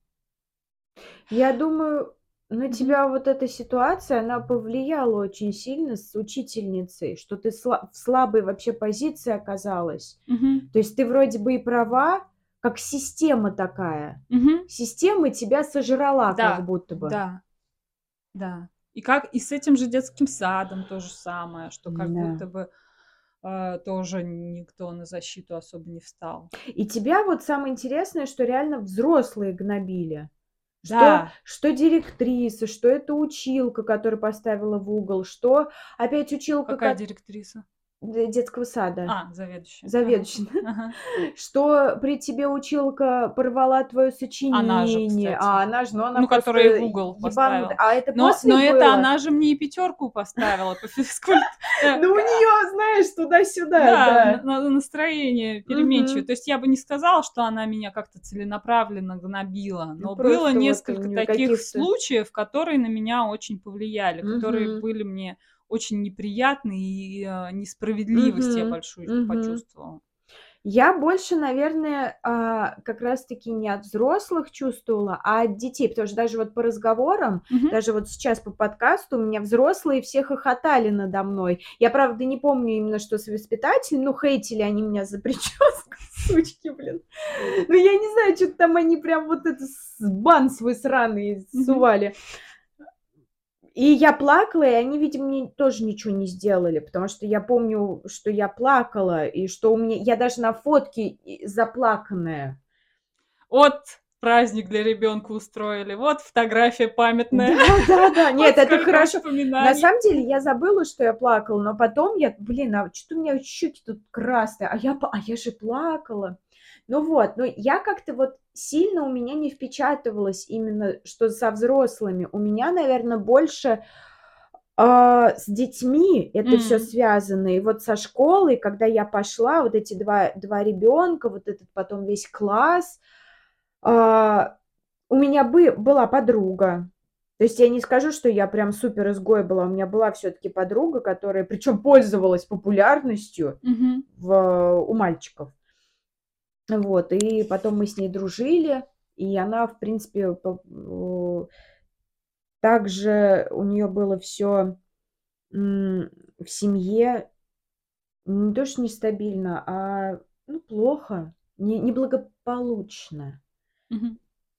Я думаю, на Мгм. тебя вот эта ситуация, она повлияла очень сильно с учительницей, что ты сла в слабой вообще позиции оказалась. Мгм. То есть ты вроде бы и права, как система такая. Мгм. Система тебя сожрала как Да, будто бы. да, да. И как и с этим же детским садом то же самое, что как М-да. будто бы, а, тоже никто на защиту особо не встал. И тебя вот самое интересное, что реально взрослые гнобили. Что Да. что директриса, что эта училка, которая поставила в угол, что опять училка, Какая ко директриса? д детского сада. А, заведующая. Ага. Заведующая, да. Ага. Что при тебе училка порвала твоё Она же, сочинение, кстати. а она же, ну, она Ну, которая просто в угол ебанутая. поставила. А это Но после но это было? она же мне и пятерку поставила по физкульт э, Ну, у ка неё, знаешь, туда-сюда, Да, на да. на настроение переменчивое. Мгм. То есть я бы не сказала, что она меня как-то целенаправленно гнобила, Ну, но было просто вот у несколько неё таких каких-то случаев, которые на меня очень повлияли, которые Мгм. были мне очень неприятны, и, а, несправедливость я Мгм, большую мгм. почувствовала. Я больше, наверное, а, как раз таки не от взрослых чувствовала, а от детей. Потому что даже вот по разговорам, Мгм. даже вот сейчас по подкасту, у меня взрослые все хохотали надо мной. Я, правда, не помню именно, что с воспитателем, ну, хейтили они меня за прическу, сучки, блин. Ну, я не знаю, чё-то там они прям вот это с бан свой сраный Мгм. ссували. И я плакала, и они, видимо, мне тоже ничего не сделали, потому что я помню, что я плакала, и что у меня я даже на фотке и заплаканная. Вот праздник для ребёнка устроили, вот фотография памятная, Да-да-да. вот Нет, это сколько хорошо. На воспоминаний. самом деле я забыла, что я плакала, но потом я: "Блин, а чё-то у меня щеки тут красные, а я па а я же плакала". Ну вот, но я как-то вот сильно у меня не впечатывалось именно, что со взрослыми. У меня, наверно, больше, а, с детьми это всё М. связано. И вот со школой, когда я пошла, вот эти два два ребёнка, вот этот потом весь класс. А, у меня бы была подруга. То есть я не скажу, что я прям супер изгой была. У меня была всё-таки подруга, которая, причём, пользовалась популярностью Мгм. в у мальчиков. Вот, и потом мы с ней дружили, и она, в принципе, по у также у неё было всё, м, в семье не то что нестабильно, а, ну, плохо, не неблагополучно. Мгм.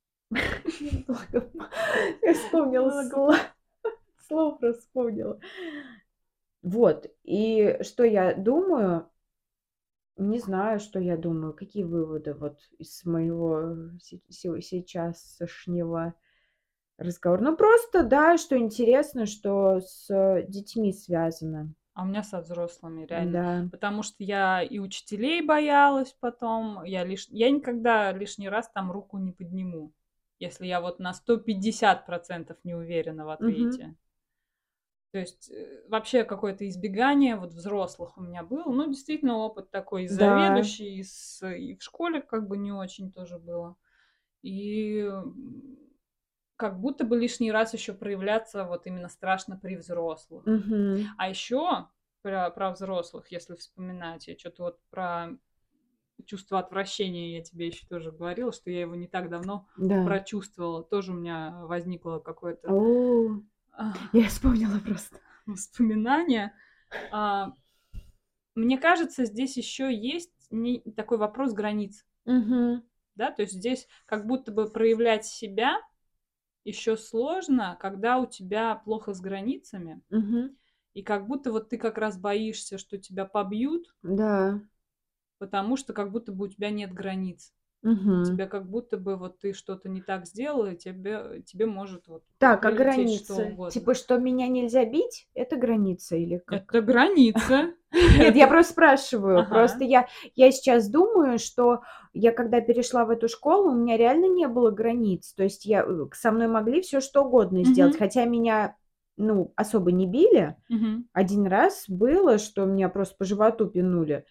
Неблагопо я вспомнила сла Благопо слово просто вспомнила. Вот, и что я думаю Не знаю, что я думаю, какие выводы вот из моего се се сейчасшнего разговора. Ну, просто, да, что интересно, что с детьми связано. А у меня со взрослыми, реально. Да. Потому что я и учителей боялась потом, я лиш я никогда лишний раз там руку не подниму, если я вот на сто пятьдесят процентов не уверена в Мгм. ответе. То есть, э, вообще какое-то избегание вот взрослых у меня было. Ну, действительно, опыт такой Да. заведующий, и с и в школе как бы не очень тоже было. И, м, как будто бы лишний раз еще проявляться вот именно страшно при взрослых. Мгм. А еще про про взрослых, если вспоминать, я чё-то вот про чувство отвращения я тебе еще тоже говорила, что я его не так давно Да. прочувствовала. Тоже у меня возникло какое-то О, я вспомнила просто. воспоминание. А, мне кажется, здесь еще есть не такой вопрос границ. Мгм. Да, то есть здесь как будто бы проявлять себя еще сложно, когда у тебя плохо с границами. Мгм. И как будто вот ты как раз боишься, что тебя побьют Да. потому что как будто бы у тебя нет границ. У Мгм. тебя как будто бы вот ты что-то не так сделала, и тебе тебе может вот Так, а прилететь что границы? угодно. Типа, что меня нельзя бить- это граница или как? Это граница. Нет, я Это просто спрашиваю. Просто Ага. я я сейчас думаю, что я когда перешла в эту школу, у меня реально не было границ. То есть я, э, со мной могли всё что угодно сделать, Мгм. хотя меня, ну, особо не били. Мгм. один раз было, что меня просто по животу пинули.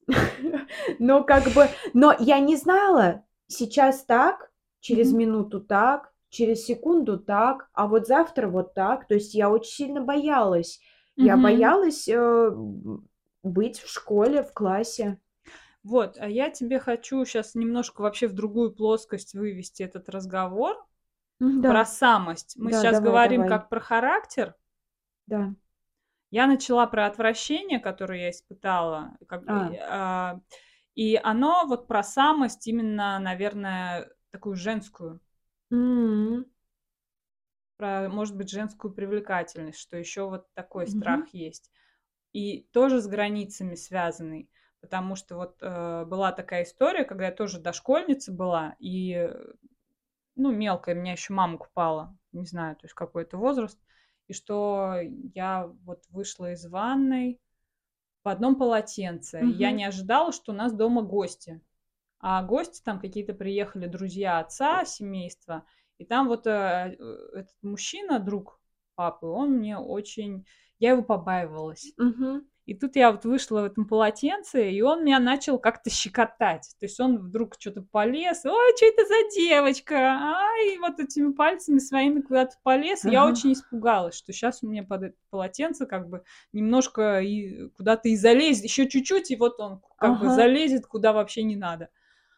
Но как бы но я не знала: сейчас так, через Мгм. минуту так, через секунду так, а вот завтра вот так. То есть я очень сильно боялась. Я Мгм. боялась, э, м, быть в школе, в классе. Вот, а я тебе хочу щас немножко вообще в другую плоскость вывести этот разговор про М-да. самость. Мы Да, сейчас давай говорим давай. как про характер. Да. Я начала про отвращение, которое я испытала, как бы, и, А. а, и оно вот про самость именно, наверное, такую женскую. М. Про, может быть, женскую привлекательность, что еще вот такой Мгм. страх есть. И тоже с границами связанный, потому что вот, э, была такая история, когда я тоже дошкольница была и, э, ну, мелкая, меня еще мама купала, не знаю, то есть какой это возраст, и что я вот вышла из ванной в одном полотенце. Я Мгм. не ожидала, что у нас дома гости. А гости там какие-то приехали, друзья отца семейства, и там вот, э, этот мужчина, друг папы, он мне очень я его побаивалась. Мгм. И тут я вот вышла в этом полотенце, и он меня начал как-то щекотать. То есть он вдруг чё-то полез: "Ой, чё это за девочка? Ай!" Вот этими пальцами своими куда-то полез. И я Ага. очень испугалась, что щас он мне под это полотенце как бы немножко и куда-то и залезет. Еще чуть-чуть, и вот он как бы Ага. залезет куда вообще не надо.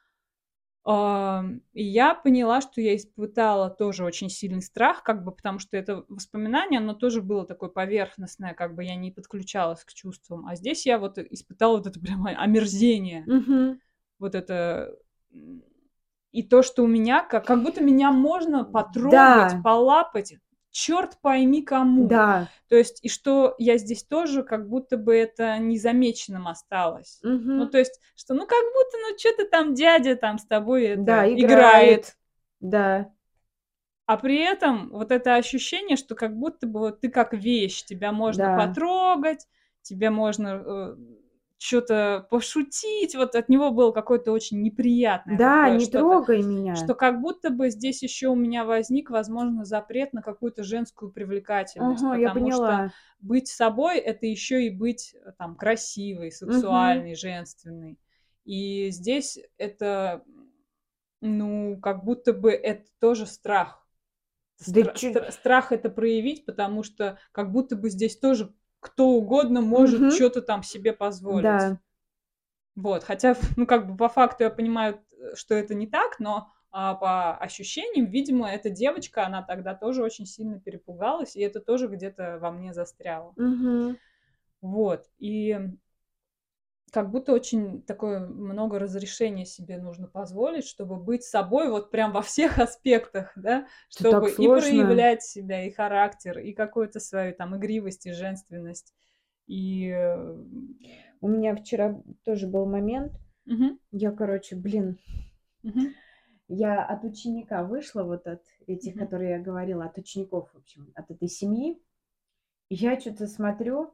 Ам, и я поняла, что я испытала тоже очень сильный страх, как бы, потому что это воспоминание, оно тоже было такое поверхностное, как бы я не подключалась к чувствам. А здесь я вот испытала вот это прямо омерзение. Мгм. Вот это, м, и то, что у меня как как будто меня можно потрогать, Да. полапать, черт пойми кому. Да. То есть, и что я здесь тоже как будто бы это незамеченным осталось. Ну, Мгм. то есть, что, ну, как будто, ну, чё-то там дядя там с тобой Да, это играет. играет. Да. А при этом вот это ощущение, что как будто бы вот ты как вещь, тебя можно Да. потрогать, тебе можно, э, чё-то пошутить. Вот от него было какое-то очень неприятное Да, такое не что-то, трогай меня. что как будто бы здесь еще у меня возник, возможно, запрет на какую-то женскую привлекательность. Ага, я Потому что поняла. быть собой- это еще и быть, там, красивой, Мгм. сексуальной, женственной. И здесь это, ну, как будто бы это тоже страх. Да Стра чё стра страх это проявить, потому что как будто бы здесь тоже кто угодно может Мгм. чё-то там себе позволить. Да. Вот, хотя, ну, как бы по факту я понимаю, что это не так, но, а, по ощущениям, видимо, эта девочка, она тогда тоже очень сильно перепугалась, и это тоже где-то во мне застряло. Мгм. Вот, и как будто очень такое много разрешения себе нужно позволить, чтобы быть собой вот прям во всех аспектах, да. Это так Чтобы и сложно. проявлять себя, и характер, и какую-то свою там игривость, и женственность, и, э У меня вчера тоже был момент. Мгм. Я, короче, блин, Мгм. я от ученика вышла, вот от этих, Мгм. которые я говорила, от учеников, в общем, от этой семьи. И я что-то смотрю,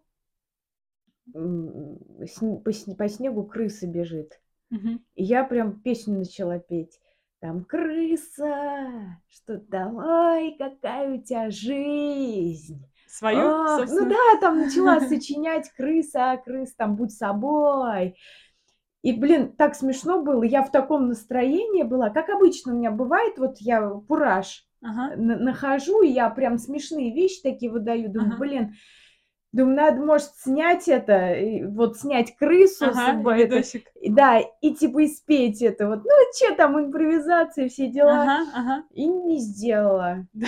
м, сн- по, сн- по снегу крыса бежит. Мгм. И я прям песню начала петь. Там крыса, что давай, какая у тебя жизнь. Свою, Ах, ну собственно? да, там начала сочинять крыса, крыс, там будь собой. И, блин, так смешно было. Я в таком настроении была, как обычно у меня бывает. Вот я кураж Ага, на- нахожу, и я прям смешные вещи такие выдаю. Думаю, ага, блин, думаю, надо, может, снять это, и вот снять крысу, с, ага, и б- это, видосик. и да, и типа и спеть это. Вот, ну, что там, импровизация, все дела. Ага, ага. И не сделала. Да.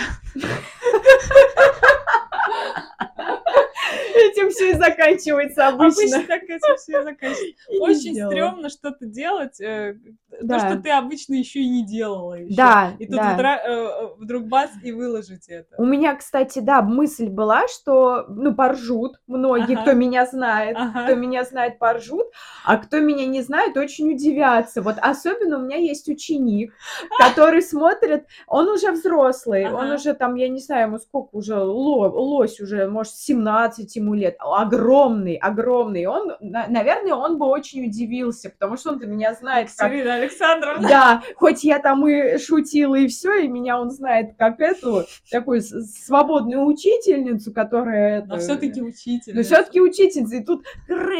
Этим все и заканчивается Обычно обычно. так этим все и заканчивается. И не Очень сделала. стрёмно что-то делать, э, то, что Да, ты обычно еще и не делала еще. да, И тут да. вдра э, э, вдруг бац, и выложить это. У меня, кстати, да, мысль была, что, ну, поржут многие, Ага, кто меня знает. Кто ага. меня знает, поржут, а кто меня не знает, очень удивятся. Вот особенно у меня есть ученик, который смотрит, он уже взрослый, он Ага. уже там, я не знаю, ему сколько уже, ло- лось уже, может, семнадцать ему лет, огромный, огромный. Он, на- наверное, он бы очень удивился, потому что он-то меня знает как... Екатерина Александровна. Да, хоть я там и шутила, и все, и меня он знает как эту, такую с- свободную учительницу, которая Но это... все-таки Но учительница. все-таки учительница, и тут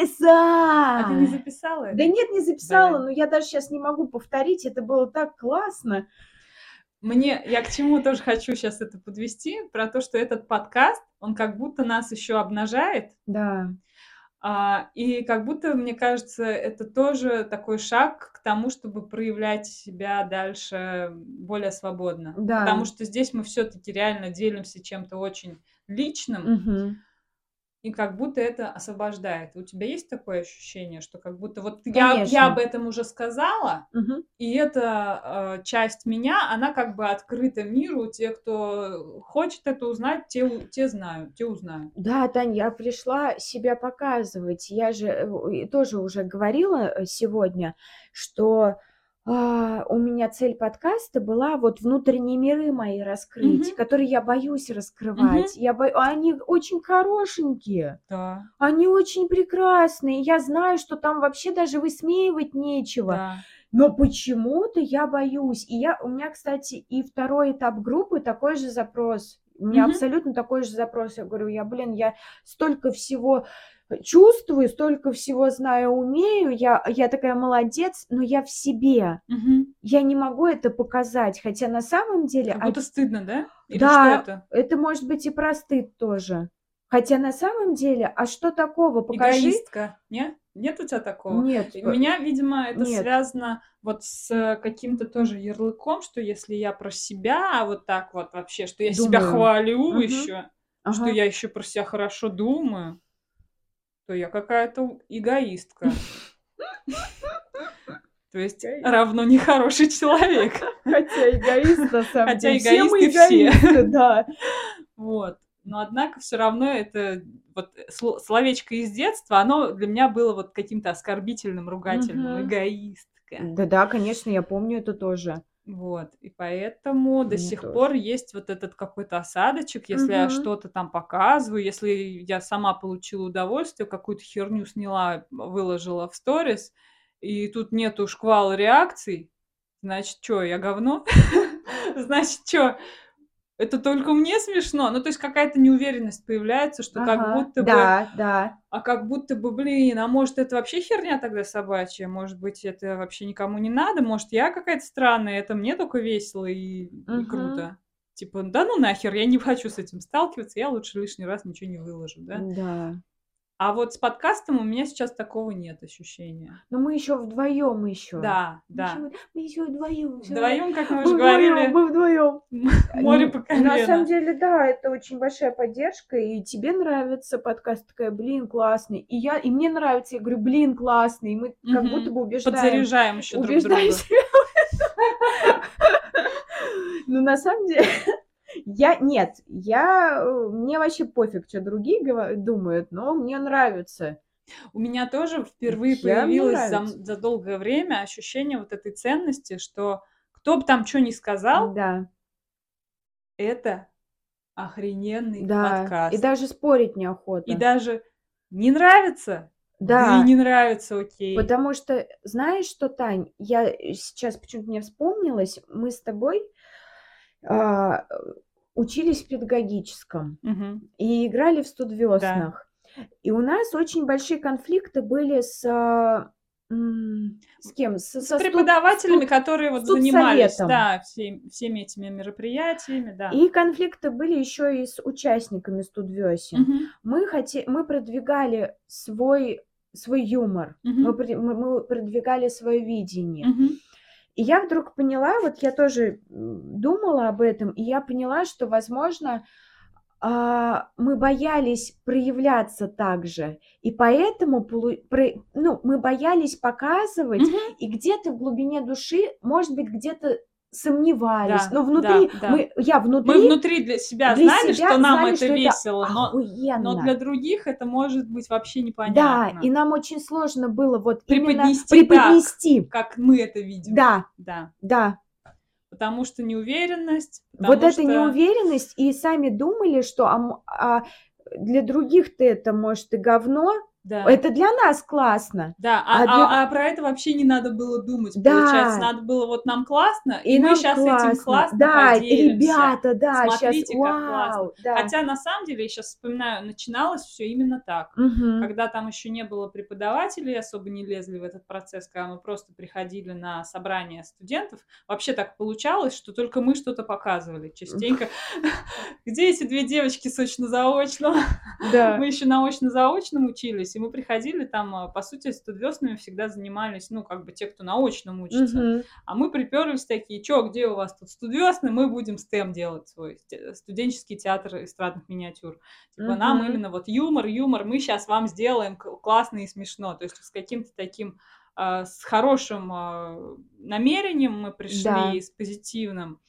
А ты не крыса! записала Да это? нет, не записала, Блин. но я даже сейчас не могу повторить, это было так классно. Мне, я к чему тоже хочу сейчас это подвести, про то, что этот подкаст, он как будто нас еще обнажает, Да, а, и как будто, мне кажется, это тоже такой шаг к тому, чтобы проявлять себя дальше более свободно. Потому да, что здесь мы все-таки реально делимся чем-то очень личным, мгм. и как будто это освобождает. У тебя есть такое ощущение, что как будто вот я, я об Конечно. этом уже сказала, Мгм. и эта э, часть меня, она как бы открыта миру. Те, кто хочет это узнать, те, у- те знают, те узнают. Да, Тань, я пришла себя показывать. Я же э, и тоже уже говорила э, сегодня, что а, у меня цель подкаста была вот внутренние миры мои раскрыть, Мгм, которые я боюсь раскрывать. мгм. Я бо... Они очень хорошенькие, Да, они очень прекрасные. Я знаю, что там вообще даже высмеивать нечего. да. Но почему-то я боюсь. И я, у меня, кстати, и второй этап группы такой же запрос. У меня Мгм. абсолютно такой же запрос. Я говорю, я, блин, я столько всего чувствую, столько всего знаю, умею. Я, я такая молодец, но я в себе. Мгм. Я не могу это показать. Хотя на самом деле, Как а, будто стыдно, да? Или что да, это? это может быть и про стыд тоже. Хотя на самом деле, а что такого? Покажи. Эгоистка, не? Нет у тебя такого? Нет, И у п- меня, видимо, это нет. связано вот с э, каким-то тоже ярлыком, что если я про себя вот так вот вообще, что я себя Думаю. хвалю Мгм. еще, что Ага. я еще про себя хорошо думаю, то я какая-то эгоистка. То есть Эгоист. равно нехороший человек. Хотя эгоист, на самом Хотя деле. Все мы эгоисты все. эгоисты, да. Вот. Но однако все равно это вот сло словечко из детства, оно для меня было вот каким-то оскорбительным, ругательным. Мгм. Эгоистка. Да-да, конечно, я помню это тоже. Вот. И поэтому до Мне сих тоже. пор есть вот этот какой-то осадочек, если я Мгм. что-то там показываю, если я сама получила удовольствие, какую-то херню сняла, выложила в сторис, и тут нету шквала реакций, значит, чё, я говно? Значит, чё, это только мне смешно? Ну, то есть какая-то неуверенность появляется, что как Ага. будто бы, Да, да. а как будто бы, блин, а может, это вообще херня тогда собачья? Может быть, это вообще никому не надо? Может, я какая-то странная, это мне только весело и, и Мгм. круто? Типа, да ну нахер, я не хочу с этим сталкиваться, я лучше лишний раз ничего не выложу, да? Да. А вот с подкастом у меня сейчас такого нет ощущения. Но мы еще вдвоем еще. Да, Мы еще, да. мы еще вдвоем. Вдвоем, как мы уже Мы вдвоем, говорили, мы вдвоем. море по На самом колено. деле, да, это очень большая поддержка, и тебе нравится подкаст, такая, блин, классный, и я, и мне нравится, я говорю, блин, классный, и мы как будто Мгм. бы убеждаем, Подзаряжаем еще друг убеждаем друга. себя. Но на самом деле, я, нет, я, э, мне вообще пофиг, что другие гова- думают, но мне нравится. У меня тоже впервые Я мне появилось за, нравится. м- за долгое время ощущение вот этой ценности, что кто бы там что ни сказал, Да, это охрененный да. И подкаст. даже спорить И неохота. даже не нравится, да и Да, не нравится, окей. потому что, знаешь что, Тань, я э, сейчас почему-то мне вспомнилось, мы с тобой а, э, учились в педагогическом Мгм. и играли в «Студ Да. веснах». И у нас очень большие конфликты были с, а, м, с кем? С С со студ преподавателями, студ которые вот занимались, студсоветом. да, всем- всеми этими мероприятиями, да. И конфликты были еще и с участниками студвесен. Мгм. Мы хоте мы продвигали свой свой юмор, мы Мгм. пре мы мы продвигали свое видение. Мгм. И я вдруг поняла, вот я тоже, м, думала об этом, и я поняла, что, возможно, а, мы боялись проявляться так же, и поэтому полу про ну, мы боялись показывать, Мгм. и где-то в глубине души, может быть, где-то сомневались. Да, Но да, внутри да. мы я Мы внутри внутри для себя для знали, что себя нам знали, это что это весело, но, но для охуенно. других это может быть вообще Да, и непонятно. нам очень сложно было вот именно Преподнести так, преподнести. как мы это видим. Да, Да. да. Потому что неуверенность, Вот потому эта что неуверенность, и сами думали, что, ам, а, для других-то это, может, и говно, да. это для нас классно, Да, а а для а а про это вообще не надо было думать. Получается, Да, надо было вот нам классно, и и мы нам сейчас этим классно. классно Да, поделимся. ребята, да, сейчас, Смотрите, как классно. вау, да. Хотя на самом деле, я сейчас вспоминаю, начиналось все именно так. Мгм. Когда там еще не было преподавателей, особо не лезли в этот процесс, когда мы просто приходили на собрания студентов, вообще так получалось, что только мы что-то показывали частенько. Где эти две девочки с очно-заочного? Мы Да. еще на очно-заочном учились, и мы приходили там, а, по сути, студвёснами всегда занимались, ну, как бы те, кто на очном учится. Мгм. А мы приперлись такие: "Чё, где у вас тут студвёсны? Мы будем стем делать свой, сте студенческий театр эстрадных миниатюр. Типа нам Мгм. именно вот юмор, юмор, мы сейчас вам сделаем к классно и смешно". То есть с каким-то таким, а, с хорошим, а, намерением мы Да. пришли, с позитивным.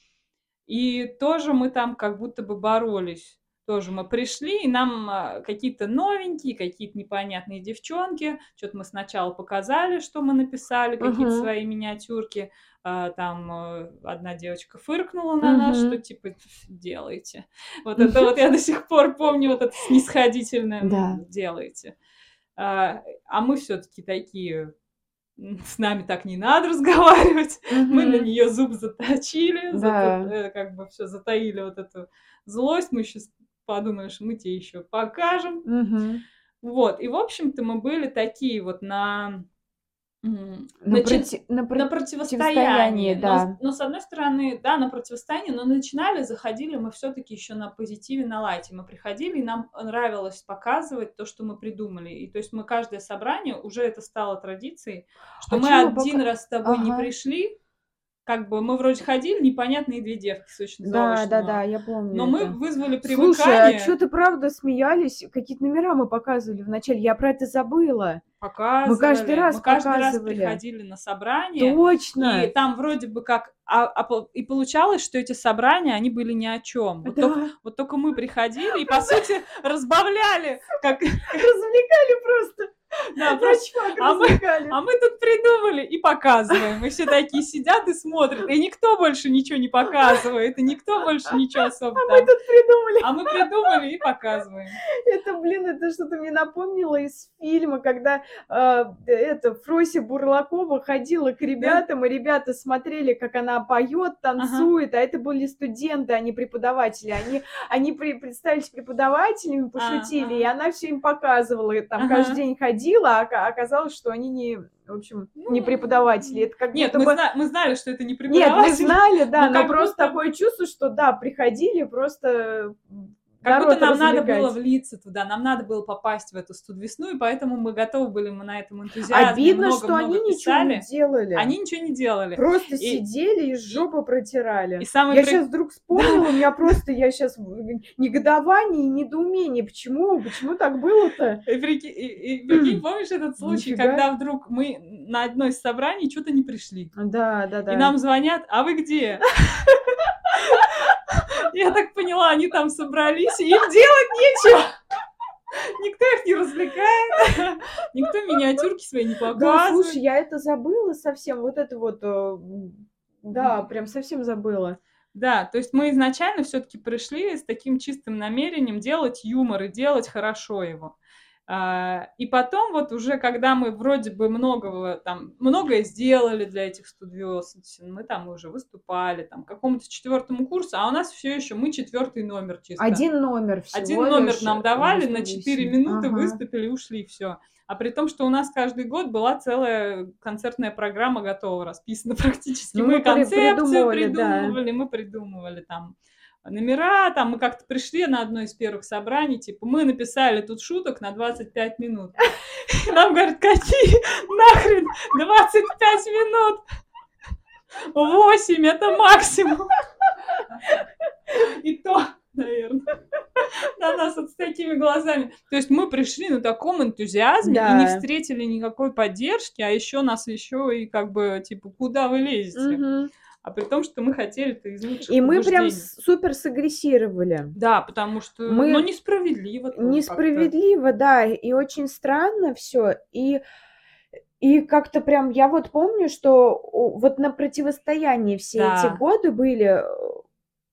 И тоже мы там как будто бы боролись. Тоже мы пришли, и нам, а, какие-то новенькие, какие-то непонятные девчонки. Чё-то мы сначала показали, что мы написали, какие-то Мгм. свои миниатюрки. А, там, э, одна девочка фыркнула на нас, что Мгм. типа: "Делайте". Вот это вот я до сих пор помню, вот это снисходительное: Да. "М, делайте". А, а мы всё-таки такие: М, с нами так не надо разговаривать. Мы на Мгм. нее зуб заточили, зата Да. э, как бы все затаили вот эту злость. Мы сейчас подумали, что мы тебе еще покажем. Мгм. Вот, и, в общем-то, мы были такие вот на М, На начин проти на на противостоянии, противостоянии. Но с да. но с одной стороны, да, на противостоянии, но начинали, заходили мы все таки еще на позитиве, на лайте. Мы приходили, и нам нравилось показывать то, что мы придумали. И то есть мы каждое собрание, уже это стало традицией, что А мы чё вы один пока раз с тобой не Ага. пришли, как бы мы вроде ходили, непонятные две девки Да-да-да, сочно-заочного, я помню но мы это. вызвали Слушай, а привыкание. чё-то правда смеялись? Какие-то номера мы показывали вначале, я про это забыла. Мы каждый Показывали. раз Мы каждый раз показывали. приходили на собрание, и Точно! там вроде бы как, а, а по и получалось, что эти собрания, они были ни о чём. Вот тока Да, вот тока мы приходили и, по сути, разбавляли, как развлекали просто. да, просто, Начфак а мы развлекали. а мы тут придумали и показываем. И все такие сидят и смотрят, и никто больше ничего не показывает, и никто больше ничего особо А мы там. тут придумали. А мы придумали и показываем. Это, блин, это что-то мне напомнило из фильма, когда, а, это, Фрося Бурлакова ходила к Да? ребятам, и ребята смотрели, как она поет, Ага. танцует, а это были студенты, а не преподаватели. Они они при представились преподавателями, А, пошутили, и ага. она все им показывала. И там каждый Ага. день ходила, а ока оказалось, что они не, в общем, не преподаватели. Ну, Это как нет, будто мы бы зна мы знали, что это не Нет, мы преподаватели, знали, да, но но как просто будто такое чувство, что да, приходили просто, м, как будто народ нам надо было развлекать. влиться туда, нам надо было попасть в эту студвесну, и поэтому мы готовы были, мы на этом энтузиазме Обидно, что много-много они ничего не писали. делали. Они ничего не делали. Просто И сидели и и жопу и протирали. самый Я сейчас при вдруг да. вспомнила, у меня просто, я сейчас негодование и недоумение. Почему? Почему так было-то? И прики и и прикинь, помнишь этот случай, Нифига. когда вдруг мы на одно из собраний чё-то не пришли, Да, и да-да. нам звонят: "А вы где?" Я так поняла, они там собрались, и им делать нечего. Никто их не развлекает, никто миниатюрки свои не Да, показывает. слушай, я это забыла совсем. Вот это вот, э, м, да, прям совсем забыла. Да, то есть мы изначально все-таки пришли с таким чистым намерением делать юмор и делать хорошо его. А, И потом вот уже, когда мы вроде бы многого там, многое сделали для этих студиосов, мы там уже выступали, там, к какому-то четвертому курсу, а у нас все еще, мы четвертый номер чисто. Один номер всего Один номер лишь нам в давали, на студии четыре Си. минуты Ага. выступили, ушли, все. А при том, что у нас каждый год была целая концертная программа готова, расписана практически. Ну, Мы мы при- концепцию придумывали, да. придумывали, мы придумывали там номера, там мы как-то пришли на одно из первых собраний, типа, мы написали тут шуток на двадцать пять минут. И нам говорят, какие нахрен двадцать пять минут? восемь это максимум. И то, наверное, на нас вот с такими глазами. То есть мы пришли на таком энтузиазме и не Да. встретили никакой поддержки, а еще нас еще и как бы, типа, куда вы лезете? Мгм. А при том, что мы хотели это из лучших И мы прям побуждений. с- супер сагрессировали. Да, потому что, Мы- ну, несправедливо тоже как-то. Несправедливо, да, и очень странно все. И, и как-то прям, я вот помню, что о, вот на противостоянии все Да. эти годы были, э,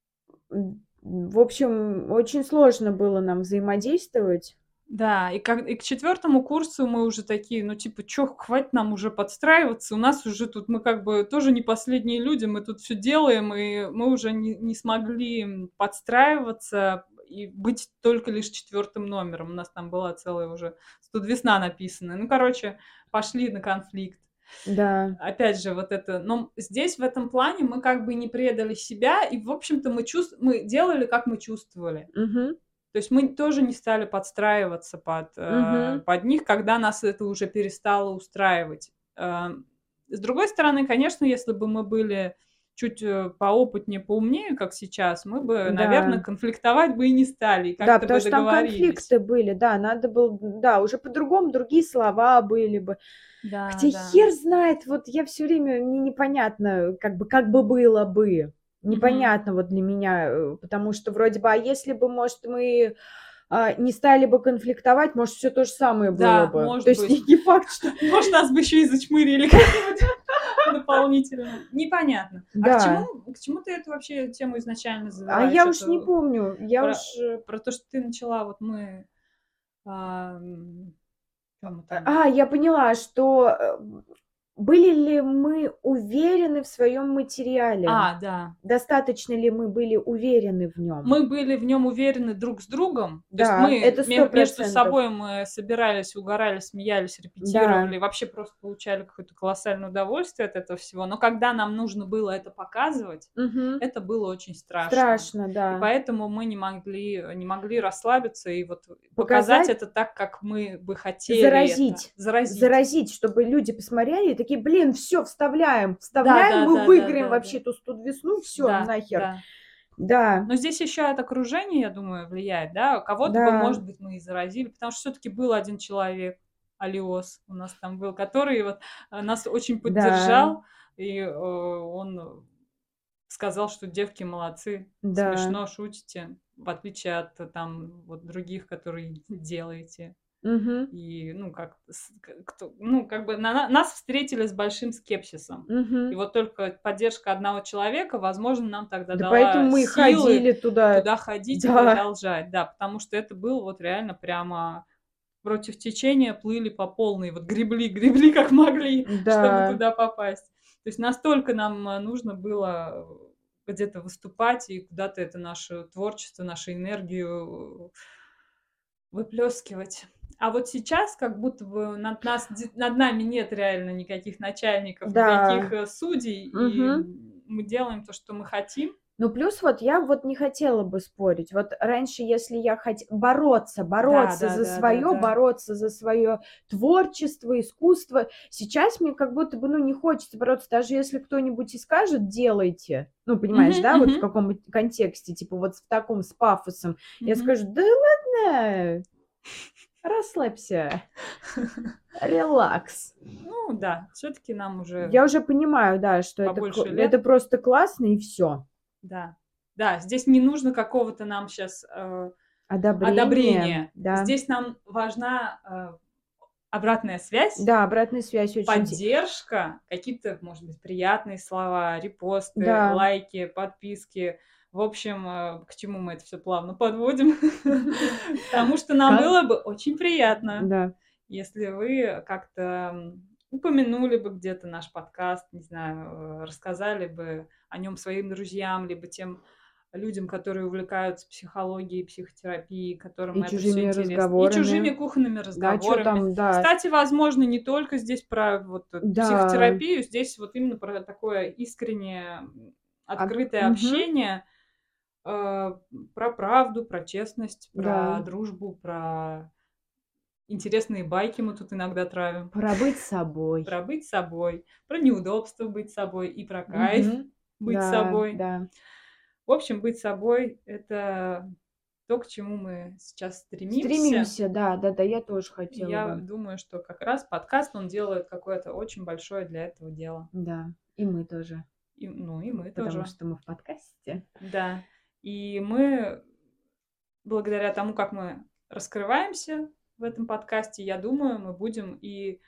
м, в общем, очень сложно было нам взаимодействовать. Да, и, как, и к четвертому курсу мы уже такие, ну, типа, чё, хватит нам уже подстраиваться, у нас уже тут, мы как бы тоже не последние люди, мы тут все делаем, и мы уже не, не смогли подстраиваться и быть только лишь четвертым номером. У нас там была целая уже студвесна написанная. Ну, короче, пошли на конфликт. Да. Опять же, вот это, но здесь в этом плане мы как бы не предали себя, и, в общем-то, мы, чувств... мы делали, как мы чувствовали. Мгм. То есть мы тоже не стали подстраиваться под, э, Мгм. под них, когда нас это уже перестало устраивать. Э, С другой стороны, конечно, если бы мы были чуть э, поопытнее, поумнее, как сейчас, мы бы, Да. наверное, конфликтовать бы и не стали, и Да, как-то бы потому что там договорились. конфликты были, да, надо было, да, уже по-другому, другие слова были бы. Да, Хотя да. хер знает, вот я все время, мне непонятно, как бы, как бы было бы. Непонятно вот для меня, э, потому что вроде бы, а если бы, может, мы а, не стали бы конфликтовать, может, все то же самое Да, было бы. может То есть быть. не, не факт, что... Может, нас бы еще и зачмырили как-нибудь дополнительно. Непонятно. А к Да. чему, к чему ты эту вообще тему изначально А завела? я уж Что-то не помню, я про- уж... э, Про то, что ты начала, вот мы... а, м, чё мы там? А, я поняла, что э, были ли мы уверены в своем материале? А, да. Достаточно ли мы были уверены в нем? Мы были в нем уверены друг с другом. То есть Да, мы это сто ме- между процентов. собой мы собирались, угорали, смеялись, репетировали, вообще просто получали какое-то колоссальное удовольствие от этого всего. Но когда нам нужно было это показывать, Мгм. это было очень страшно. Страшно, И да. поэтому мы не могли, не могли расслабиться и вот показать, Показать, это так, как мы бы хотели заразить. это. Заразить. Заразить, чтобы люди посмотрели и такие, блин, все, вставляем, Да, вставляем, да, мы да, выиграем да, да, вообще да. ту студвесну, все, Да, нахер. да. Да, Но здесь еще от окружения, я думаю, влияет, да. Кого-то бы, да, может быть, мы и заразили, потому что все-таки был один человек, Алиос у нас там был, который вот э, нас очень да, поддержал, и э, он сказал, что девки молодцы, да. смешно шутите, в отличие от э, там вот других, которые делаете. Мгм. И, ну, как, с- к- кто, ну, как бы на, на- нас встретили с большим скепсисом. И Мгм. вот только поддержка одного человека, возможно, нам тогда Да дала поэтому мы и силы ходили туда. туда ходить и Да, продолжать. Да, потому что это было вот реально прямо против течения, плыли по полной, вот гребли, гребли как могли, чтобы да, туда попасть. То есть настолько нам э, нужно было э, где-то выступать и куда-то это наше творчество, нашу энергию выплескивать. А вот сейчас как будто бы над, нас, ди- над нами нет реально никаких начальников, никаких да. э, судей, и Мгм. м, мы делаем то, что мы хотим. Ну, плюс вот я вот не хотела бы спорить. Вот раньше, если я хотела бороться, Да, бороться да, за да, да, свое, да. бороться за свое творчество, искусство, сейчас мне как будто бы, ну, не хочется бороться, даже если кто-нибудь и скажет «делайте», ну, понимаешь, Мгм, да, вот в мгм, каком контексте, типа вот в таком с пафосом, я мгм. скажу «да ладно, расслабься, релакс». Ну да, все-таки нам уже Я уже понимаю, да, что это, побольше кл- лет. это просто классно и все. Да, да, здесь не нужно какого-то нам сейчас Одобрение, одобрение. да. Здесь нам важна э, обратная связь, Да, обратная связь очень те поддержка, какие-то, может быть, приятные слова, репосты, Да. лайки, подписки. В общем, э, к чему мы это все плавно подводим? К тому, что нам Как было бы очень приятно, Да. если вы как-то м, упомянули бы где-то наш подкаст, не знаю, э, рассказали бы о нем своим друзьям, либо тем людям, которые увлекаются психологией, психотерапией, которым И это все чужими интересно, и чужими разговорами. кухонными Да, чё разговорами. там, да. Кстати, возможно, не только здесь про вот э, Да. психотерапию, здесь вот именно про такое искреннее, м, Об открытое Мгм. общение, э, про правду, про честность, про Да. дружбу, про интересные байки мы тут иногда травим. Пора быть собой. Про быть собой, про неудобство быть собой и про кайф Мгм. быть Да, собой. да. В общем, быть собой — это то, к чему мы сейчас стремимся. Стремимся, да, да-да, я тоже И хотела я бы. думаю, что как раз подкаст, он делает какое-то очень большое для этого дело. Да, и мы тоже, И, ну, и мы потому тоже. что мы в подкасте. Да. И мы, благодаря тому, как мы раскрываемся в этом подкасте, я думаю, мы будем и,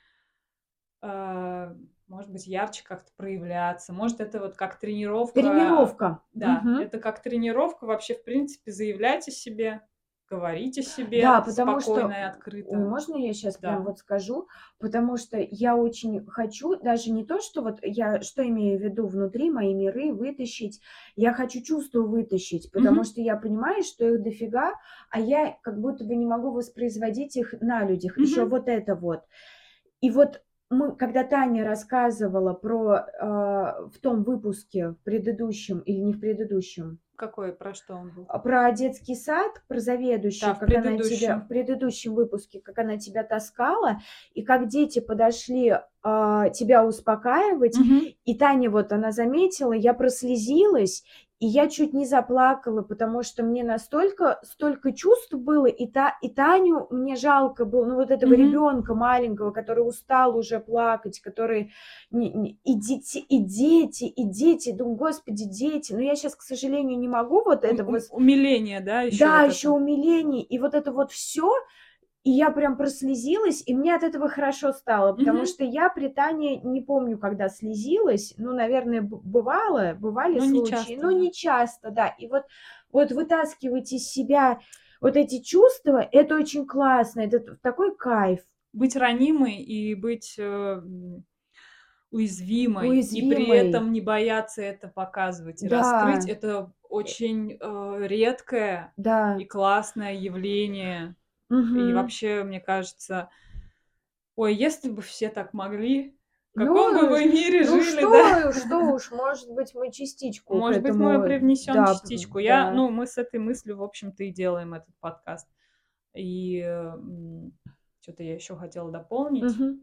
э, может быть, ярче как-то проявляться. Может, это вот как тренировка. Тренировка. Да, Мгм. это как тренировка вообще, в принципе, заявлять о себе, говорить о Да, себе потому спокойно что, и ой, открыто. можно я сейчас прям Да. вот скажу? Потому что я очень хочу, даже не то, что вот я что имею в виду внутри, мои миры вытащить, я хочу чувства вытащить, потому Мгм. что я понимаю, что их дофига, а я как будто бы не могу воспроизводить их на людях. Еще Мгм. вот это вот. И вот мы, когда Таня рассказывала про, а, в том выпуске, в предыдущем или не в предыдущем, Какой, про что он был? а, про детский сад, про Да, заведующую, в как она тебя в предыдущем. предыдущем выпуске, как она тебя таскала, и как дети подошли, а, тебя успокаивать. Мгм. И Таня вот, она заметила, я прослезилась, и я чуть не заплакала, потому что мне настолько столько чувств было, и та и Таню мне жалко было, ну, вот этого Мгм. ребенка маленького, который устал уже плакать, который не не и дети и дети, и дети. Думаю: "Господи, дети". Но я сейчас, к сожалению, не могу вот Ум это ум вос умиление, да, еще Да, вот еще это. умиление, и вот это вот все, и я прям прослезилась, и мне от этого хорошо стало, потому Мгм. что я при Тане не помню, когда слезилась. Ну, наверное, б бывало, бывали Но не случаи, часто, но да. не часто, да. И вот вот вытаскивать из себя вот эти чувства — это очень классно, это т такой кайф. Быть ранимой и быть, э, м, уязвимой, и при Уязвимой. этом не бояться это показывать и раскрыть — Да, это э, очень, э, редкое и да. классное явление. И Мгм. вообще, мне кажется, ой, если бы все так могли, в каком бы Ну, ш вы мире ну жили, да? что что уж, может быть, мы частичку к Может быть, мы этому, привнесем да, п частичку. Я, да. ну, мы с этой мыслью, в общем-то, и делаем этот подкаст. И что то я еще хотела дополнить. Мгм.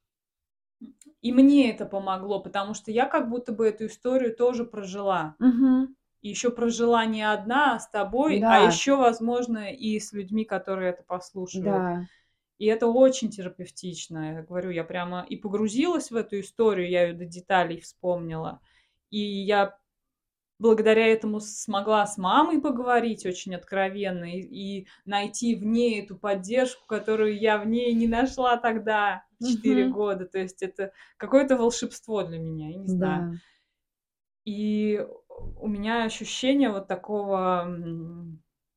И мне это помогло, потому что я как будто бы эту историю тоже прожила. Мгм. И еще прожила не одна, а с тобой, а Да, еще, возможно, и с людьми, которые это послушают. да. И это очень терапевтично. Я говорю, я прямо и погрузилась в эту историю, я ее до деталей вспомнила. И я благодаря этому смогла с мамой поговорить очень откровенно и и найти в ней эту поддержку, которую я в ней не нашла тогда, в четыре Мгм. года. То есть это какое-то волшебство для меня, я не знаю. Да. И у меня ощущение вот такого, м,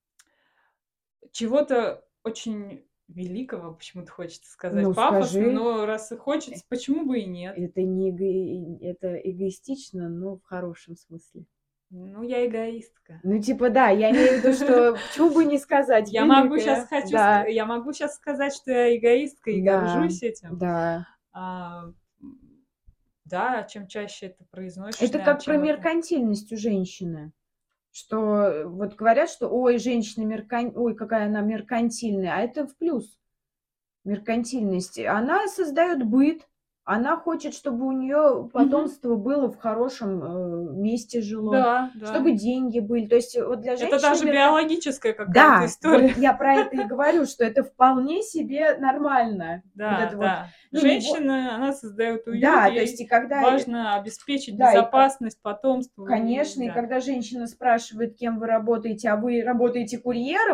чего-то очень великого, почему-то хочется сказать, Ну, пафосно, скажи, но раз и э, хочется, почему бы и нет? это не эго это эгоистично, но в хорошем смысле. Ну, я эгоистка. Ну, типа, да, я имею в виду, что почему бы не сказать Я могу сейчас великая. хочу ск Да, я могу сейчас сказать, что я эгоистка и да, горжусь этим. да. А, м, да, чем чаще это произносишь, Это наверно, как про чем это. меркантильность у женщины. Что, э, вот говорят, что: "Ой, женщина меркан ой, какая она меркантильная", а это в плюс. Меркантильность. Она создает быт, она хочет, чтобы у нее Мгм. потомство было в хорошем, э, месте жило, Да, чтобы да. деньги были. То есть, э, вот для Это женщины даже мерка биологическая какая-то Да, вот история. я про это и говорю, что это вполне себе нормально. Вот Да, это вот, да. ну, не во Женщина, она создает уют, да, то есть ей и когда, э, важно обеспечить да, и ка безопасность потомству и конечно, и да. когда женщина спрашивает, кем вы работаете, а вы работаете курьером,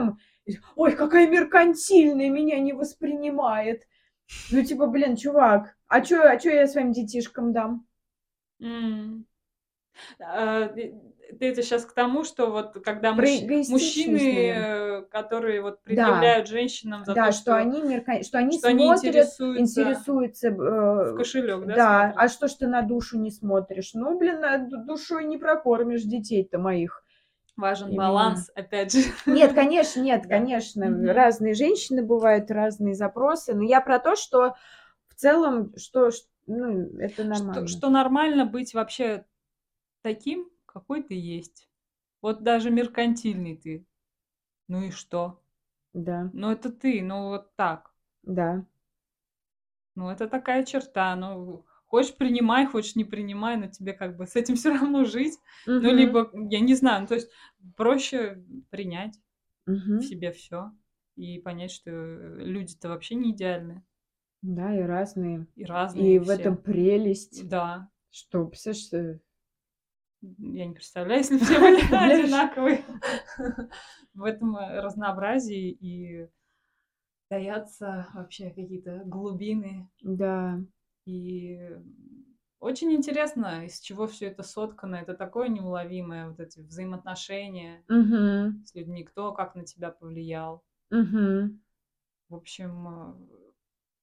И: "Ой, какая меркантильная, меня не воспринимает". Ну, типа, блин, чувак, а чё а чё я своим детишкам дам? М. А, ты ты это щас к тому, что вот когда Про мужч эгоистичность, мужчины, наверно. э, которые вот Да. предъявляют женщинам за то, Да, что что они мерка что они что они смотрят, интересуются интересуются, б в э, кошелек, да, да. смотрят? А что ж ты на душу не смотришь? Ну, блин, а ду душой не прокормишь детей-то моих Важен и меня. баланс, опять же. Нет, конечно, нет, Да. конечно, Мгм. разные женщины бывают, разные запросы. Но я про то, что в целом, что ш ну, это Что нормально. что нормально быть вообще таким, какой ты есть. Вот даже меркантильный ты. Ну и что? Да. Ну, это ты, ну вот так. Да. Ну, это такая черта. Ну, хочешь- принимай, хочешь- не принимай, но тебе как бы с этим всё равно жить. Ну, Мгм. либо, я не знаю, ну, то есть проще принять в Мгм. себе всё и понять, что, э, люди-то вообще не идеальны. Да, и разные. И И разные в этом все. прелесть, Да. что, представляешь, э М, я не представляю, если все были Представляешь? одинаковые. В этом, э, разнообразии и таятся вообще какие-то глубины. Да. И, м, очень интересно, из чего всё это соткано. Это такое неуловимое, вот эти взаимоотношения Мгм. с людьми, кто как на тебя повлиял. Мгм. В общем, э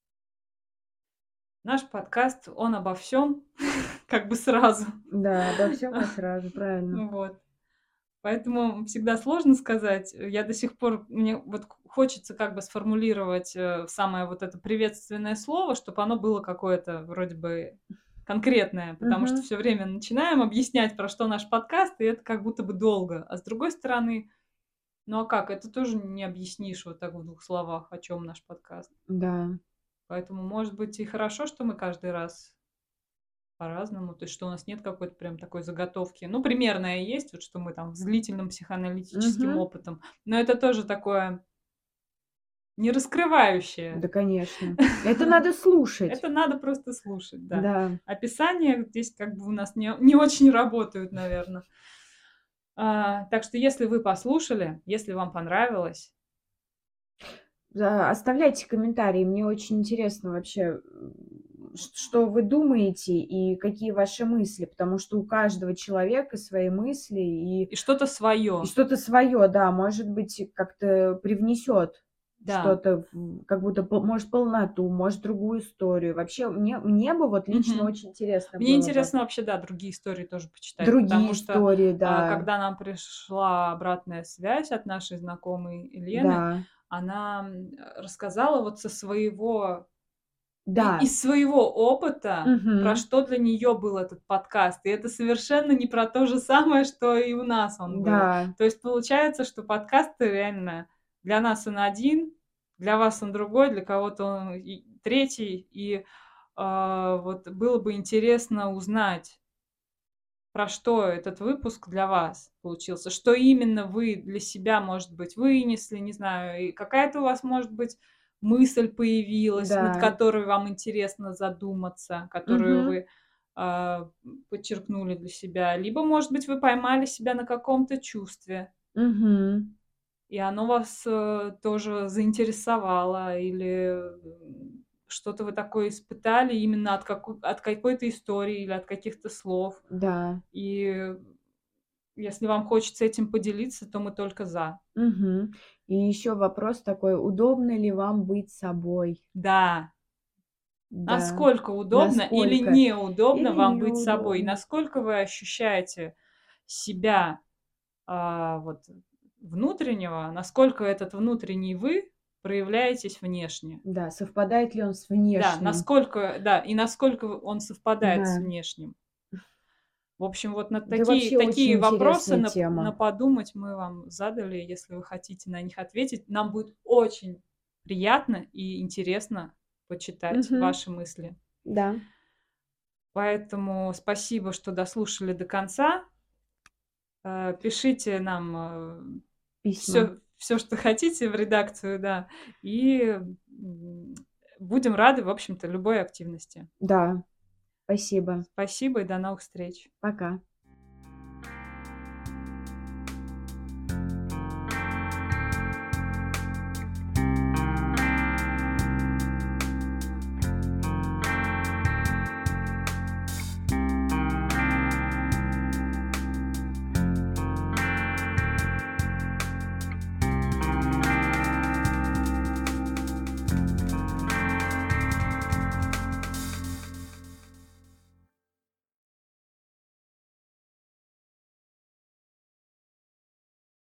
Наш подкаст, он обо всём, как бы сразу. Да, обо всём и сразу, правильно. Вот. Поэтому всегда сложно сказать. Я до сих пор мне вот х хочется как бы сформулировать, э, самое вот это приветственное слово, чтоб оно было какое-то вроде бы конкретное, потому что Мгм. всё время начинаем объяснять, про что наш подкаст, и это как будто бы долго. А с другой стороны, ну, а как? Это тоже не объяснишь вот так в двух словах, о чём наш подкаст. Да. Поэтому, может быть, и хорошо, что мы каждый раз по-разному, то есть что у нас нет какой-то прям такой заготовки. Ну, примерная есть, вот что мы там с длительным психоаналитическим Мгм. опытом, но это тоже такое не раскрывающее. Да, конечно. Это надо слушать. Это надо просто слушать, да. Да. Описания здесь как бы у нас не не очень работают, наверно. А, так что если вы послушали, если вам понравилось Да, оставляйте комментарии. Мне очень интересно вообще, м, ш что вы думаете и какие ваши мысли, потому что у каждого человека свои мысли и и что-то и своё. что-то своё, да, может быть, как-то привнесёт Да. что-то в как будто, по может, полноту, может, другую историю. Вообще, мне мне бы вот лично Мгм. очень интересно Мне было бы интересно вообще, да, другие истории тоже почитать, другие потому что, истории, а, да. когда нам пришла обратная связь от нашей знакомой Лены, Да. она, м, рассказала вот со своего и Да. из своего опыта, про Мгм. что для неё был этот подкаст. И это совершенно не про то же самое, что и у нас он был. Да. То есть получается, что подкасты реально для нас он один, для вас он другой, для кого-то он и третий. И, а, вот было бы интересно узнать про что этот выпуск для вас получился, что именно вы для себя, может быть, вынесли, не знаю, и какая-то у вас, может быть, мысль появилась, над Да. которой вам интересно задуматься, которую Мгм. вы, а, м, подчеркнули для себя. Либо, может быть, вы поймали себя на каком-то чувстве Мгм. и оно вас, э, тоже заинтересовало, или, м, что-то вы такое испытали именно от како от какой-то истории или от каких-то слов. Да. И если вам хочется этим поделиться, то мы только за. Мгм. И ещё вопрос такой: удобно ли вам быть собой? Да. Да. Насколько удобно или Насколько? неудобно Или вам быть собой? неудобно? Насколько вы ощущаете себя, а, вот внутреннего, насколько этот внутренний вы проявляетесь внешне? Да, совпадает ли он с Да, внешним? насколько, да, и насколько в он совпадает с Да. внешним. В общем, вот на Это такие вообще очень такие вопросы интересная на п на тема. подумать мы вам задали. Если вы хотите на них ответить, нам будет очень приятно и интересно почитать Мгм. ваши мысли. Да. Поэтому спасибо, что дослушали до конца. Э, пишите нам, э, Письма. всё всё, что хотите в редакцию, да, и, м, будем рады, в общем-то, любой активности. Да. Спасибо. Спасибо и до новых встреч! Пока.